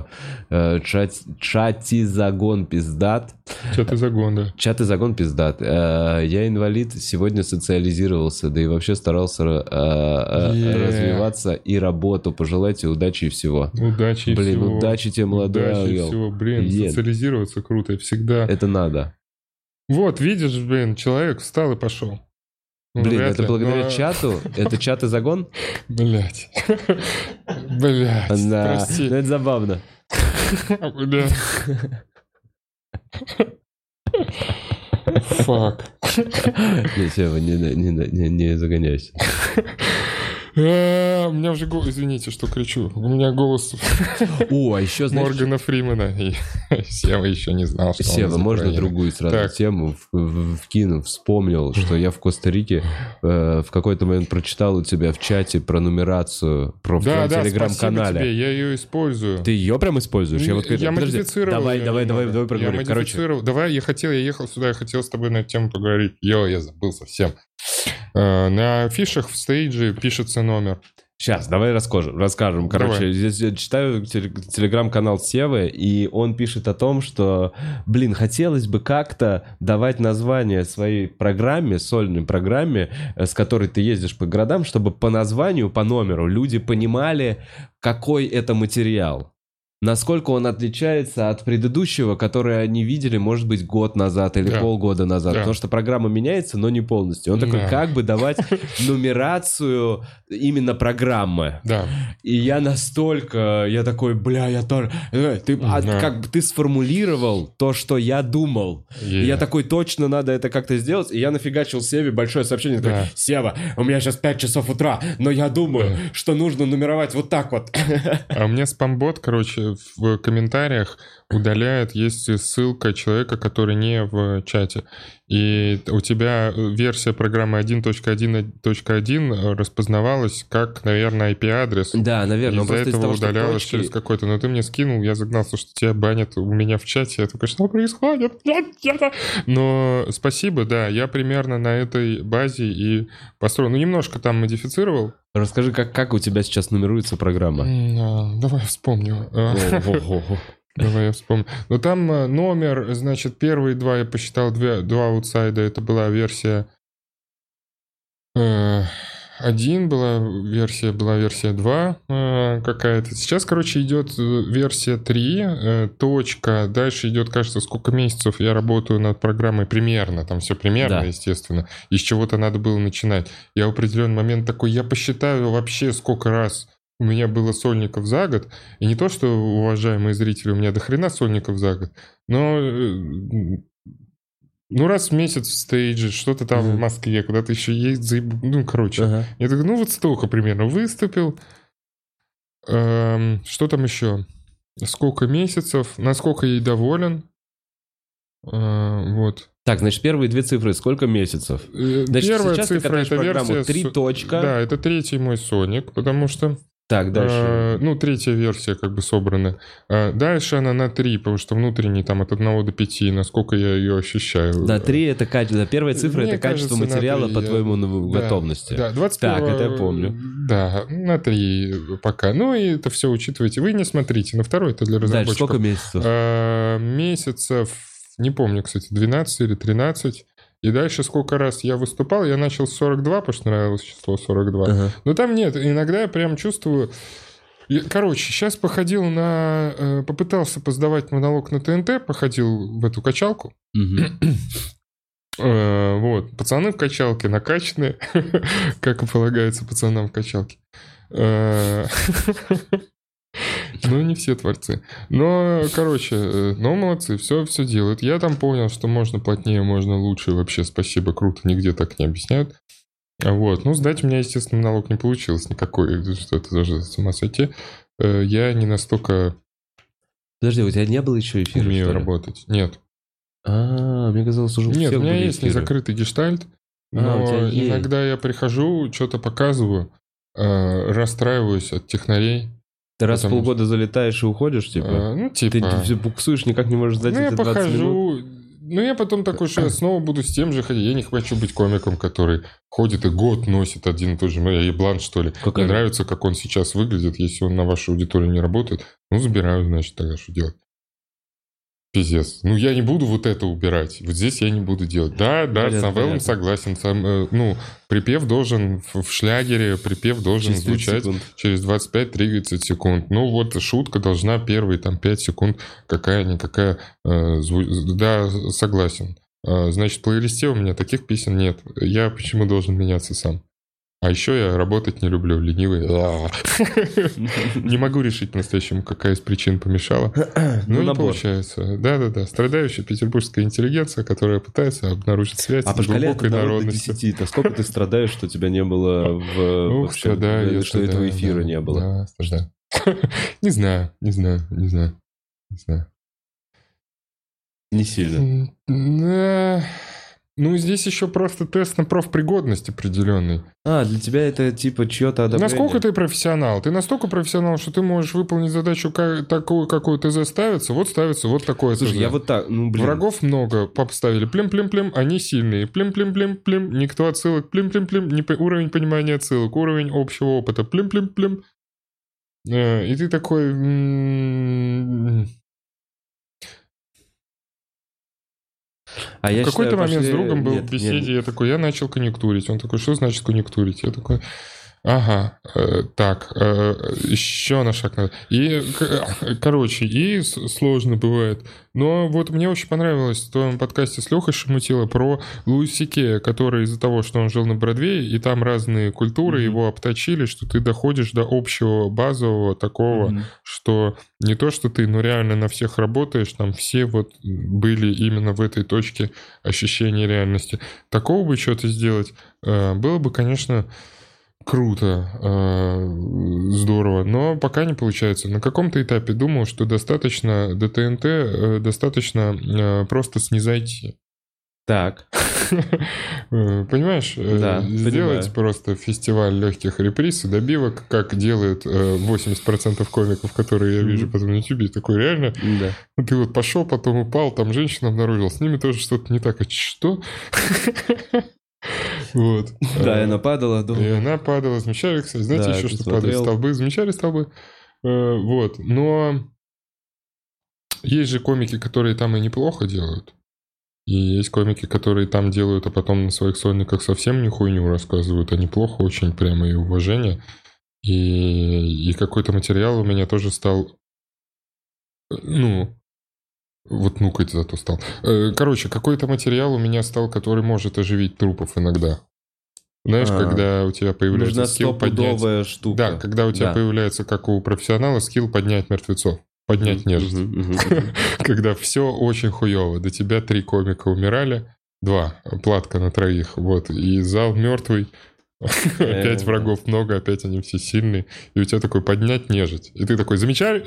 Чатизагон пиздат. Чатизагон, да. Чатизагон пиздат. Я инвалид, сегодня социализировался, да и вообще старался развиваться и работу. Пожелайте удачи и всего. Удачи и всего. Блин, удачи тебе, молодой ангел. Всего. Блин, социализироваться круто, и всегда. Это надо. Вот, видишь, блин, человек встал и пошел. Блин, это благодаря чату? Это чат и загон? Блять, прости. Ну это забавно. Блять. Фак. Не, Сева, не загоняйся. У меня уже голос... Извините, что кричу. У меня голос... А еще, знаешь... Моргана Фримена. И Сева еще не знал, что Сева, можно другую сразу тему вкину? Вспомнил, что я в Коста-Рике в какой-то момент прочитал у тебя в чате про нумерацию, в твоем телеграм-канале. Тебе, я ее использую. Ты ее прям используешь? Я модифицировал. Давай проговорим. Короче. Давай, я ехал сюда, я хотел с тобой на эту тему поговорить. Я забыл совсем. На афишах в стейдже пишется номер. Сейчас, давай расскажем. Короче, здесь я читаю телеграм-канал Севы, и он пишет о том, что, хотелось бы как-то давать название своей программе, сольной программе, с которой ты ездишь по городам, чтобы по названию, по номеру люди понимали, какой это материал. Насколько он отличается от предыдущего, который они видели, может быть, год назад или полгода назад. Потому что программа меняется, но не полностью. Он такой, как бы давать нумерацию именно программы. Да. И я такой, я тоже... Как бы ты сформулировал то, что я думал. И я такой, точно надо это как-то сделать. И я нафигачил Севе большое сообщение. Такой, Сева, у меня сейчас 5 часов утра, но я думаю, что нужно нумеровать вот так вот. А у меня спамбот, в комментариях удаляет, есть ссылка человека, который не в чате. И у тебя версия программы 1.1.1 распознавалась как, наверное, IP-адрес. Да, наверное. Из-за этого удалялась через какой-то. Но ты мне скинул, я загнался, что тебя банят у меня в чате. Я такой, что происходит? Но спасибо, да, я примерно на этой базе и построил. Немножко там модифицировал. Расскажи, как у тебя сейчас нумеруется программа? Давай вспомню. Давай я вспомню. Но там номер, значит, первые два я посчитал, два аутсайда. Это была версия 1, была версия 2 какая-то. Сейчас, короче, идет версия 3, точка. Дальше идет, кажется, сколько месяцев я работаю над программой примерно. Там все примерно, естественно. И с чего-то надо было начинать. Я в определенный момент такой, я посчитаю вообще, сколько раз у меня было сольников за год. И не то, что, уважаемые зрители, у меня до хрена сольников за год, но раз в месяц в стейдже, что-то там в Москве, куда-то еще ездить, короче. Я такой, вот столько примерно выступил. Что там еще? Сколько месяцев, насколько я доволен. Вот. Так, значит, первые 2 цифры, сколько месяцев? Значит, первая сейчас цифра — ты это программу версия... 3 точка. Да, это 3-й мой Sonic, потому что... Так, дальше. 3-я версия как бы собрана. Дальше она на 3, потому что внутренний там от 1 до 5, насколько я ее ощущаю. Да, 3 это качество. Первая цифра Мне это качество кажется, материала, 3, по-твоему, готовности. Да, 21. Так, это я помню. Да, на 3 пока. И это все учитывайте. Вы не смотрите. На 2 это для разработчиков. Дальше сколько месяцев? Месяцев, не помню, кстати, 12 или 13. И дальше сколько раз я выступал, я начал с 42, потому что нравилось число 42. Но там нет, иногда я прям чувствую... Короче, сейчас походил попытался посдавать монолог на ТНТ, походил в эту качалку. Вот, пацаны в качалке накачанные, как и полагается пацанам в качалке. Не все творцы. Короче, молодцы, все делают. Я там понял, что можно плотнее, можно лучше. Вообще, спасибо, круто, нигде так не объясняют. Вот, сдать у меня, естественно, налог не получилось никакой, что это даже с ума сойти. Я не настолько... Подожди, у тебя не было еще эфира, умею работать. Нет. Мне казалось, уже у всех Нет, у меня были есть эфиры. незакрытый гештальт, но иногда я прихожу, что-то показываю, расстраиваюсь от технарей. Ты раз в полгода залетаешь и уходишь, типа? Ты все буксуешь, никак не можешь сдать эти 20 минут? Я потом такой, что я снова буду с тем же ходить. Я не хочу быть комиком, который ходит и год носит один и тот же. Я еблан, что ли. Мне нравится, как он сейчас выглядит. Если он на вашей аудитории не работает, забираю, значит, тогда что делать? Пиздец. Я не буду вот это убирать. Вот здесь я не буду делать. Да, с новеллом согласен. Припев должен в шлягере, припев должен звучать через 25-30 секунд. Шутка должна первые 5 секунд какая-никакая... Да, согласен. Значит, в плейлисте у меня таких песен нет. Я почему должен меняться сам? А еще я работать не люблю, ленивый. Не могу решить по-настоящему, какая из причин помешала. Не получается. Да. Страдающая петербургская интеллигенция, которая пытается обнаружить связь с глубокой народностью. 10. Сколько ты страдаешь, что тебя не было что этого эфира не было? Да, страдаю. Не знаю. Не сильно. Здесь еще просто тест на профпригодность определенный. Для тебя это типа чье-то одобрение? Насколько ты профессионал? Ты настолько профессионал, что ты можешь выполнить задачу такую, какую ТЗ ставится, вот ставится вот такое ТЗ. Слушай, я вот так, Врагов много, поставили плим-плим-плим, они сильные, плим-плим-плим-плим, никто отсылок, плим-плим-плим, уровень понимания отсылок, уровень общего опыта, плим-плим-плим. И ты такой... В какой-то момент с другом был в беседе, я такой, я начал конъюнктурить. Он такой, что значит конъюнктурить? Я такой, ага, так, еще на шаг надо. И, короче, сложно бывает. Но вот мне очень понравилось в твоем подкасте с Лехой Шамутило про Луи Сикея, который из-за того, что он жил на Бродвее, и там разные культуры его обточили, что ты доходишь до общего базового такого, что не то, что ты, реально на всех работаешь, там все вот были именно в этой точке ощущения реальности. Такого бы что-то сделать было бы, конечно... Круто, здорово, но пока не получается. На каком-то этапе думал, что достаточно до ТНТ, достаточно просто снизойти. Так. Понимаешь? Да, сделать просто фестиваль легких реприз и добивок, как делают 80% комиков, которые я вижу потом на YouTube. Такой, реально? Да. Ты вот пошел, потом упал, там женщина обнаружил, с ними тоже что-то не так. Что? Вот. Да, и она падала. И она падала. Замечали, кстати? Знаете, еще что падают столбы? Замечали столбы? Вот. Но есть же комики, которые там и неплохо делают. И есть комики, которые там делают, а потом на своих сольниках совсем не хуйню рассказывают, а неплохо очень прямо и уважение. И какой-то материал у меня тоже стал... Вот нукать зато стал. Короче, какой-то материал у меня стал, который может оживить трупов иногда. Знаешь, когда у тебя появляется Нужна скилл поднять... стопудовая штука. Да, когда у тебя появляется, как у профессионала, скилл поднять мертвецов. Поднять нежить. Когда все очень хуево. До тебя 3 комика умирали, 2, платка на 3, вот, и зал мертвый. Опять врагов много, опять они все сильные. И у тебя такой поднять нежить. И ты такой, замечали?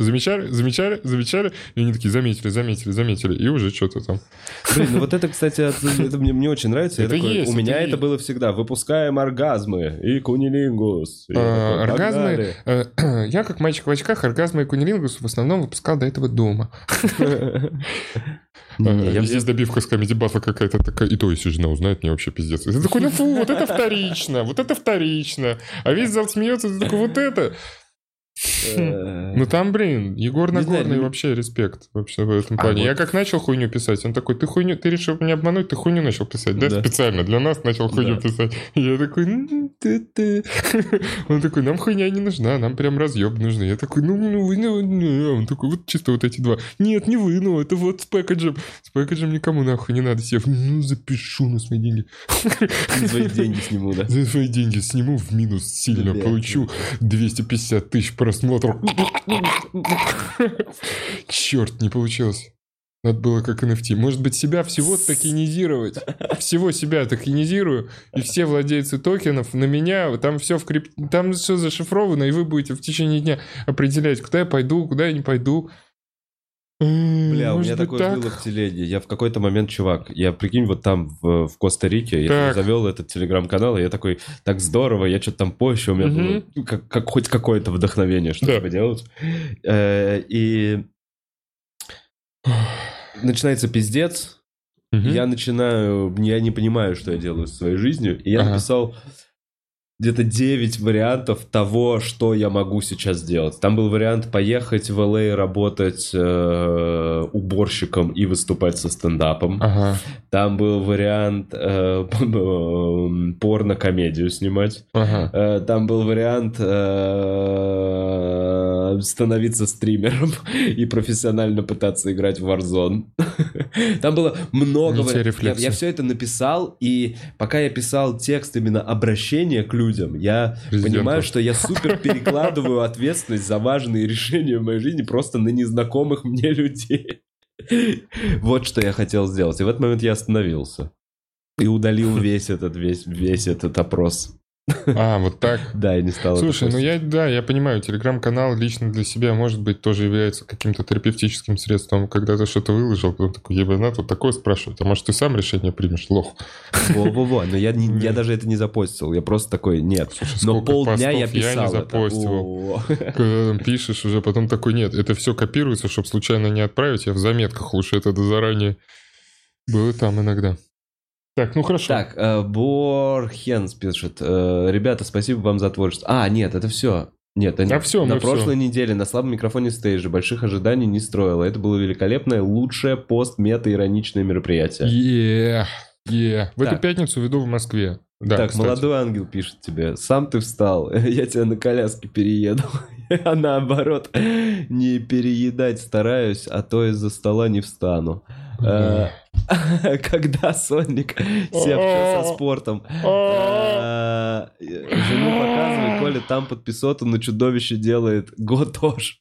И они такие, заметили. И уже что-то там. Блин, ну вот это, кстати, это мне очень нравится. Это такой, есть, у меня это это было всегда. Выпускаем оргазмы и кунилингус. И Оргазмы... Я, как мальчик в очках, оргазмы и кунилингус в основном выпускал до этого дома. Здесь добивка с Comedy Battle какая-то такая. И то, если жена узнает, мне вообще пиздец. Ты такой, ну фу, вот это вторично. А весь зал смеется, ты такой, вот это. Ну там, блин, Егор Нагорный вообще респект вообще в этом плане. Я как начал хуйню писать, он такой, ты решил меня обмануть, ты хуйню начал писать, да? Специально для нас начал хуйню писать. Я такой, он такой, нам хуйня не нужна, нам прям разъеб нужны. Я такой, он такой, вот чисто вот эти 2. Нет, не вы, ну это вот с пэкэджем. С пэкэджем никому нахуй не надо. Я запишу на свои деньги. За свои деньги сниму, да? За свои деньги сниму в минус сильно, получу 250 тысяч просмотров. Черт, не получилось. Надо было как NFT. Может быть, себя всего токенизировать. Всего себя токенизирую, и все владельцы токенов на меня, там все там все зашифровано, и вы будете в течение дня определять, куда я пойду, куда я не пойду. Бля, у меня такое было в телеге. Я в какой-то момент, чувак, я, прикинь, вот там в Коста-Рике, я завел этот телеграм-канал, и я такой, так здорово, я что-то там позже, у меня было как хоть какое-то вдохновение, что-то делать. И начинается пиздец, я не понимаю, что я делаю с своей жизнью, и я написал где-то 9 вариантов того, что я могу сейчас сделать. Там был вариант поехать в Л.А. работать уборщиком и выступать со стендапом. Там был вариант порно-комедию снимать. Там был вариант становиться стримером и профессионально пытаться играть в Warzone. Там было много вариантов. Я все это написал, и пока я писал текст именно обращения к людям, я понимаю, что я супер перекладываю ответственность за важные решения в моей жизни просто на незнакомых мне людей. Вот что я хотел сделать. И в этот момент я остановился. И удалил весь этот опрос. Вот так? Да, я не стал. Слушай, я понимаю, телеграм-канал лично для себя, может быть, тоже является каким-то терапевтическим средством. Когда ты что-то выложил, потом такой, ебанат, вот такое спрашивать. А может, ты сам решение примешь, лох? Во-во-во, но я даже это не запостил. Я просто такой, нет. Слушай, но полдня я писал я не запостил. Когда там пишешь уже, потом такой, нет, это все копируется, чтобы случайно не отправить. Я в заметках лучше это заранее. Было там иногда. Так, ну хорошо. Так, Борхенс пишет. Ребята, спасибо вам за творчество. Нет, это все. Нет, на прошлой неделе на слабом микрофоне стейджа больших ожиданий не строило. Это было великолепное, лучшее пост-мета-ироничное мероприятие. В эту пятницу веду в Москве. Да, так, кстати. Молодой ангел пишет тебе. Сам ты встал, я тебя на коляске перееду. А наоборот, не переедать стараюсь, а то из-за стола не встану. Когда Соник севший со спортом. Жену показывай, Коля там под писоту на чудовище делает готош.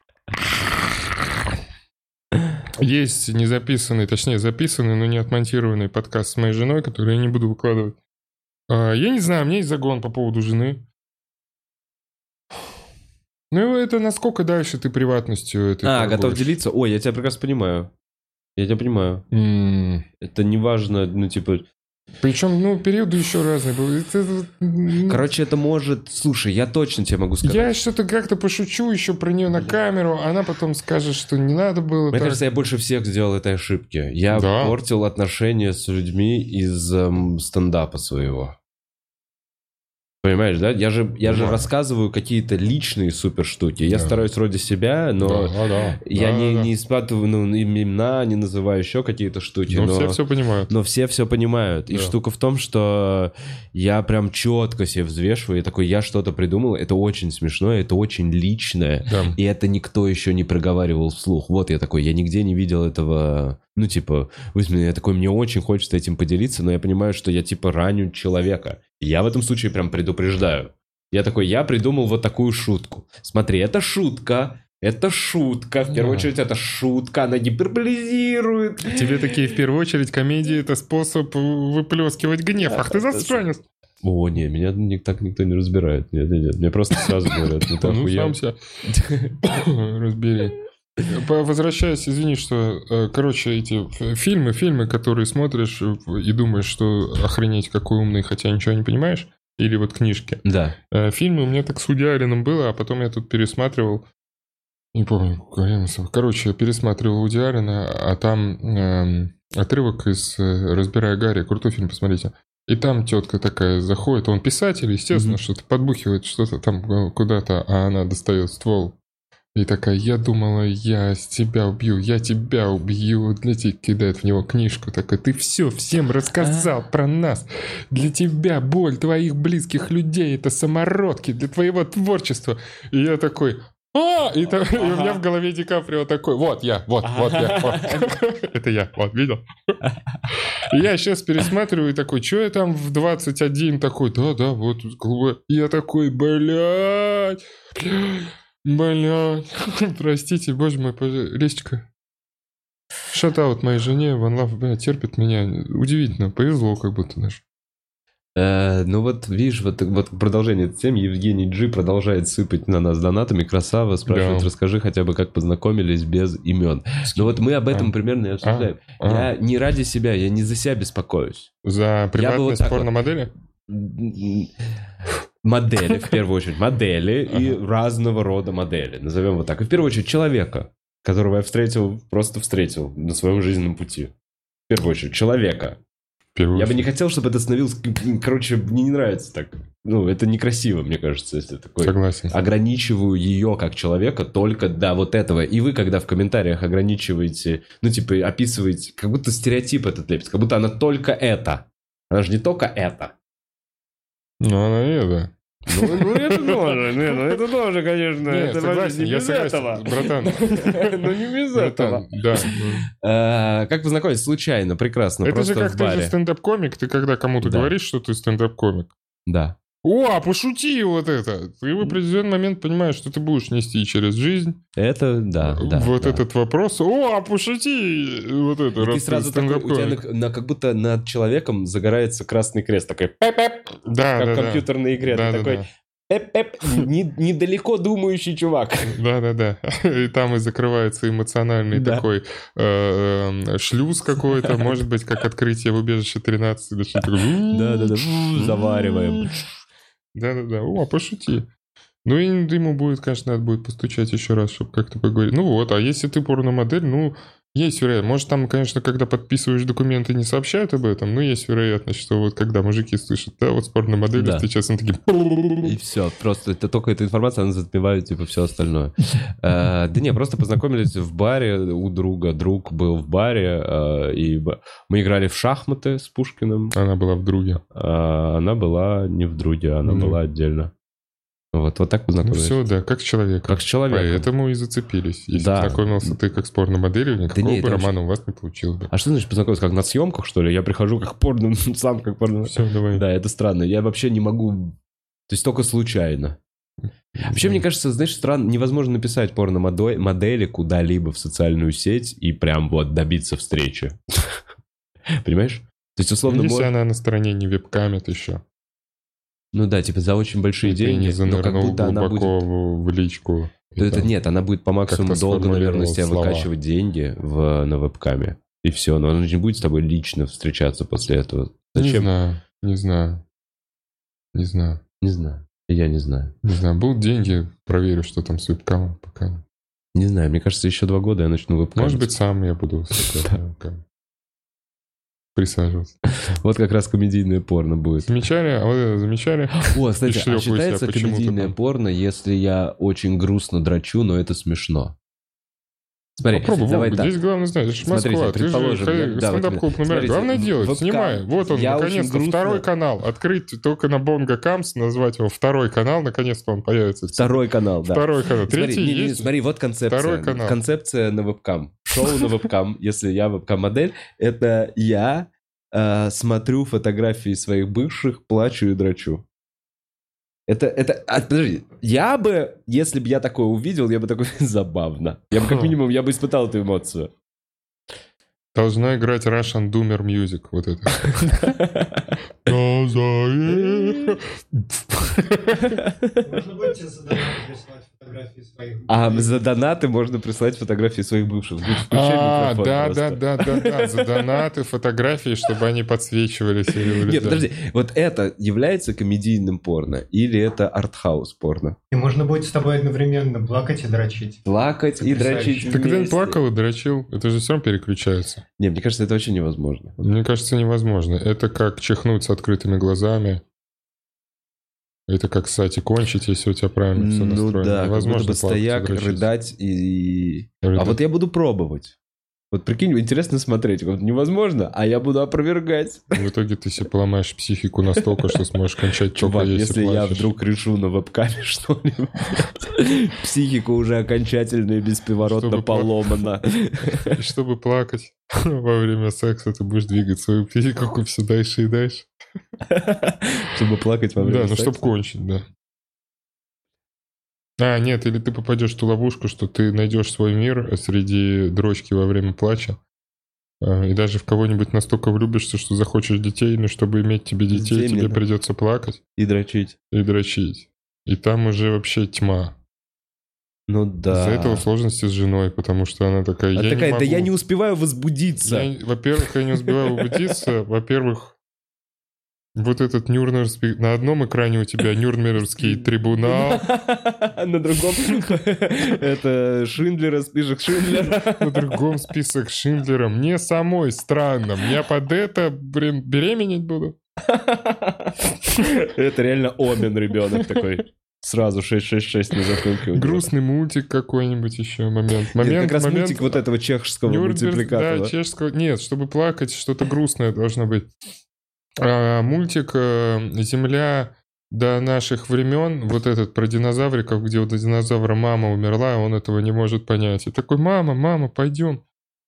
Есть записанный, но не отмонтированный подкаст с моей женой, который я не буду выкладывать. Я не знаю, у меня есть загон по поводу жены. Ну, это насколько дальше ты приватностью этой готов делиться? Ой, я тебя прекрасно понимаю. Это не важно, Причем, периоды еще разные были. Короче, это может... Слушай, я точно тебе могу сказать. Я что-то как-то пошучу еще про нее на камеру, она потом скажет, что не надо было. Мне кажется, я больше всех сделал этой ошибки. Я портил отношения с людьми из стендапа своего. Понимаешь, да? Я же рассказываю какие-то личные супер штуки. Я стараюсь вроде себя, но я не испытываю имена, не называю еще какие-то штуки. Но все все понимают. Но все понимают. И штука в том, что я прям четко себе взвешиваю. Я такой, я что-то придумал. Это очень смешно, это очень личное. Да. И это никто еще не проговаривал вслух. Вот я такой, я нигде не видел этого... я такой, мне очень хочется этим поделиться, но я понимаю, что я раню человека. Я в этом случае прям предупреждаю. Я такой, я придумал вот такую шутку. Смотри, это шутка. Это шутка. В первую очередь, это шутка. Она гиперболизирует. Тебе такие, в первую очередь, комедии — это способ выплескивать гнев. Ах ты засранец. О, не, меня так никто не разбирает. Нет. Мне просто сразу говорят. Ну, сам себя разбери. Возвращаясь, извини, что, короче, эти фильмы, которые смотришь и думаешь, что охренеть какой умный, хотя ничего не понимаешь, или вот книжки. Да. Фильмы у меня так с Вуди Алленом было, а потом я тут пересматривал, не помню, короче, пересматривал Вуди Аллена, а там отрывок из «Разбирая Гарри», крутой фильм, посмотрите. И там тетка такая заходит, он писатель, естественно, что-то подбухивает, что-то там куда-то, а она достает ствол. И такая, я думала, я тебя убью, для тебя кидает в него книжку. Такой, ты все всем рассказал про нас. Для тебя боль твоих близких людей — это самородки для твоего творчества. И я такой, и у меня в голове Ди Каприо такой, вот я. Это я, вот, видел? И я сейчас пересматриваю и такой, что я там в 21 такой, да, вот, голубой. И я такой, блядь, простите, боже мой, Лесечка. Шатаут моей жене, One Love, блядь, терпит меня. Удивительно, повезло как будто даже. Ну вот, видишь, вот продолжение этой темы. Евгений Джи продолжает сыпать на нас донатами. Красава, спрашивает, расскажи хотя бы, как познакомились без имен. Ну вот мы об этом примерно и обсуждаем. Я не ради себя, я не за себя беспокоюсь. За приватность порномодели? Модели, в первую очередь. Модели и разного рода модели. Назовем вот так. И в первую очередь человека, которого я просто встретил на своем жизненном пути. В первую очередь человека. Я бы не хотел, чтобы это становилось... Короче, мне не нравится так. Ну, это некрасиво, мне кажется, если такой... Согласен. Ограничиваю ее как человека только до вот этого. И вы, когда в комментариях ограничиваете, ну, типа, описываете, как будто стереотип этот лепится, как будто она только это. Она же не только это. Ну, она и это. Ну, это тоже, конечно. Нет, согласен, я согласен, братан. Ну, не без этого. Да. Как познакомились? Случайно, прекрасно, это просто же как в ты баре. же стендап-комик, ты когда кому-то говоришь, что ты стендап-комик. Да. О, пошути вот это. Ты в определенный момент понимаешь, что ты будешь нести через жизнь. Это, да. Вот этот вопрос. О, пошути вот это. И ты сразу такой, у тебя как будто над человеком загорается красный крест. Такой пеп-пеп. Да, как в компьютерной игре. Ты такой пеп-пеп. Недалеко думающий чувак. Да. И там и закрывается эмоциональный такой шлюз какой-то. Может быть, как открытие в убежище 13 или что-то такое. Да. Завариваем. Да. О, пошути. Ну, и ему будет, конечно, надо будет постучать еще раз, чтобы как-то поговорить. Ну вот, а если ты порномодель, ну, есть вероятность. Может, там, конечно, когда подписываешь документы, не сообщают об этом, но есть вероятность, что вот когда мужики слышат, да, вот с порномоделью встречаются, они такие... И все, просто это только эта информация, она затмевает, типа, все остальное. Да не, просто познакомились в баре у друга. Друг был в баре, и мы играли в шахматы с Пушкиным. Она была в друге. Она была не в друге, она была отдельно. Вот так познакомились. Ну все, да, как с человеком. Как с человеком. Поэтому и зацепились. Если познакомился ты как с порномоделью, никакого бы романа у вас не получилось бы. А что значит познакомиться? Как на съемках, что ли? Я прихожу как порно, сам как порно. Все, давай. Да, это странно. Я вообще не могу... То есть только случайно. Вообще, мне кажется, знаешь, странно, невозможно написать порно-модели куда-либо в социальную сеть и прям вот добиться встречи. Понимаешь? То есть, условно... Если она на стороне не вебкамит еще. Ну да, типа за очень большие деньги, но как будто она будет... в личку. Это нет, она будет по максимуму долго, наверное, с тебя выкачивать деньги на вебкаме. И все, но она же не будет с тобой лично встречаться после этого. Зачем? Не знаю. Я не знаю. Будут деньги, проверю, что там с вебкамом пока. Не знаю, мне кажется, еще 2 года я начну вебкам. Может быть, сам я буду с вебкамом присаживаться. Вот как раз комедийное порно будет. Замечали? О, кстати, а считается комедийное порно, если я очень грустно дрочу, но это смешно? Смотри, попробуй, давай здесь главное знать, это же Москва, ты же стендап-клуб номер. Главное делать, снимай. Вот он, наконец-то, второй канал. Открыть только на Bongo Камс, назвать его второй канал, наконец-то он появится. Второй канал, да. Второй канал. Третий есть. Смотри, вот концепция. Второй канал. Концепция на вебкам. Шоу на вебкам. Если я вебкам-модель, это я смотрю фотографии своих бывших, плачу и дрочу. Подожди, я бы, если бы я такое увидел, я бы такой, забавно. Я бы, как минимум, я бы испытал эту эмоцию. Должна играть Russian Doomer Music, вот это. Можно будет тебе за донаты прислать фотографии своих А за донаты можно прислать фотографии своих бывших. Включай микрофон просто. Да, за донаты, фотографии, чтобы они подсвечивались. Нет, подожди, вот это является комедийным порно или это артхаус порно? И можно будет с тобой одновременно плакать и дрочить. Плакать и дрочить Ты когда-нибудь вместе. плакал и дрочил? Это же все равно переключается. Не, мне кажется, это вообще невозможно. Мне кажется, невозможно. Это как чихнуть с открытыми глазами. Это как, кстати, кончить, если у тебя правильно все настроено. Ну да, как будто бы плакать и стояк, дрочить. рыдать и... Рыдать. А вот я буду пробовать. Вот прикинь, интересно смотреть. Вот невозможно, а я буду опровергать. В итоге ты себе поломаешь психику настолько, что сможешь кончать только Чувак, если я плачешь. вдруг решу на вебкаме что-нибудь, психика уже окончательно и бесповоротно Чтобы поломана. И чтобы плакать во время секса, ты будешь двигать свою психику все дальше и дальше. Чтобы плакать во время Да, ну секса. чтобы кончить, да. А, нет, или ты попадешь в ту ловушку, что ты найдешь свой мир среди дрочки во время плача, и даже в кого-нибудь настолько влюбишься, что захочешь детей, но чтобы иметь тебе детей, тебе Именно. придется плакать И дрочить. и дрочить. И там уже вообще тьма. Ну да. Из-за этого сложности с женой, потому что она такая... Она я такая, не да могу. я не успеваю возбудиться. Во-первых, я не успеваю убедиться. Во-первых, вот этот Нюрнбергский... На одном экране у тебя Нюрнбергский трибунал, На другом это Шиндлера, список Шиндлера. на другом список Шиндлера. Мне самой странно. Я под это, беременеть буду. Это реально Омен ребенок такой. Сразу 666 на затылке. у него. Грустный мультик какой-нибудь еще момент. Нет, как раз мультик вот этого чешского мультипликатора. Да, чешского. Нет, чтобы плакать, что-то грустное должно быть. Мультик «Земля до наших времен», вот этот про динозавриков, где у динозавра мама умерла, он этого не может понять. И такой, мама, пойдем.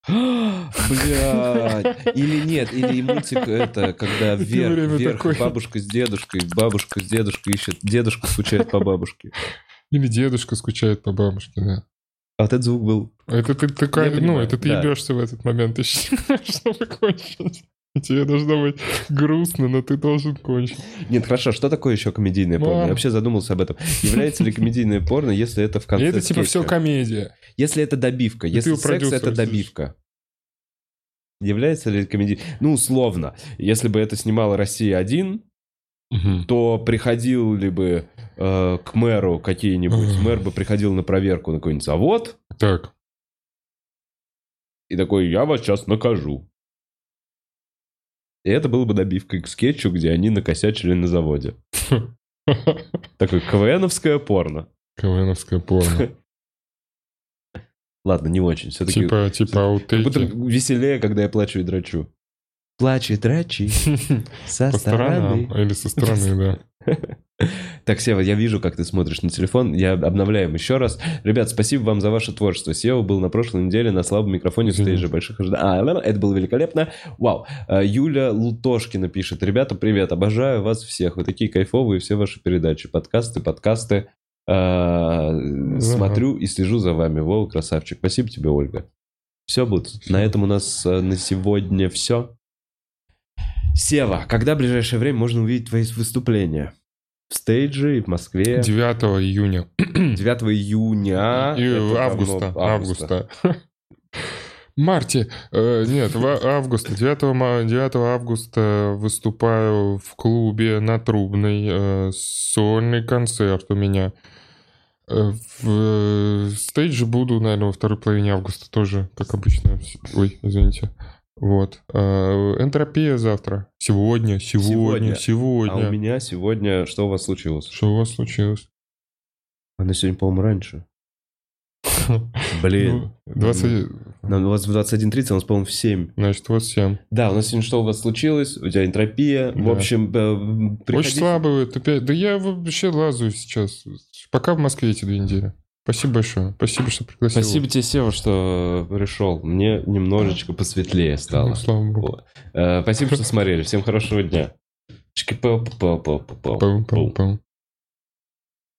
Блядь. Или нет, или мультик это, когда время вверх такое. бабушка с дедушкой ищет, дедушка скучает по бабушке. Или дедушка скучает по бабушке, да. А вот этот звук был. Это ты такая, Я понимаю, это ты да. ебешься в этот момент, чтобы кончить. И тебе должно быть грустно, но ты должен кончить. Нет, хорошо, что такое еще комедийное порно? Я Мам. вообще задумался об этом. Является ли комедийное порно, если это в И конце это типа скетча? все комедия. Если это добивка, И если ты у секс это продюсера добивка. Является ли комедийным? Ну, условно. Если бы это снимала «Россия-1», то приходил ли бы к мэру какие-нибудь, мэр бы приходил на проверку на какой-нибудь завод Так. и такой, я вас сейчас накажу. И это было бы добивкой к скетчу, где они накосячили на заводе. Такое КВНовское порно. КВНовское порно. Ладно, не очень. Все-таки Типа как будто аутейки. веселее, когда я плачу и дрочу. Плачь и дрочи со По стороны. сторонам. Или со стороны, да. Так, Сева, я вижу, как ты смотришь на телефон. Я обновляем еще раз. Ребят, спасибо вам за ваше творчество. Сева был на прошлой неделе на слабом микрофоне в стейже больших ожиданий. Это было великолепно. Вау. Юля Лутошкина пишет. Ребята, привет. Обожаю вас всех. Вы такие кайфовые, все ваши передачи. Подкасты. Смотрю и слежу за вами. Вова, красавчик. Спасибо тебе, Ольга. Все будет. На этом у нас на сегодня все. Сева, когда в ближайшее время можно увидеть твои выступления? В стейдже и в Москве. 9 июня. 9 июня. И Это августа. давно- Августа. Марте. Нет, августа. 9 августа выступаю в клубе на Трубной. Сольный концерт у меня. В стейдже буду, наверное, во второй половине августа тоже, как обычно. Ой, извините. Вот. Энтропия завтра. Сегодня. А у меня сегодня... Что у вас случилось? Что у вас случилось? Она сегодня, по-моему, раньше. Блин. Ну, 20... У вас в 21:30, у нас, по-моему, в 7. Значит, вот 7. Да, у нас сегодня что у вас случилось? У тебя энтропия. В Да. общем, Очень слабо опять. Да я вообще лазаю сейчас. Пока в Москве эти 2 недели. Спасибо большое. Спасибо, что пригласил. Спасибо тебе, Сева, что пришел. Мне немножечко посветлее стало. Ну, слава богу. Спасибо, что смотрели. Всем хорошего дня. Чики-пау-пау-пау-пау-пау. Пау-пау-пау.